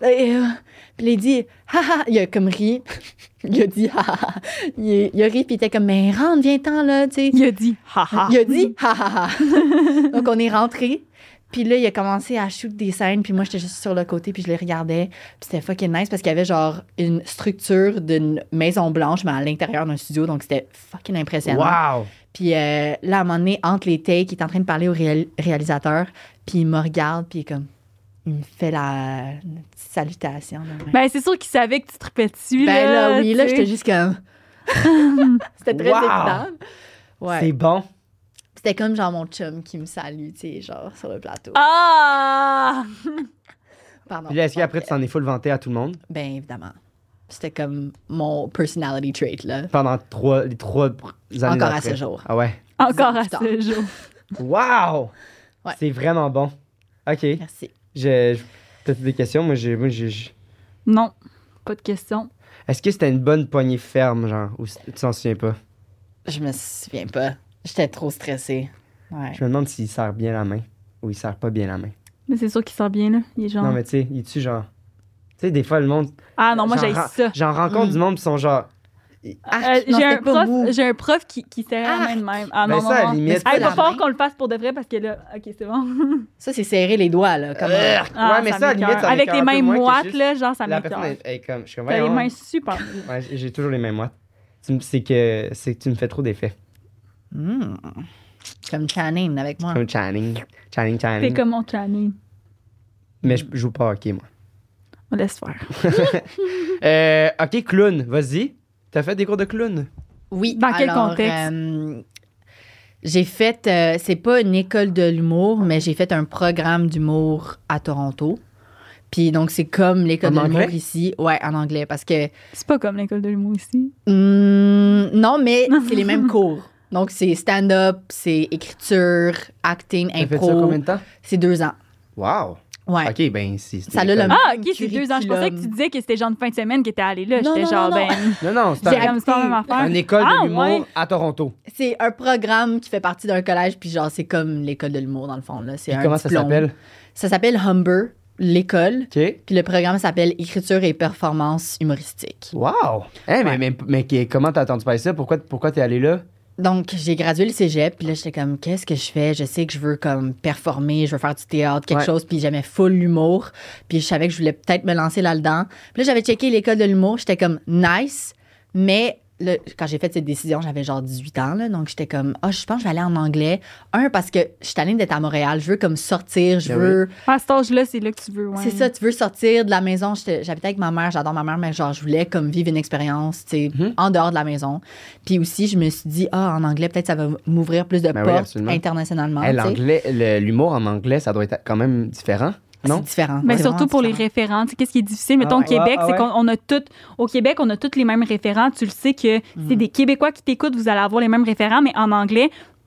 Puis il dit, haha, il a comme ri. Il a dit, haha. Il a ri, puis il était comme, mais rentre, viens-t'en, là, tu sais.
Il a dit, haha.
Il a dit, haha. Donc, on est rentrés. Puis là, il a commencé à shoot des scènes, puis moi, j'étais juste sur le côté, puis je les regardais. Puis c'était fucking nice parce qu'il y avait genre une structure d'une maison blanche, mais à l'intérieur d'un studio, donc c'était fucking impressionnant.
Wow!
Puis là, à un moment donné, entre les takes, il est en train de parler au réalisateur, puis il me regarde, puis il est comme, il me fait la une petite salutation. de même.
Ben, c'est sûr qu'il savait que tu tripais dessus,
Ben là, oui, là,
tu sais.
j'étais juste comme. C'était très
Wow.
évident. Ouais.
C'est bon.
C'était comme genre mon chum qui me salue, tu sais, genre sur le plateau.
Ah!
Pardon.
Puis là, est-ce qu'après, tu t'en es full vanté à tout le monde?
Ben évidemment. C'était comme mon personality trait, là.
Pendant les trois années
Encore à
d'après.
ce jour.
Ah ouais.
Encore à
Putain.
ce jour.
Wow!
Ouais.
C'est vraiment bon. OK.
Merci.
T'as des questions? Moi, j'ai...
Non, pas de question.
Est-ce que c'était une bonne poignée ferme, genre, ou tu t'en souviens pas?
Je me souviens pas. J'étais trop stressée. Ouais.
Je me demande s'il serre bien la main ou il serre pas bien la main.
Mais c'est sûr qu'il sort bien, là. Il est genre.
Non, mais tu sais, il est-tu genre... Tu sais, des fois, le monde...
Ah non, moi, j'ai ça.
J'en rencontre
Mm.
du monde qui sont genre...
Arc, non, c'était pas mou.
J'ai un prof qui serrait la main de même. Ah
Ben
non,
ça,
non,
à la
non.
limite...
Mais
Ah, il
la
va falloir
main.
qu'on le fasse pour de vrai parce que là, ok, c'est bon.
Ça, c'est serrer les doigts, là. Comme...
Ah,
ouais, mais ça, à la limite,
m'écoeure.
ça
avec
m'écoeure
les
un peu
mains
moins que
moites,
juste
là, genre, ça
La
m'écoeure.
personne est comme... Je suis comme,
T'as les
voyons.
mains super.
Ouais, j'ai toujours les mains moites. C'est que tu me fais trop d'effets.
Mm. Comme Channing avec moi.
Comme Channing.
T'es comme mon Channing.
Mais je joue pas au hockey, moi.
On laisse faire.
OK, clown, vas-y. T'as fait des cours de clown?
Oui.
Dans quel
alors,
contexte?
J'ai fait, c'est pas une école de l'humour, mais j'ai fait un programme d'humour à Toronto. Puis donc, c'est comme l'école
En
de l'humour
anglais?
ici. Ouais, en anglais. Parce que,
C'est pas comme l'école de l'humour ici.
non, mais c'est les mêmes cours. Donc, c'est stand-up, c'est écriture, acting,
T'as fait ça
impro.
combien de temps?
C'est 2 ans.
Wow.
Ouais.
OK, ben, c'est...
Ça a le
école.
Ah,
même
OK, c'est 2 ans. Je pensais que tu
curriculum.
disais que c'était genre une fin de semaine que t'es allé là.
Non,
J'étais
non,
genre,
non, non.
ben...
Non, c'est
J'ai
C'est comme ça,
acté
même affaire.
une école
Ah,
de l'humour
ouais.
à Toronto.
C'est un programme qui fait partie d'un collège, puis genre, c'est comme l'école de l'humour, dans le fond. Là. C'est
Puis
un
comment ça
diplôme.
s'appelle?
Ça s'appelle Humber, l'école.
OK.
Puis le programme s'appelle Écriture et performance humoristique.
Wow! Hein,
Ouais.
mais comment t'as entendu parler de ça? Pourquoi t'es allé là?
Donc, j'ai gradué le cégep, puis là, j'étais comme, qu'est-ce que je fais? Je sais que je veux comme performer, je veux faire du théâtre, quelque
Ouais.
chose, puis j'aimais full l'humour, puis je savais que je voulais peut-être me lancer là-dedans. Puis là, j'avais checké l'école de l'humour, j'étais comme, nice, mais là, quand j'ai fait cette décision, j'avais genre 18 ans, là, donc j'étais comme, je pense que je vais aller en anglais. Parce que je suis allée d'être à Montréal, je veux comme sortir, je
Ben
veux...
À cet âge-là, c'est là que tu veux, ouais.
C'est ça, tu veux sortir de la maison. J'habitais avec ma mère, j'adore ma mère, mais genre, je voulais comme vivre une expérience, tu sais, en dehors de la maison. Puis aussi, je me suis dit, en anglais, peut-être ça va m'ouvrir plus de
Ben oui,
portes
absolument.
internationalement.
Hey,
tu sais.
l'anglais, l'humour en anglais, ça doit être quand même différent, non?
C'est différent.
Mais
C'est
surtout
vraiment
pour les
différent.
référents. Tu sais, qu'est-ce qui est difficile? Mettons,
ouais,
au Québec,
ouais,
c'est
ouais.
qu'on a tout. Au Québec, on a tous les mêmes référents. Tu le sais que c'est des Québécois qui t'écoutent, vous allez avoir les mêmes référents, mais en anglais,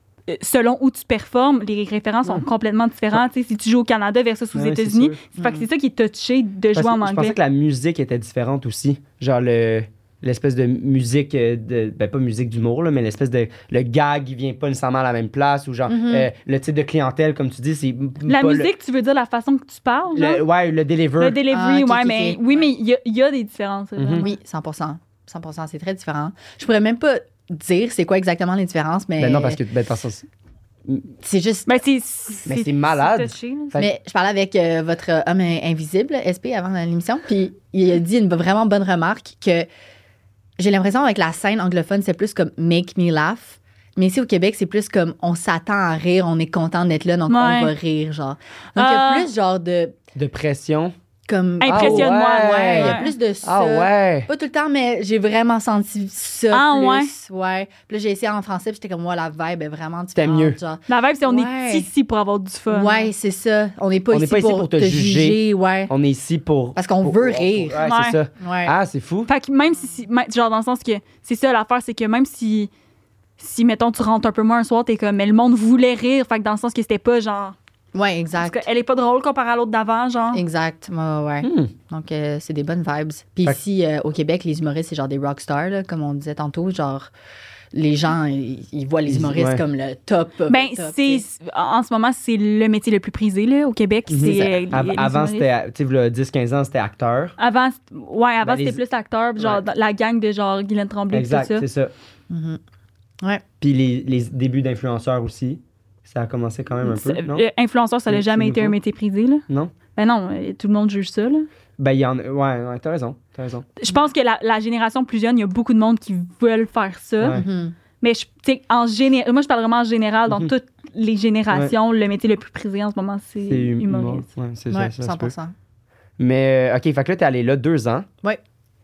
selon où tu performes, les référents sont complètement différents. Tu sais, si tu joues au Canada versus aux
Ouais, c'est
États-Unis,
sûr.
fait que c'est ça qui est touché de
Parce
jouer en
que je pensais
anglais.
que la musique était différente aussi. Genre l'espèce de musique, pas musique d'humour, là, mais l'espèce de... Le gag, il vient pas nécessairement à la même place. Ou genre, le type de clientèle, comme tu dis, c'est
La
pas
musique, tu veux dire la façon que tu parles? Genre?
ouais, le deliver.
Le delivery,
Ah, ok,
ouais,
ok,
mais
ok.
oui, mais il y a des différences. vraiment.
Oui, 100%. 100%, c'est très différent. Je pourrais même pas dire c'est quoi exactement les différences, mais
Ben non, parce que, dans le sens...
c'est juste...
Ben,
Mais c'est malade.
touché, là.
Fait-
Mais je parlais avec votre homme invisible, SP, avant l'émission, puis il a dit une vraiment bonne remarque que j'ai l'impression avec la scène anglophone, c'est plus comme « make me laugh ». Mais ici, au Québec, c'est plus comme on s'attend à rire, on est content d'être là, donc
Ouais.
on va rire, genre. Donc, il y a plus genre de...
De pression.
comme
Impressionne-moi.
Ah
ouais, il y a
Ouais.
plus de ça.
Ah ouais!
Pas tout le temps, mais j'ai vraiment senti ça
Ah,
plus. Ouais. Puis là, j'ai essayé en français, puis j'étais comme, la vibe est vraiment
C'était
différente.
mieux.
Genre.
La vibe, c'est on
Ouais.
est ici pour avoir du fun.
Ouais, c'est ça. On n'est pas,
On n'est pas ici pour te juger.
Ouais.
On est ici pour...
Parce qu'on veut rire.
Ouais,
Ouais.
c'est ça.
Ouais.
Ah, c'est fou.
Fait que même genre dans le sens que c'est ça l'affaire, c'est que même si mettons tu rentres un peu moins un soir, t'es comme mais le monde voulait rire, fait que dans le sens que c'était pas genre
Ouais,
parce
exact.
qu'elle est pas drôle comparée à l'autre d'avant, genre.
Exact. Ouais.
Hmm.
Donc, c'est des bonnes vibes. Puis
Fait-
ici, au Québec, les humoristes, c'est genre des rockstars, là, comme on disait tantôt. Genre, les gens, ils voient les
Ils-
humoristes
ouais.
comme le top.
Ben
top,
c'est
tu sais.
en ce moment c'est le métier le plus prisé là au Québec,
Mhm.
c'est les
Avant,
humoristes.
c'était, tu sais, v'là 10-15 ans, c'était acteur.
Avant
Ben,
c'était plus acteur, genre
Ouais.
la gang de genre Guylaine Tremblay
Exact,
tout ça.
c'est ça.
Mhm. Ouais.
Puis les débuts d'influenceurs aussi. Ça a commencé quand même un peu, non?
Influenceur, ça n'a
C'est
jamais été un
nouveau.
métier prisé là.
Non?
Ben non, tout le monde juge ça là.
Ben, il y en a... Ouais, t'as raison.
Je pense que la génération plus jeune, il y a beaucoup de monde qui veulent faire ça.
Ouais.
Mhm.
Mais tu sais, en général, moi je parle vraiment en général, dans
Mhm.
toutes les générations, le métier le plus prisé en ce moment, c'est humoriste.
Ouais, c'est
Ouais,
ça se peut.
100%.
Mais, OK, fait que là, t'es allé là 2 ans.
Ouais.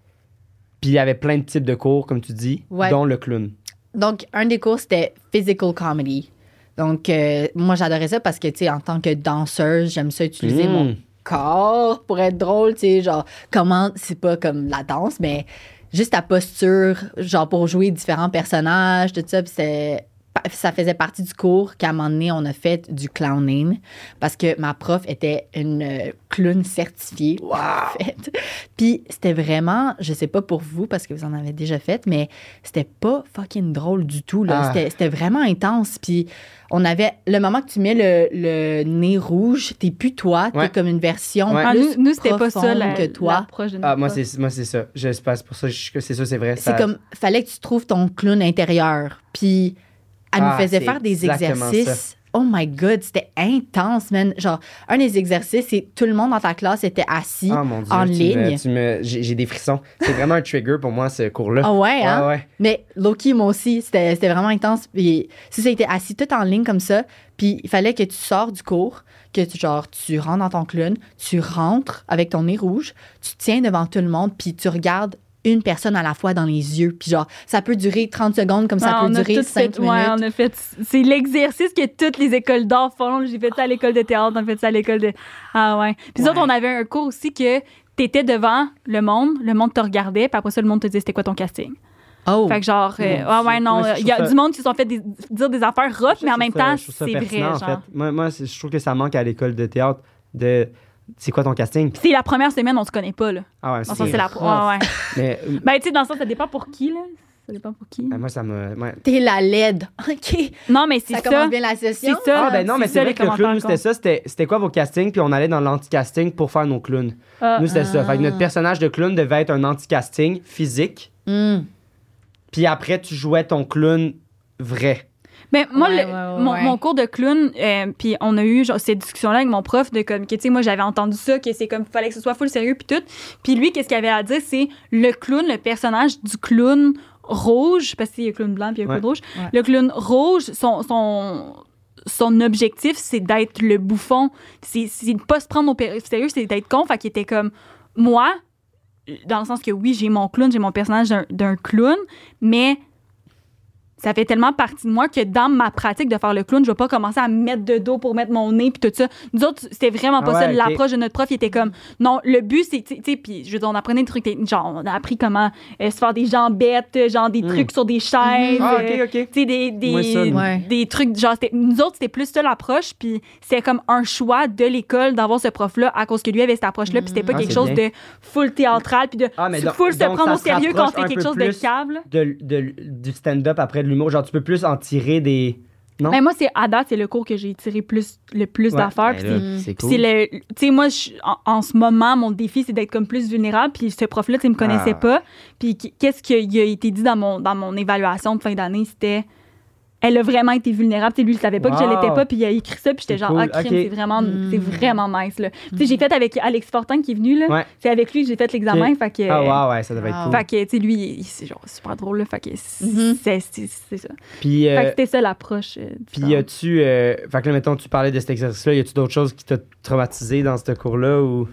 Puis il y avait plein de types de cours, comme tu dis,
Ouais.
dont le clown.
Donc, un des cours, c'était physical comedy. Donc, moi, j'adorais ça parce que, tu sais, en tant que danseuse, j'aime ça utiliser mon corps pour être drôle, tu sais, genre, comment, c'est pas comme la danse, mais juste ta posture, genre, pour jouer différents personnages, tout ça, puis ça faisait partie du cours qu'à un moment donné, on a fait du clowning parce que ma prof était une clown certifiée. En fait. Puis c'était vraiment, je sais pas pour vous parce que vous en avez déjà fait, mais c'était pas fucking drôle du tout. Là.
Ah.
C'était vraiment intense. Puis on avait, le moment que tu mets le nez rouge, t'es plus toi, t'es
Ouais.
comme une version
Ouais.
Ah,
plus
nous c'était pas ça
profonde que toi.
l'approche de
Ah,
notre
moi,
prof.
c'est ça. J'espère, c'est pour ça que c'est ça, c'est vrai.
C'est comme, fallait que tu trouves ton clown intérieur. Puis elle nous faisait
c'est
faire des
exactement
exercices oh my God, c'était intense, man. Genre, un des exercices, c'est tout le monde dans ta classe était assis
Oh mon Dieu,
en ligne.
J'ai des frissons. C'est vraiment un trigger pour moi, ce cours-là.
Ah ouais, hein?
Ouais.
Mais Loki, moi aussi, c'était vraiment intense. Puis si ça a été assis tout en ligne comme ça, puis il fallait que tu sors du cours, que tu rentres dans ton clown, tu rentres avec ton nez rouge, tu te tiens devant tout le monde, puis tu regardes une personne à la fois dans les yeux. Puis genre, ça peut durer 30 secondes comme ça peut durer 5 minutes.
Ouais, on a fait... C'est l'exercice que toutes les écoles d'art font. J'ai fait ça à l'école de théâtre, on a fait ça à l'école de... Ah ouais. Puis autres, on avait un cours aussi que t'étais devant le monde te regardait, puis après ça, le monde te disait c'était quoi ton casting.
Oh!
Fait que genre, il y a du monde qui se sont fait dire des affaires rough, mais en même temps, c'est vrai,
en
genre.
fait. Moi je trouve que ça manque à l'école de théâtre de... C'est quoi ton casting?
Puis c'est la première semaine, on se connaît pas, là.
Ah ouais,
Dans le sens, c'est la... ouais.
Mais...
Ben, tu sais, dans le sens, ça dépend pour qui, là. Ça dépend pour qui.
moi, ça me... Ouais.
T'es la LED. OK.
Non, mais c'est
Ça
ça.
commence bien la session.
C'est ça.
Ah ben non, mais c'est vrai
les
que le clown,
commentaires
nous, c'était ça. C'était quoi vos castings? Puis on allait dans l'anti-casting pour faire nos clowns. Nous, c'était ça. Fait que notre personnage de clown devait être un anti-casting physique. Puis après, tu jouais ton clown vrai.
Ben, moi,
Ouais,
mon cours de clown, puis on a eu genre, cette discussion-là avec mon prof de comme, que tu sais, moi, j'avais entendu ça, que c'est comme, fallait que ce soit full sérieux, puis tout. Puis lui, qu'est-ce qu'il avait à dire, c'est le clown, le personnage du clown rouge, parce qu'il y a un clown blanc, puis il y a un clown rouge.
Ouais.
Le clown rouge, son objectif, c'est d'être le bouffon. C'est de pas se prendre au sérieux, c'est d'être con. Fait qu'il était comme, moi, dans le sens que oui, j'ai mon clown, j'ai mon personnage d'un clown, mais ça fait tellement partie de moi que dans ma pratique de faire le clown, je vais pas commencer à me mettre de dos pour mettre mon nez puis tout ça. Nous autres, c'était vraiment pas ça.
Ouais,
L'approche de notre prof, il était comme, non, le but, c'est, tu sais, puis je veux dire, on apprenait des trucs, genre, on a appris comment se faire des jambettes, genre des trucs sur des chaises.
Ah, OK.
Tu sais,
Moi, ça,
des trucs, genre, nous autres, c'était plus ça l'approche, puis c'était comme un choix de l'école d'avoir ce prof-là à cause que lui avait cette approche-là, puis c'était pas
Ah,
quelque
c'est
chose
bien.
de full théâtral, puis de full se
donc,
prendre au
ça se
sérieux quand on
rapproche
fait quelque
un
chose
peu
de
plus
cave, là.
Du stand-up après de l'humour. Genre, tu peux plus en tirer des... Non?
Ben moi, à date, c'est le cours que j'ai tiré le plus d'affaires. Puis
c'est
puis c'est tu sais, moi, en ce moment, mon défi, c'est d'être comme plus vulnérable. Puis ce prof-là, tu sais, me connaissait pas. Puis qu'est-ce qui a été dit dans mon évaluation de fin d'année, c'était... Elle a vraiment été vulnérable. T'sais, lui, il savait pas que je l'étais pas, puis il a écrit ça, puis j'étais genre,
cool.
ah, crime,
Okay.
c'est vraiment nice, là. Tu sais, j'ai fait avec Alex Fortin qui est venu, là.
Ouais.
C'est avec lui que j'ai fait l'examen,
Okay.
fait que...
Ah, ouais, ça devait être cool.
Fait que, tu sais, lui, c'est genre super drôle, là. Fait que c'est ça.
Puis,
Fait que c'était ça l'approche.
puis as-tu... fait que là, mettons, tu parlais de cet exercice-là. Y a-tu d'autres choses qui t'ont traumatisé dans ce cours-là ou...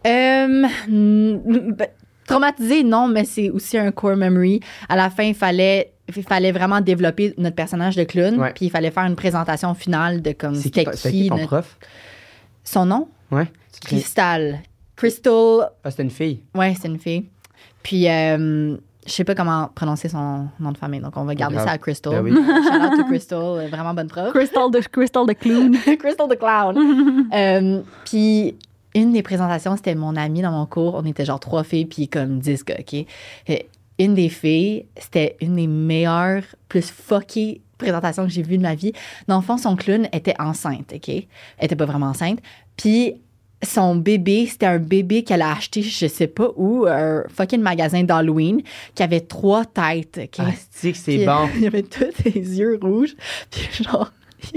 Traumatisé, non, mais c'est aussi un core memory. À la fin, il fallait vraiment développer notre personnage de clown.
Ouais.
Puis il fallait faire une présentation finale de comme
C'est qui ton
notre-
prof?
Son nom?
Ouais.
Crystal. Crystal.
Ah, c'était une fille.
Ouais, c'est une fille. Puis je sais pas comment prononcer son nom de famille, donc on va garder
grave.
ça à Crystal.
Ben oui.
Shout out to Crystal, vraiment bonne prof.
Crystal the Clown.
Crystal the Clown. Puis une des présentations, c'était mon amie dans mon cours. On était genre 3 filles, puis comme 10 gars, OK? Une des filles, c'était une des meilleures, plus fuckées présentations que j'ai vues de ma vie. Dans le fond, son clown était enceinte, OK? Elle était pas vraiment enceinte. Puis son bébé, c'était un bébé qu'elle a acheté, je sais pas où, un fucking magasin d'Halloween, qui avait 3 têtes, OK?
Ah, c'est que c'est
Puis,
bon.
Il avait tous ses yeux rouges. Puis genre,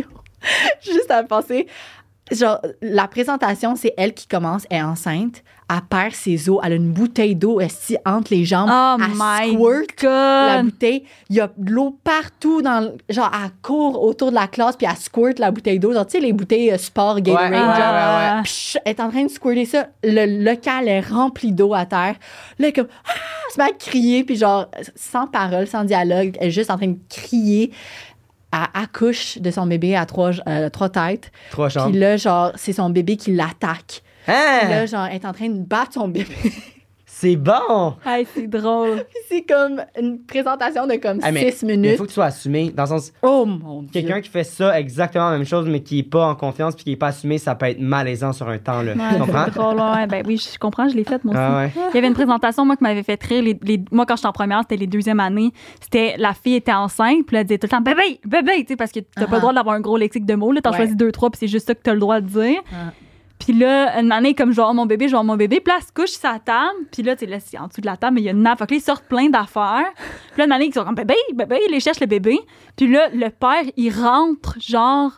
juste à penser, genre, la présentation, c'est elle qui commence, elle est enceinte, elle perd ses os, elle a une bouteille d'eau esti entre les jambes,
Oh
elle
my
squirt la
God!
bouteille, il y a de l'eau partout dans genre elle court autour de la classe puis elle squirt la bouteille d'eau, genre tu sais les bouteilles sport Gatorade,
Ouais,
genre,
ouais.
psh, elle est en train de squirter ça, le local est rempli d'eau à terre, là elle est comme elle se met à crier puis genre sans parole, sans dialogue, elle est juste en train de crier. Elle accouche de son bébé à 3 têtes.
3 chambres.
Puis là, genre, c'est son bébé qui l'attaque.
Hein?
Puis là, genre, elle est en train de battre son bébé.
C'est bon!
Hey, c'est drôle.
C'est comme une présentation de comme 6
Ah, mais il
minutes.
faut que tu sois assumé. Dans le sens,
Oh mon Dieu.
quelqu'un qui fait ça exactement la même chose, mais qui est pas en confiance puis qui est pas assumé, ça peut être malaisant sur un temps, là. Tu comprends?
C'est drôle, ouais. Ben oui, je comprends, je l'ai faite, moi aussi.
Ah ouais.
Il y avait une présentation, moi, qui m'avait fait rire. Moi, quand j'étais en première, c'était les 2e années. C'était la fille était enceinte, puis elle disait tout le temps bébé, bébé, tu sais, parce que t'as pas le droit d'avoir un gros lexique de mots. Là, t'en
Ouais.
choisis 2, 3, puis c'est juste ça que t'as le droit de dire.
Ah.
Puis là, une année, comme genre, mon bébé, genre, mon bébé, puis là, elle se couche sur sa table, puis là, tu sais, là, c'est en dessous de la table, mais il y a une nappe. Fait que là, ils sortent plein d'affaires. Puis là, une année, ils sont comme bébé, bébé, ils les cherchent le bébé. Puis là, le père, il rentre, genre,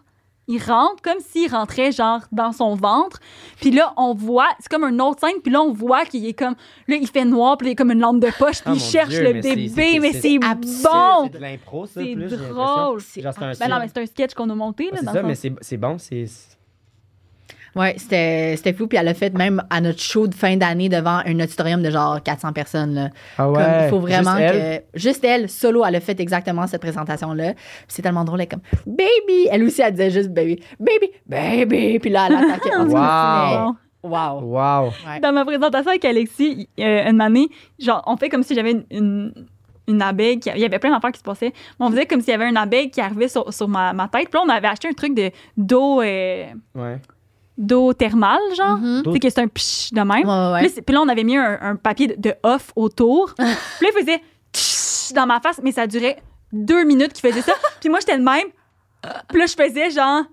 il rentre comme s'il rentrait genre dans son ventre. Puis là, on voit, c'est comme une autre scène, puis là, on voit qu'il est comme, là, il fait noir, puis il est comme une lampe de poche, puis
Ah,
il
mon
cherche
Dieu,
le
mais
bébé, mais c'est
absurde.
bon!
C'est de l'impro, ça,
C'est
plus, j'ai
drôle.
l'impression. Genre, c'est un
Ben non, mais c'est un sketch qu'on a monté, là,
c'est
dans
ça,
le
mais
sens.
c'est bon, c'est...
Ouais, c'était fou. Puis elle a fait même à notre show de fin d'année devant un auditorium de genre 400 personnes. Là.
Ah
Comme, il faut vraiment
Juste elle?
que. Juste elle, solo, elle a fait exactement cette présentation-là. Puis c'est tellement drôle. Elle est comme baby. Elle aussi, elle disait juste baby, baby, baby. Puis là, elle attaquait. En tout cas,
Wow.
c'était- Wow.
Wow.
Ouais.
Dans ma présentation avec Alexis, une année, genre, on fait comme si j'avais une abeille. Il y avait plein d'affaires qui se passaient. Mais on faisait comme s'il y avait une abeille qui arrivait sur ma tête. Puis là, on avait acheté un truc d'eau thermale, genre.
Mhm.
Tu sais, que c'est un psh de même.
Ouais, ouais.
Puis là, on avait mis un papier de off autour. Puis là, il faisait tch dans ma face, mais ça durait 2 minutes qu'il faisait ça. Puis moi, j'étais le même. Puis là, je faisais genre.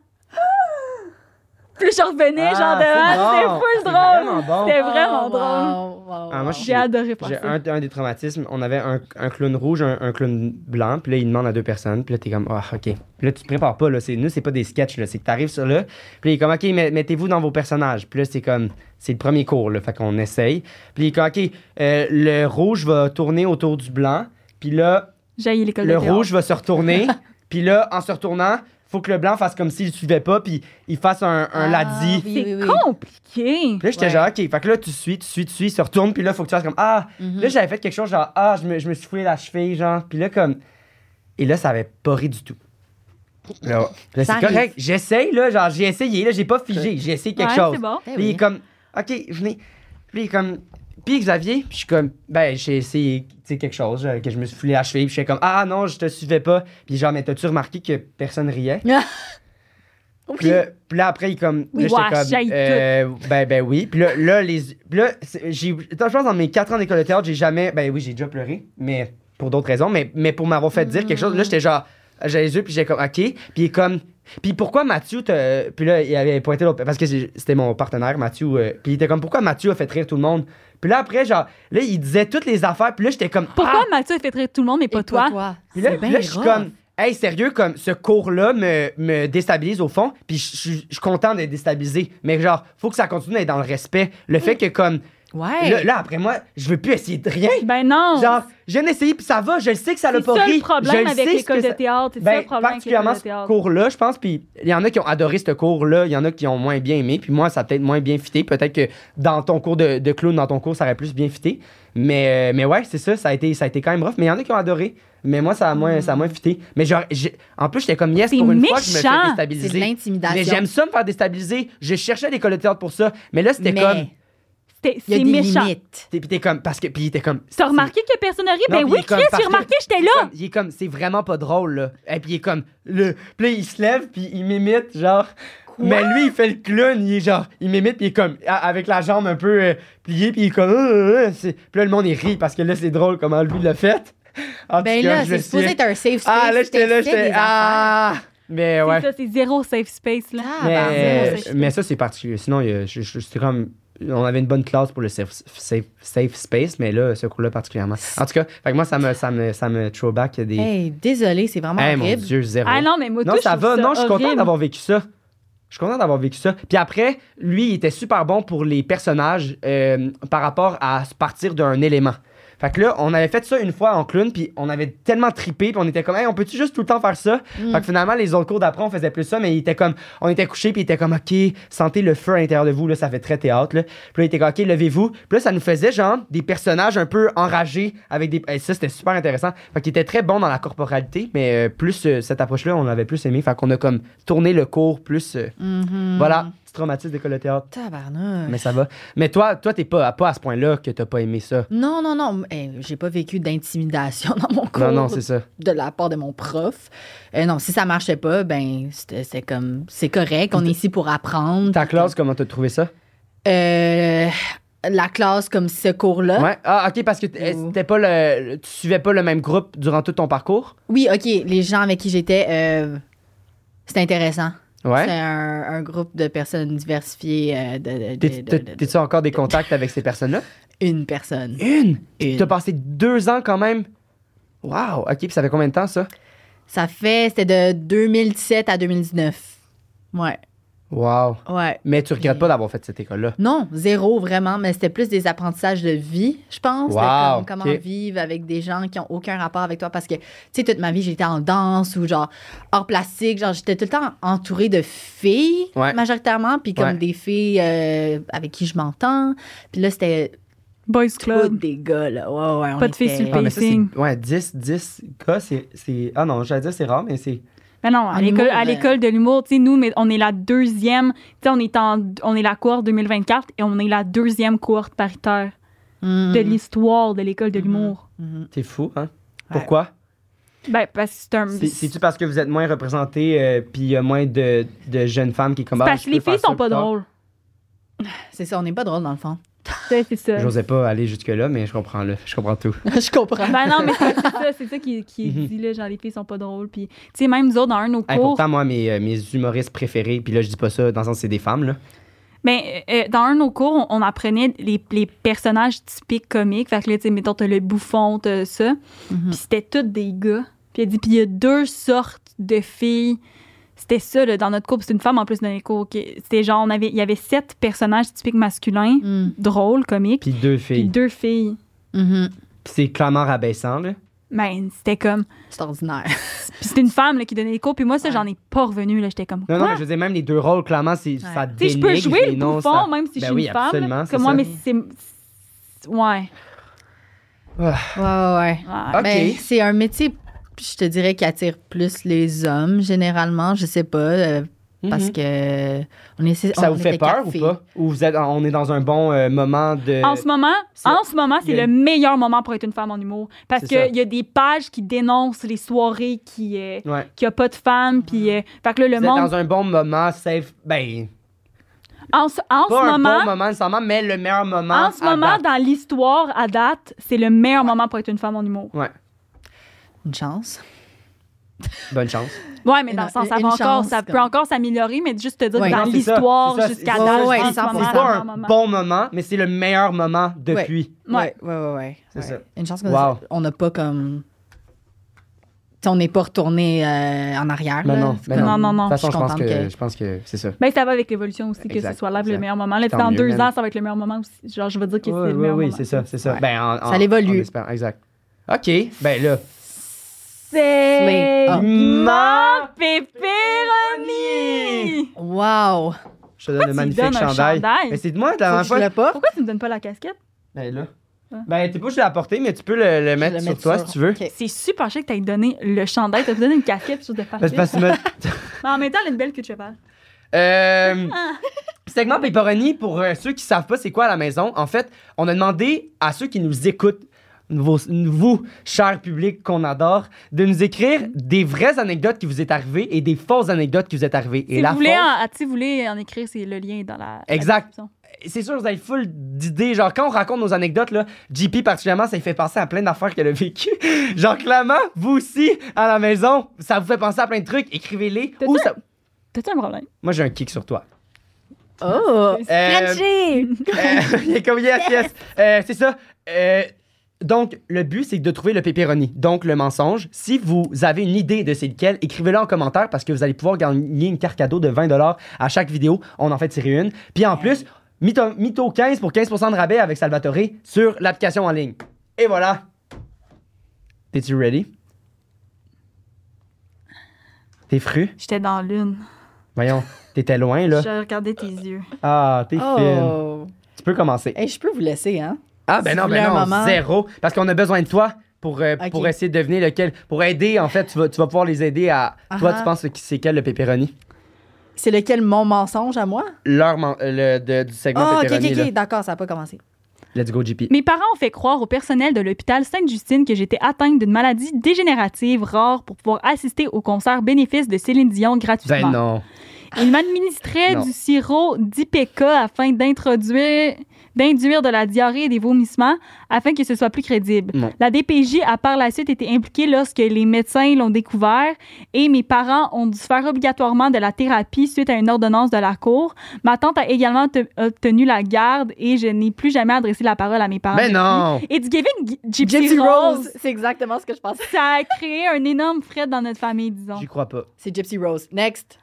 Puis là, je revenais, genre, devant. C'était full drôle.
Vraiment bon.
C'était vraiment
Oh,
drôle.
wow.
Ah, moi,
J'ai adoré faire
J'ai
ça.
un des traumatismes. On avait un clown rouge, un clown blanc, puis là, il demande à 2 personnes, puis là, t'es comme, ah, OK. Puis là, tu te prépares pas, là. Nous, c'est pas des sketchs, là. C'est que t'arrives sur là, puis il est comme, OK, mettez-vous dans vos personnages. Puis là, c'est comme, c'est le premier cours, là. Fait qu'on essaye. Puis il est comme, OK, le rouge va tourner autour du blanc, puis là,
J'ai eu l'école de
le
théâtre.
rouge va se retourner, puis là, en se retournant, faut que le blanc fasse comme s'il le suivait pas, puis il fasse un laddi.
oui,
C'est
oui, oui.
compliqué.
Puis là, j'étais
Ouais.
genre, OK. Fait que là, tu suis, il se retourne, puis là, faut que tu fasses comme, ah.
Mhm.
Là, j'avais fait quelque chose, genre, ah, je me suis foulé la cheville, genre. Puis là, comme. Et là, ça avait pas ri du tout. Là,
Ça
c'est
arrive.
correct. J'essaye, là, genre, j'ai essayé, là, j'ai pas figé. J'ai essayé quelque
Ouais,
chose.
c'est bon.
Eh
Puis il
oui.
est comme, OK, venez. Puis il est comme, puis Xavier, puis je suis comme, ben, j'ai essayé, tu sais, quelque chose, que je me suis foulé la cheville, puis je suis comme, ah non, je te suivais pas. Puis genre, mais t'as-tu remarqué que personne riait? Puis là, après, il comme.
Oui,
là,
ouais,
j'étais
j'haïs
ben oui. Puis là, je pense dans mes 4 ans d'école de théâtre, j'ai jamais. Ben oui, j'ai déjà pleuré, mais pour d'autres raisons. Mais pour m'avoir fait dire quelque chose, là, j'étais genre. J'ai les yeux, puis j'ai comme, OK. Puis il est comme. Puis pourquoi Mathieu Puis là, il avait pointé l'autre. Parce que c'était mon partenaire, Mathieu. Puis il était comme, pourquoi Mathieu a fait rire tout le monde? Puis là, après, genre, là, il disait toutes les affaires. Puis là, j'étais comme.
Pourquoi
Ah!
Mathieu a fait rire tout le monde, mais pas
Et
toi?
Puis là,
C'est bien
je suis
rough.
comme, hey, sérieux, comme ce cours-là me déstabilise au fond, puis je suis content d'être déstabilisé. Mais genre, faut que ça continue d'être dans le respect. Le fait que, comme,
Ouais.
là, après moi, je veux plus essayer de rien.
Ben non.
Genre, je viens d'essayer, puis ça va, je le sais que ça l'a
c'est
pas
ça
ri.
le problème
Je le
avec
sais
l'école
ce que
de
ça-
théâtre. C'est ça
Ben,
le problème avec l'école
particulièrement
de
ce
théâtre.
cours-là, je pense, puis il y en a qui ont adoré ce cours-là, il y en a qui ont moins bien aimé, puis moi, ça a peut-être moins bien fité. Peut-être que dans ton cours de clown, dans ton cours, ça aurait plus bien fité. Mais ouais, c'est ça, ça a été quand même rough. Mais il y en a qui ont adoré. Mais moi, ça a moins fité. Mais genre, en plus, j'étais comme yes
C'est
pour une fois que je me
méchant.
fais
C'est de
déstabiliser.
l'intimidation.
Mais j'aime ça me faire déstabiliser. Je cherchais l'école de théâtre pour ça. Mais là, c'était
Mais
comme.
C'est
il y a
c'est
des
méchant.
limites.
Puis t'es comme. Parce que. Puis il était comme.
T'as remarqué que personne n'a ri?
Non,
Ben
puis
oui,
il est comme
Chris,
parce
j'ai
que-
remarqué, j'étais là.
Il est comme, c'est vraiment pas drôle, là. Et puis il est comme, puis là, il se lève, puis il m'imite, genre. Mais lui, il fait le clown, il est genre, il m'imite, puis il est comme, avec la jambe un peu pliée, puis il est comme, puis là, le monde, il rit, parce que là, c'est drôle comment lui l'a fait. En tout
Ben
cas,
là,
je
c'est
me
supposé
souviens-
être un safe space.
Ah, là, j'étais là,
Testais des
j'étais, ah! Mais ouais.
C'est ça, c'est zéro safe space, là.
Ah, ben,
Mais,
zéro safe
mais ça, c'est particulier. Sinon, c'était comme. On avait une bonne classe pour le safe space, mais là, ce cours-là particulièrement. En tout cas, fait que moi, ça me throwback des.
Hey, désolé, c'est vraiment
Hey, mon
horrible.
Dieu, zéro.
Ah non, mais moi,
Non,
tout,
ça
je trouve
va. Non, je suis content
horrible.
d'avoir vécu ça. Je suis content d'avoir vécu ça. Puis après, lui, il était super bon pour les personnages par rapport à se partir d'un élément. Fait que là, on avait fait ça une fois en clown, puis on avait tellement trippé, puis on était comme, hey, on peut-tu juste tout le temps faire ça? Fait que finalement, les autres cours d'après, on faisait plus ça, mais il était comme, on était couchés, puis il était comme, OK, sentez le feu à l'intérieur de vous, là, ça fait très théâtre, là. Puis là, il était comme, OK, levez-vous. Puis là, ça nous faisait, genre, des personnages un peu enragés, avec des. Et ça, c'était super intéressant. Fait qu'il était très bon dans la corporalité, mais plus cette approche-là, on l'avait plus aimé. Fait qu'on a comme tourné le cours plus. Voilà, petit traumatisme d'école de théâtre.
Tabarnak.
Mais ça va. Mais toi, t'es pas à ce point-là que t'as pas aimé ça.
Non. Hey, j'ai pas vécu d'intimidation dans mon cours.
Non, c'est ça.
De la part de mon prof. Non, si ça marchait pas, ben, c'est comme, c'est correct. On est ici pour apprendre.
Ta classe, comment t'as trouvé ça?
La classe comme ce cours-là.
Ouais. Ah, OK, parce que c'était pas tu suivais pas le même groupe durant tout ton parcours?
Oui, OK. Les gens avec qui j'étais, c'était intéressant.
Ouais.
C'est un groupe de personnes diversifiées.
T'es-tu encore des contacts avec ces personnes-là?
Une personne.
Une?
Une.
T'as passé 2 ans quand même? Wow, OK, puis ça fait combien de temps, ça?
C'était de 2017 à 2019. Ouais.
Wow.
Ouais.
Mais tu regrettes pas d'avoir fait cette école-là?
Non, zéro vraiment, mais c'était plus des apprentissages de vie, je pense. C'était
Wow,
comme comment
ok.
vivre avec des gens qui ont aucun rapport avec toi. Parce que, tu sais, toute ma vie, j'étais en danse ou genre art plastique. Genre, j'étais tout le temps entourée de filles,
Ouais.
majoritairement, puis comme
Ouais.
des filles avec qui je m'entends. Puis là, c'était
Boys
tous
Club.
des gars, là. Ouais, ouais, on
Pas de filles
était-
sur le
Ah, mais ça,
Pacing.
c'est... Ouais, 10 cas, c'est... Ah non, j'allais dire c'est rare, mais c'est...
Mais non,
En
à
humour,
l'école de l'humour, tu sais, nous, mais on est la deuxième, tu sais, on est la cohorte 2024 et on est la deuxième cohorte paritaire
Mhm.
de l'histoire de l'école de l'humour.
Mhm.
T'es fou, hein? Pourquoi?
Ben, parce que c'est un...
C'est-tu parce que vous êtes moins représentés puis il y a moins de jeunes femmes qui
c'est
combattent?
parce que les filles sont pas drôles.
C'est ça, on n'est pas drôle dans le fond.
C'est ça.
J'osais pas aller jusque-là, mais je comprends tout.
Je comprends.
Ben non, mais c'est ça qui est
Mhm.
dit, là, genre, les filles sont pas drôles. Puis, tu sais, même nous autres, dans un de nos
Hey,
cours,
pourtant, moi, mes humoristes préférés, puis là, je dis pas ça dans le sens que c'est des femmes, là.
ben, dans un de nos cours, on apprenait les personnages typiques comiques. Fait que là, tu sais, mettons, t'as le bouffon, t'as ça.
Mhm.
Puis c'était tous des gars. Puis elle dit, puis il y a 2 sortes de filles. C'était ça, là, dans notre cours. Puis c'est une femme, en plus, dans les cours. C'était genre, il y avait 7 personnages typiques masculins,
Mhm.
drôles, comiques.
Puis 2
Puis
filles.
2 filles.
Mhm.
Puis c'est clairement rabaissant, là.
Ben, c'était comme...
C'est ordinaire.
Puis c'était une femme là, qui donnait les cours. Puis moi, ça,
Ouais.
j'en ai pas revenu. Là. J'étais comme,
Non,
quoi?
non, mais je veux dire, même les 2 rôles, clairement, ça
Tu sais,
dénigre.
je peux jouer le
et non,
bouffon,
ça-
même si
Ben
je suis
oui,
une femme.
absolument,
là.
c'est
Comme moi,
ça.
mais ouais.
Ouais.
Ok.
Ben, c'est un métier, je te dirais, qui attire plus les hommes, généralement. Je sais pas. Parce
Mhm.
que on essaie.
Ça
on
vous fait
était
peur
4
ou
filles.
pas? Ou on est dans un bon moment de...
En ce moment,
il y
c'est
a-
le meilleur moment pour être une femme en humour. Parce
C'est ça.
qu'il y a des pages qui dénoncent les soirées qui
Ouais.
qu'il n'y a pas de femmes. Puis, fait que là, le
Vous êtes
monde.
dans un bon moment, safe... Ben,
En ce
pas un
moment.
bon moment nécessairement, mais le meilleur moment
En ce
à
moment,
date.
dans l'histoire, à date, c'est le meilleur moment pour être une femme en humour.
Ouais,
Une chance.
bonne chance.
Ouais, mais dans le sens, ça,
Une
va encore,
chance,
ça peut
comme-
encore s'améliorer, mais juste te dire
Ouais.
que dans
Non, c'est ça,
l'histoire,
c'est ça,
jusqu'à
c'est-
date,
ouais,
je pense que
c'est
c'est
ça.
le
C'est
meilleur
pas un
moment.
bon moment, mais c'est le meilleur moment depuis.
Ouais.
Ouais.
C'est ça.
Une chance qu'on
Wow.
on n'a pas comme. Tu sais, on n'est pas retourné en arrière.
Ben
là.
non,
C'est
ben
comme-
non, non, non.
De toute façon,
Je
je
suis
pense
contente
je pense que c'est ça.
Ben, ça va avec l'évolution aussi, que
Exact,
ce soit là le
exact.
meilleur moment. Là,
Tant
dans
mieux,
2
man.
ans, ça va être le meilleur moment aussi. Genre, je veux dire que c'est le meilleur
Oui,
moment.
c'est ça, c'est ça.
Ouais.
Ben,
Ça l'évolue.
on espère, exact. OK, ben là.
C'est
Ah.
ma pépéronie!
Wow!
Je te donne un
tu
magnifique
donnes un
chandail.
chandail?
Mais c'est de moi, la
Faut
dernière
que je
fois.
le porte.
Pourquoi tu me donnes pas la casquette?
Ben là.
Ah.
Ben, t'es pas obligé de la porter, mais tu peux le mettre
le
sur
mettre
toi
sur-
si tu veux.
OK.
C'est super cher que t'aies donné le chandail. T'as donné une casquette, chose de
Ben,
facile.
c'est parce que tu m'as-
Mais en même temps, elle a une belle queue de cheval.
Segment Pepperoni, pour ceux qui savent pas c'est quoi à la maison, en fait, on a demandé à ceux qui nous écoutent, vous, chers publics qu'on adore, de nous écrire des vraies anecdotes qui vous est arrivées et des fausses anecdotes qui vous est arrivées. Et
Si
la
vous, voulez
fausse-
si vous voulez en écrire, c'est le lien dans la
Exact.
description.
c'est sûr, vous avez full d'idées. Genre, quand on raconte nos anecdotes, là, JP particulièrement, ça lui fait penser à plein d'affaires qu'elle a vécues. Genre, clairement, vous aussi, à la maison, ça vous fait penser à plein de trucs. Écrivez-les.
T'as-tu
Ou
un-
ça...
T'as-tu un problème?
Moi, j'ai un kick sur toi.
Oh!
Frenchie!
Il est comme yes. C'est ça. Donc, le but, c'est de trouver le pepperoni. Donc, le mensonge. Si vous avez une idée de c'est lequel, écrivez-le en commentaire parce que vous allez pouvoir gagner une carte cadeau de 20$ à chaque vidéo. On en fait tirer une. Puis en plus, Mytho 15 pour 15% de rabais avec Salvatore sur l'application en ligne. Et voilà. T'es-tu ready? T'es fru?
J'étais dans l'une.
Voyons, t'étais loin, là.
Je regardais tes yeux.
Ah, t'es fine.
Oh!
Tu peux commencer.
Hey, je peux vous laisser, hein?
Ah, ben
Si
non,
vous voulez
ben
un
non,
moment.
zéro. Parce qu'on a besoin de toi pour
Ok.
essayer de deviner lequel. Pour aider, en fait, tu vas pouvoir les aider à. Toi,
Ah.
tu penses que c'est quel le pepperoni?
C'est lequel mon mensonge à moi?
Du segment
Oh, ok,
pepperoni.
ok. D'accord, ça n'a pas commencé.
Là. Let's go, JP.
Mes parents ont fait croire au personnel de l'hôpital Sainte-Justine que j'étais atteinte d'une maladie dégénérative rare pour pouvoir assister au concert bénéfice de Céline Dion gratuitement.
Ben non.
Il m'administrait
Non.
du sirop d'IPK afin d'induire de la diarrhée et des vomissements afin que ce soit plus crédible.
Non.
La DPJ a par la suite été impliquée lorsque les médecins l'ont découvert et mes parents ont dû faire obligatoirement de la thérapie suite à une ordonnance de la cour. Ma tante a également obtenu la garde et je n'ai plus jamais adressé la parole à mes parents.
Ben
depuis.
non.
It's giving Gypsy,
Gypsy
Rose.
Rose! C'est exactement ce que je pensais.
Ça a créé un énorme fret dans notre famille, disons.
J'y crois pas.
C'est Gypsy Rose. Next.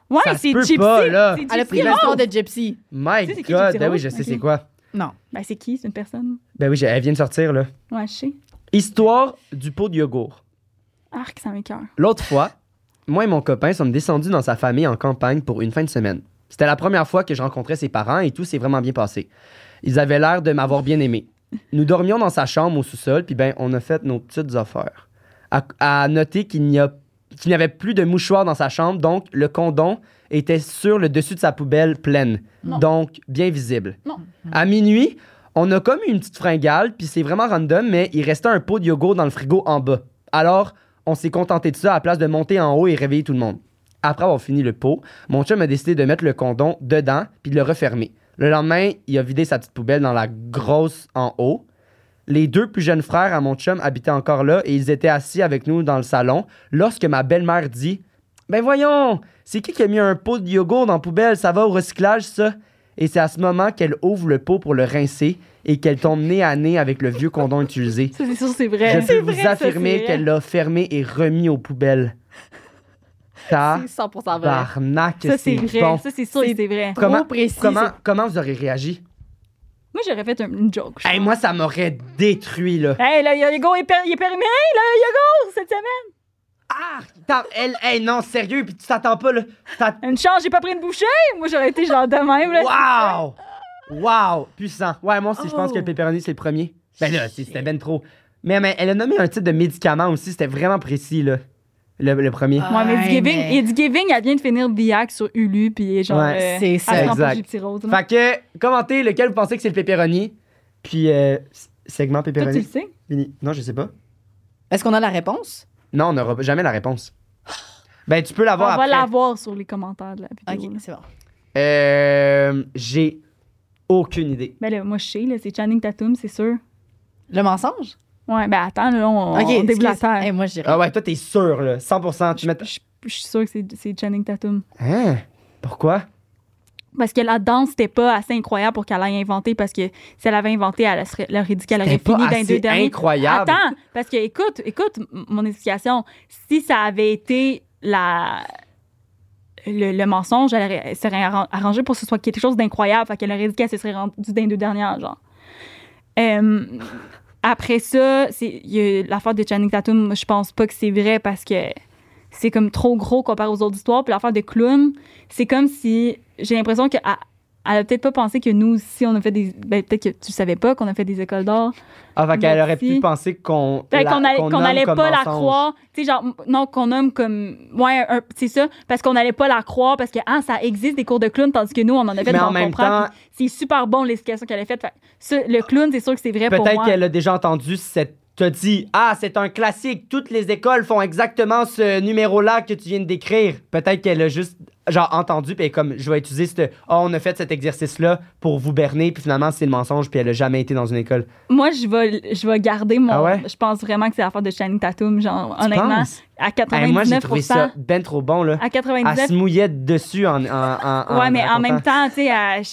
Ouais,
Ça se
c'est
peut
Gypsy.
pas, là.
C'est
Elle a
Gypsy
pris l'histoire
Rose.
de Gypsy.
My
Tu sais, c'est qui
God.
Gypsy
Ben oui,
Rose?
je sais
Ok.
c'est quoi.
Non.
Ben, c'est qui? C'est une personne?
Ben oui, elle vient de sortir, là.
Ouais, je sais.
Histoire du pot de yogourt.
Arc, ça m'écoeure.
L'autre fois, moi et mon copain sommes descendus dans sa famille en campagne pour une fin de semaine. C'était la première fois que je rencontrais ses parents et tout s'est vraiment bien passé. Ils avaient l'air de m'avoir bien aimé. Nous dormions dans sa chambre au sous-sol, puis ben, on a fait nos petites affaires. À noter qu'il n'y avait plus de mouchoirs dans sa chambre, donc le condom était sur le dessus de sa poubelle pleine,
Non.
donc bien visible.
Non.
À minuit, on a comme eu une petite fringale, puis c'est vraiment random, mais il restait un pot de yogourt dans le frigo en bas. Alors, on s'est contenté de ça à la place de monter en haut et réveiller tout le monde. Après avoir fini le pot, mon chum a décidé de mettre le condom dedans puis de le refermer. Le lendemain, il a vidé sa petite poubelle dans la grosse en haut. Les 2 plus jeunes frères à mon chum habitaient encore là et ils étaient assis avec nous dans le salon lorsque ma belle-mère dit « Ben voyons, c'est qui a mis un pot de yogourt dans la poubelle? Ça va au recyclage, ça? » Et c'est à ce moment qu'elle ouvre le pot pour le rincer et qu'elle tombe nez à nez avec le vieux condom utilisé.
Ça, c'est sûr, c'est vrai.
Je peux vous affirmer
ça,
qu'elle l'a fermé et remis aux poubelles.
C'est 100% vrai.
Tabarnak,
Ça, c'est vrai.
bon.
Ça, c'est sûr que c'est vrai.
Comment-
Trop précis.
Comment vous aurez réagi?
Moi, j'aurais fait une joke. je
Hey,
pense.
moi, ça m'aurait détruit, là.
Hey, là, Yogo il est périmé. Hey, là, Yogo, cette semaine.
Ah! Hey, non, sérieux, puis tu t'attends pas, là.
Une chance, j'ai pas pris une bouchée. Moi, j'aurais été genre de même, là.
Wow! Wow! Puissant. Ouais, moi aussi, je pense que le pepperoni, c'est le premier. Ben là, c'était ben trop. Mais elle a nommé un type de médicament aussi, c'était vraiment précis, là. Le premier.
Ouais, mais
Ouais,
It's Giving, elle vient de finir Biac sur Hulu, puis genre.
Ouais,
c'est ça.
elle se prend pour
Exact.
Gypsy Rose, là.
Fait que, commentez lequel vous pensez que c'est le pepperoni. Puis, segment
Toi, tu
pepperoni.
le sais?
Fini. Non, je sais pas.
Est-ce qu'on a la réponse?
Non, on n'aura jamais la réponse. Ben, tu peux l'avoir
On va
après.
la voir sur les commentaires de la vidéo.
Ok,
là.
c'est bon.
J'ai aucune idée.
Ben là, moi, je sais, là, c'est Channing Tatum, c'est sûr.
Le mensonge?
Ouais, ben attends, là, on
Ok,
débute la
excuse.
terre.
Hey, moi, je dirais.
Ah ouais, toi, t'es sûr, là. 100%. Tu mets...
Je suis sûre que c'est Channing Tatum.
Hein? Pourquoi?
Parce que la danse, c'était pas assez incroyable pour qu'elle aille inventer, parce que si elle avait inventé, elle aurait dit qu'elle aurait
C'était pas
fini dans les
assez
2 derniers.
incroyable.
Attends, parce que, écoute, mon explication. Si ça avait été le mensonge, elle serait arrangée pour que ce soit quelque chose d'incroyable. Fait qu'elle aurait dit qu'elle se serait rendue dans les 2 dernières, genre. Après ça, il y a l'affaire de Channing Tatum, je pense pas que c'est vrai parce que c'est comme trop gros comparé aux autres histoires. Puis l'affaire de clown, c'est comme si j'ai l'impression qu'elle a peut-être pas pensé que nous aussi, on a fait des. Ben, peut-être que tu savais pas qu'on a fait des écoles d'art.
Ah, fait qu'elle aurait
Merci.
pu penser qu'on
Qu'on allait
nomme
pas
comme
la
mensonge.
croire. Tu sais, genre, non, qu'on nomme comme. Ouais, c'est ça. Parce qu'on allait pas la croire parce que, ça existe des cours de clown, tandis que nous, on en a fait,
Mais
donc
en
on
même
comprend,
temps-
puis c'est super bon l'explication qu'elle a faite. Fait que ça, le clown, c'est sûr que c'est vrai pour
Peut-être
moi.
qu'elle a déjà entendu te dit c'est un classique, toutes les écoles font exactement ce numéro-là que tu viens de décrire. Peut-être qu'elle a juste genre entendu puis elle est comme je vais utiliser on a fait cet exercice-là pour vous berner puis finalement c'est le mensonge puis elle a jamais été dans une école.
Moi, je vais garder mon.
Ah ouais?
Je pense vraiment que c'est l'affaire de Channing Tatum, genre, honnêtement.
penses?
À
Hey, moi j'ai trouvé
99%.
ça ben trop bon là.
À
Elle
99%.
se mouillait dessus en
Ouais, mais en
racontant.
même temps, tu sais,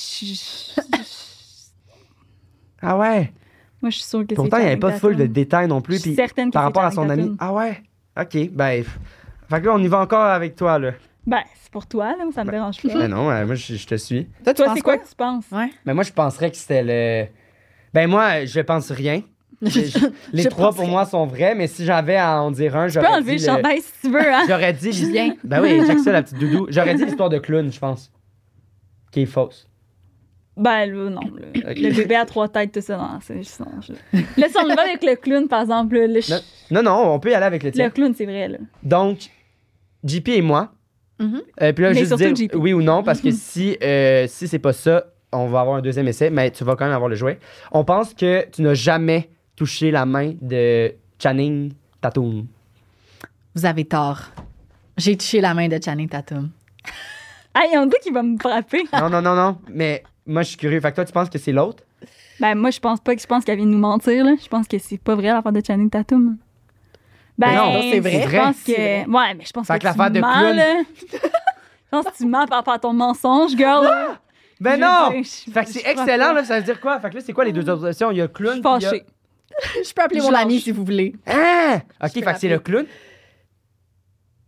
Ah ouais.
moi, je suis sûre que c'est.
Pourtant il n'y avait
Channing
pas full de
Tatum.
détails non
Je
plus
suis
puis
certaine que
par
c'est
rapport à son
Channing
ami.
Tatum.
Ah ouais. OK, ben fait que là on y va encore avec toi là.
Ben, c'est pour toi, là, ça me dérange pas.
Ben non, moi je te suis.
Toi, tu
Toi,
penses
c'est quoi que tu penses?
Ouais.
Mais moi, je penserais que c'était le. Ben, moi, je pense rien. Les
Je
trois,
pense
pour
rien.
moi, sont vrais, mais si j'avais à en dire un,
Tu peux
j'aurais
enlever
dit.
le chandail si tu veux, hein?
J'aurais dit.
Julien.
Ben oui, j'ai que ça, la petite doudou. J'aurais dit l'histoire de clown, je pense. Qui est fausse.
Ben, là, non.
Ok.
Le bébé à 3 têtes, tout ça, non. Laisse on y va avec le clown, par exemple. Là,
Non, on peut y aller avec le
le
tien.
clown, c'est vrai, là.
Donc, JP et moi.
Mhm.
Puis là,
Mais
juste
surtout
dire
JP.
oui ou non, parce que si c'est pas ça, on va avoir un deuxième essai, mais tu vas quand même avoir le jouet. On pense que tu n'as jamais touché la main de Channing Tatum.
Vous avez tort. J'ai touché la main de Channing Tatum.
Hey, on dit qu'il va me frapper.
Non, mais moi, je suis curieux. Fait que toi, tu penses que c'est l'autre?
Ben, moi, je pense pas que je pense qu'elle vient de nous mentir, là. Je pense que c'est pas vrai, l'affaire de Channing Tatum. Ben,
Mais non,
c'est vrai.
Je pense que.
C'est vrai.
Ouais, mais je pense
Fait
que
que l'affaire
tu
de
mens,
clown-
là. Je pense que tu mens par rapport à ton mensonge, girl. là.
Ben
Je veux
non!
dire,
Fait que c'est
je crois
excellent,
pas.
là. Ça veut dire quoi? Fait que là, c'est quoi les deux autres options? Il y a
Je
clown.
suis
puis il y a-
fâchée.
Je peux appeler
Je
mon
lâche.
ami si vous voulez.
Ah! Ok,
peux
fait que c'est le clown.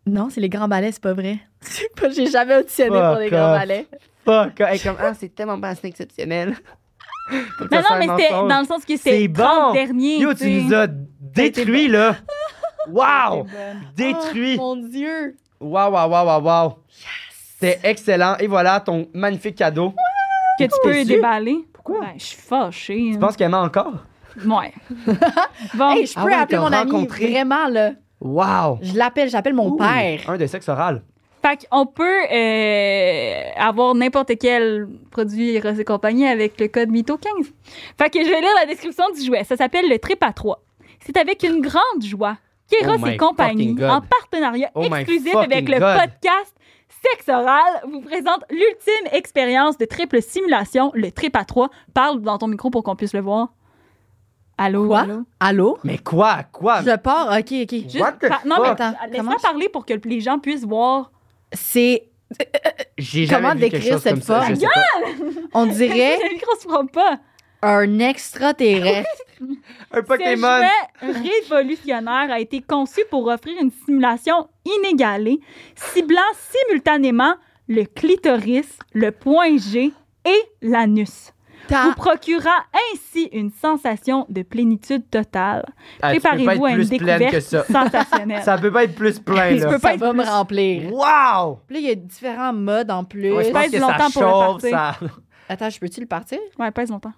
Non, c'est les grands ballets, c'est pas vrai. J'ai jamais auditionné pour les
Fuck
grands
off.
ballets.
Fuck. Hey, comme, c'est tellement pas assez exceptionnel. Faut que
Mais
ça
non,
soit
mais
un
c'était
mensonge.
dans le sens que
C'est
c'est
bon.
30 derniers.
Yo,
tu
tu
sais.
nous as détruit, là. Wow! Détruit.
Oh, mon Dieu!
Wow. C'était excellent. Et voilà ton magnifique cadeau.
Que tu peux
déçu?
déballer.
Pourquoi?
Ben, je suis fâchée.
Tu penses qu'elle ment encore?
Ouais. Bon,
Hey, je peux
Ah ouais,
appeler
t'as
mon ami,
rencontré-
vraiment, là.
Wow!
J'appelle mon père.
Un de sexe oral.
fait qu'on peut avoir n'importe quel produit Eros et compagnie avec le code MITO15. Fait que je vais lire la description du jouet. Ça s'appelle le Trip à 3. C'est avec une grande joie qu'Eros
Oh my
et compagnie,
fucking God.
en partenariat
Oh my
exclusif
fucking
avec le
God.
podcast Sexe Oral, vous présente l'ultime expérience de triple simulation, le Trip à 3. Parle dans ton micro pour qu'on puisse le voir. Allô?
Quoi?
Allô?
Allô?
Mais quoi?
Je pars, OK.
Juste
What the
non, mais
fuck?
Attends,
laisse-moi
comment
parler pour que les gens puissent voir.
C'est,
J'ai jamais
Comment
vu quelque
décrire
chose
cette
comme ça.
forme?
Je sais pas.
on dirait,
Le micro se prend pas.
un extraterrestre.
Un
Ce
Pokémon.
jouet révolutionnaire a été conçu pour offrir une simulation inégalée, ciblant simultanément le clitoris, le point G et l'anus, vous procurant ainsi une sensation de plénitude totale.
Ah, tu peux pas
Préparez-vous à
être
une
plus pleine que
découverte
ça.
sensationnelle.
Ça peut pas être plus plein,
Tu
là.
peux pas être me remplir.
Wow!
Puis là, il y a différents modes en plus.
Ouais, je pense
pèse
que
longtemps
ça
pour le
chauffe,
partir.
ça...
Attends, je peux-tu le partir?
Ouais, pèse longtemps.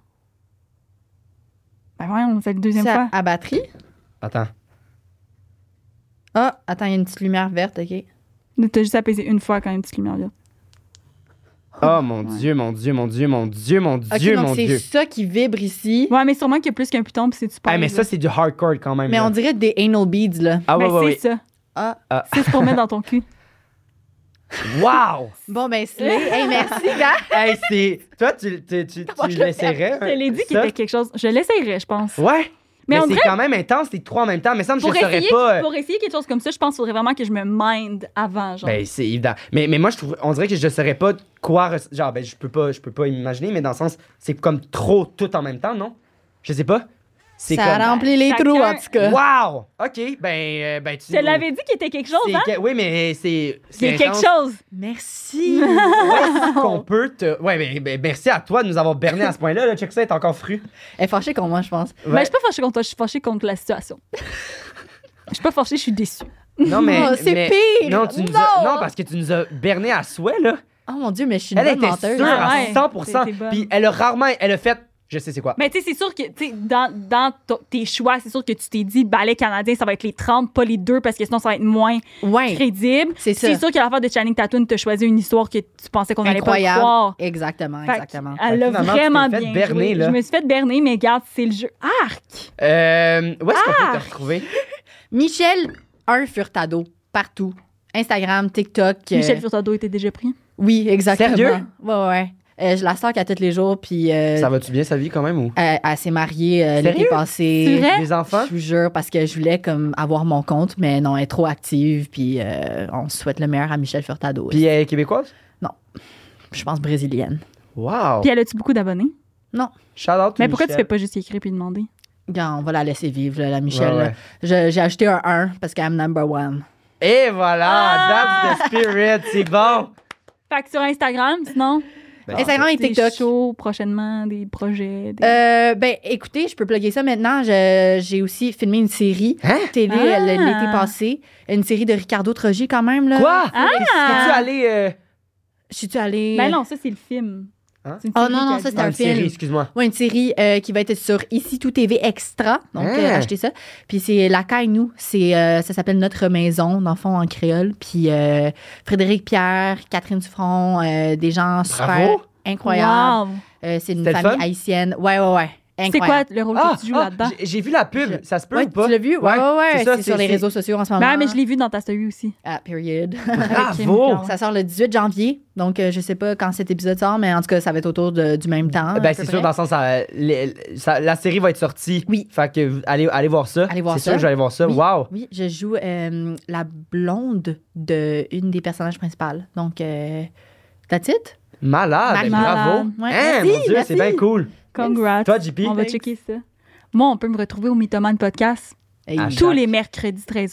Ben voyons, c'est la deuxième
C'est
fois.
à batterie?
Attends.
Ah, attends, il y a une petite lumière verte, OK.
T'as juste à peser une fois quand il y a une petite lumière verte.
Oh mon Dieu, mon Dieu, mon Dieu, mon Dieu, mon
OK,
Dieu,
donc
mon
c'est
Dieu.
ça qui vibre ici.
Ouais, mais sûrement qu'il y a plus qu'un piton, puis c'est super.
Ah, mais ça, c'est du hardcore quand même.
Mais
là.
on dirait des anal beads, là.
Ah, ouais,
Ben,
ouais,
c'est
ouais.
ça.
Ah,
C'est pour mettre dans ton cul.
Wow!
bon, ben, Slay. Hey, merci, gars.
Hey, c'est. Toi, tu
Comment je le
l'essayerais?
Je te l'ai dit qu'il
ça?
était quelque chose. Je l'essayerais, je pense.
Ouais.
Mais
Mais
on
c'est
dirait-
quand même intense, les trois en même temps. Mais ça me
Pour
je saurais
essayer,
pas.
pour essayer quelque chose comme ça, je pense qu'il faudrait vraiment que je me mind avant, genre.
Ben, c'est évident. Mais moi, je trouve, on dirait que je saurais pas quoi. Genre, ben, je peux pas imaginer, mais dans le sens, c'est comme trop tout en même temps, non? Je sais pas. C'est
Ça
comme.
remplit les
chacun-
trous, en tout cas.
Wow! OK, ben, tu.
Je te l'avais dit qu'il était quelque chose,
c'est
hein?
Oui, mais c'est.
C'est quelque
intense.
chose.
Merci.
Qu'on peut te. Ouais, ben, merci à toi de nous avoir berné à ce point-là. Là. Check ça, est encore fru.
Elle est fâchée contre moi, je pense.
Mais je suis pas fâchée contre toi, je suis fâchée contre la situation. Je suis pas fâchée, je suis déçue.
Non, mais.
Oh, c'est
mais-
pire.
Non, non, parce que tu nous as berné à souhait, là.
Oh mon Dieu, mais je suis une
Elle
bonne
était
menteuse.
sûre
Ah
à
ouais,
100%.
t'es bonne.
Puis elle a rarement. Elle a fait. Je sais c'est quoi.
Mais tu sais, c'est sûr que tu sais, dans tes choix, c'est sûr que tu t'es dit ballet canadien, ça va être les 30, pas les 2, parce que sinon ça va être moins
Ouais,
crédible.
c'est ça.
C'est sûr que l'affaire de Channing Tatum t'a choisi une histoire que tu pensais qu'on allait pas
Incroyable.
croire.
Exactement,
Fait
exactement.
Elle l'a
Fait que finalement,
vraiment
tu t'es fait
bien
berner,
joué.
là.
Je me suis fait berner, mais regarde, c'est le jeu. Arc!
Où est-ce qu'on peut te retrouver?
Michel, un Furtado, partout. Instagram, TikTok.
Michel Furtado était déjà pris.
Oui, exactement.
Sérieux?
Ouais. Je la stalk à tous les jours, puis
Ça va-tu bien sa vie quand même ou?
elle s'est mariée l'été
Sérieux?
passé.
C'est vrai?
Les enfants?
Je vous jure, parce que je voulais comme avoir mon compte, mais non, elle est trop active, puis on souhaite le meilleur à Michel Furtado.
Puis elle est québécoise?
Je pense brésilienne.
Wow!
Puis elle a-tu beaucoup d'abonnés?
Shout out to
Mais pourquoi tu
Michel.
fais pas juste y écrire puis demander?
Gars, on va la laisser vivre, là, la Michel.
Ouais,
là. J'ai acheté un 1 parce qu'elle est number one.
Et voilà!
Ah!
That's the spirit! C'est bon!
Fait que sur Instagram, sinon,
Ben,
Instagram et
des
TikTok.
shows prochainement, des projets. Des...
Ben, écoutez, je peux plugger ça maintenant. J'ai aussi filmé une série
Hein?
télé
Ah!
l'été passé. Une série de Ricardo Trogi, quand même. Là.
Quoi?
Ah!
Est-ce que tu allé.
Je suis allée.
Ben non, ça, c'est le film.
Hein?
C'est une
Oh
série
non, non,
qui a
ça,
dit-
c'est un
une
film.
série, excuse-moi.
Ouais, une série qui va être sur Ici Tout TV Extra. Donc,
Ah.
achetez ça. Puis c'est La Caille Nous. Ça s'appelle Notre Maison, dans le fond, en créole. Puis Frédéric Pierre, Catherine Dufron, des gens super
Bravo.
incroyables.
Wow.
C'est une
C'était le
famille
fun?
haïtienne. Ouais.
C'est quoi
Incroyable.
le rôle que tu joues là-dedans?
J'ai vu la pub, ça se peut
Ouais,
ou pas?
tu l'as vu? Ouais.
c'est ça,
C'est sur les réseaux sociaux en ce moment.
Ben, mais je l'ai vu dans ta story aussi.
Ah, period.
Bravo!
Ça sort le 18 janvier. Donc, je sais pas quand cet épisode sort, mais en tout cas, ça va être autour du même temps. à
Ben,
peu
c'est sûr,
près.
dans le sens, la série va être sortie.
Oui.
Fait que allez voir ça.
Allez voir
c'est
ça.
sûr que je vais aller voir ça.
Oui.
Wow!
Oui, je joue la blonde d'une des personnages principales. Donc, that's it.
Malade!
Malade.
Bravo!
Ouais.
Hein,
Merci,
mon Dieu,
merci.
c'est bien cool.
Congrats.
Toi, JP?
On va checker ça. Moi, on peut me retrouver au Mythoman Podcast
Hey.
À
tous les mercredis 13h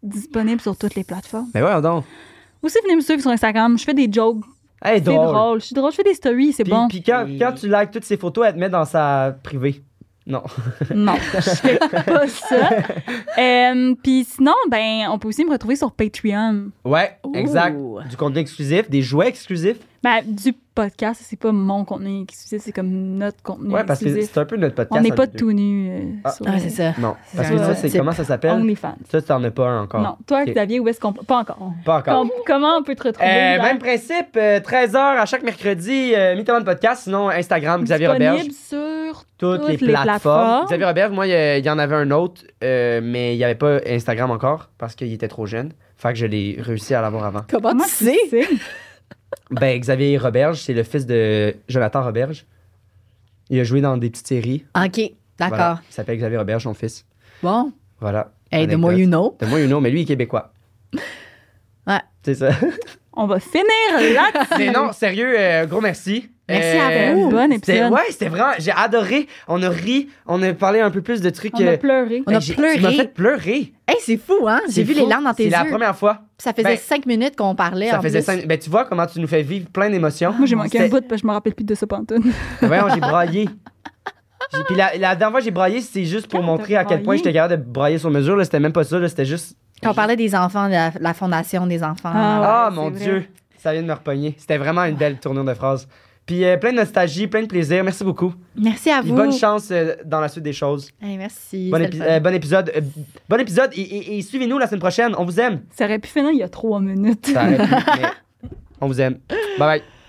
disponible sur toutes les plateformes.
Mais ouais, donc.
Aussi, venez me suivre sur Instagram. Je fais des jokes.
Hey,
C'est drôle. Je suis drôle. Je fais des stories. C'est
Puis,
bon.
puis quand tu likes toutes ces photos, elle te met dans sa privée. Non.
Non, je fais pas ça. Puis sinon, ben, on peut aussi me retrouver sur Patreon.
Ouais,
Ouh.
exact. Du contenu exclusif, des jouets exclusifs.
Ben, du podcast, c'est pas mon contenu exclusif, c'est comme notre contenu
Ouais, parce que
exclusif.
c'est un peu notre podcast.
On n'est
à
pas
nous deux.
tout nu sur
Ah, c'est ça.
Non, parce que
Ouais.
ça, c'est
C'est-
comment ça s'appelle?
OnlyFans.
Ça, t'en as pas un encore.
Non, toi,
Ok.
Xavier, où est-ce qu'on... Pas encore.
Pas encore.
Comment on peut te retrouver? Hubert?
Même principe, 13h à chaque mercredi, Mythoman Podcast, sinon Instagram, Xavier Roberge,
Disponible sur
toutes les
les
plateformes.
plateformes.
Xavier Roberge, moi, il y en avait un autre, mais il n'y avait pas Instagram encore parce qu'il était trop jeune. Fait que je l'ai réussi à l'avoir avant.
Comment
Comment
tu sais?
Ben, Xavier Roberge, c'est le fils de Jonathan Roberge. Il a joué dans des petites séries.
OK, d'accord.
Voilà. Il s'appelle Xavier Roberge, son fils.
Bon.
Voilà.
Hey, the
Anecdote.
more you know.
De moi, you know, mais lui, il est québécois.
Ouais.
C'est ça.
On va finir là-dessus.
Mais non, sérieux, gros merci.
Merci à vous.
Bon
C'était,
épisode.
ouais, c'était vraiment. J'ai adoré. On a ri. On a parlé un peu plus de trucs.
On a pleuré.
On a
Tu
pleuré.
m'as fait pleurer.
Hey, c'est fou, hein? J'ai
C'est
vu
fou.
les larmes dans tes
C'est
yeux.
la première fois.
Ça faisait
Ben,
5 minutes qu'on parlait.
Ça
en
faisait
plus.
5. Ben, tu vois comment tu nous fais vivre plein d'émotions.
Moi, j'ai manqué un
C'était-
bout parce que je me rappelle plus de ça pantoute.
Voyons, j'ai braillé. Puis la dernière fois que j'ai braillé, c'est juste pour
Quand
montrer
t'as
à quel point
braillé?
j'étais capable de brailler sur mesure. Là. C'était même pas ça. Là. C'était juste.
Quand on parlait des enfants, de la fondation des enfants.
Ah,
Ah,
ouais,
mon
c'est
Dieu.
vrai.
Ça vient de me repogner. C'était vraiment une belle tournure de phrase. Puis plein de nostalgie, plein de plaisir. Merci beaucoup.
Merci à
Puis
vous.
bonne chance dans la suite des choses.
Hey, merci.
Bon,
c'était le fun.
bon épisode. Bon épisode et suivez-nous la semaine prochaine. On vous aime.
Ça aurait pu finir il y a 3 minutes.
Ça aurait pu, mais on vous aime. Bye bye.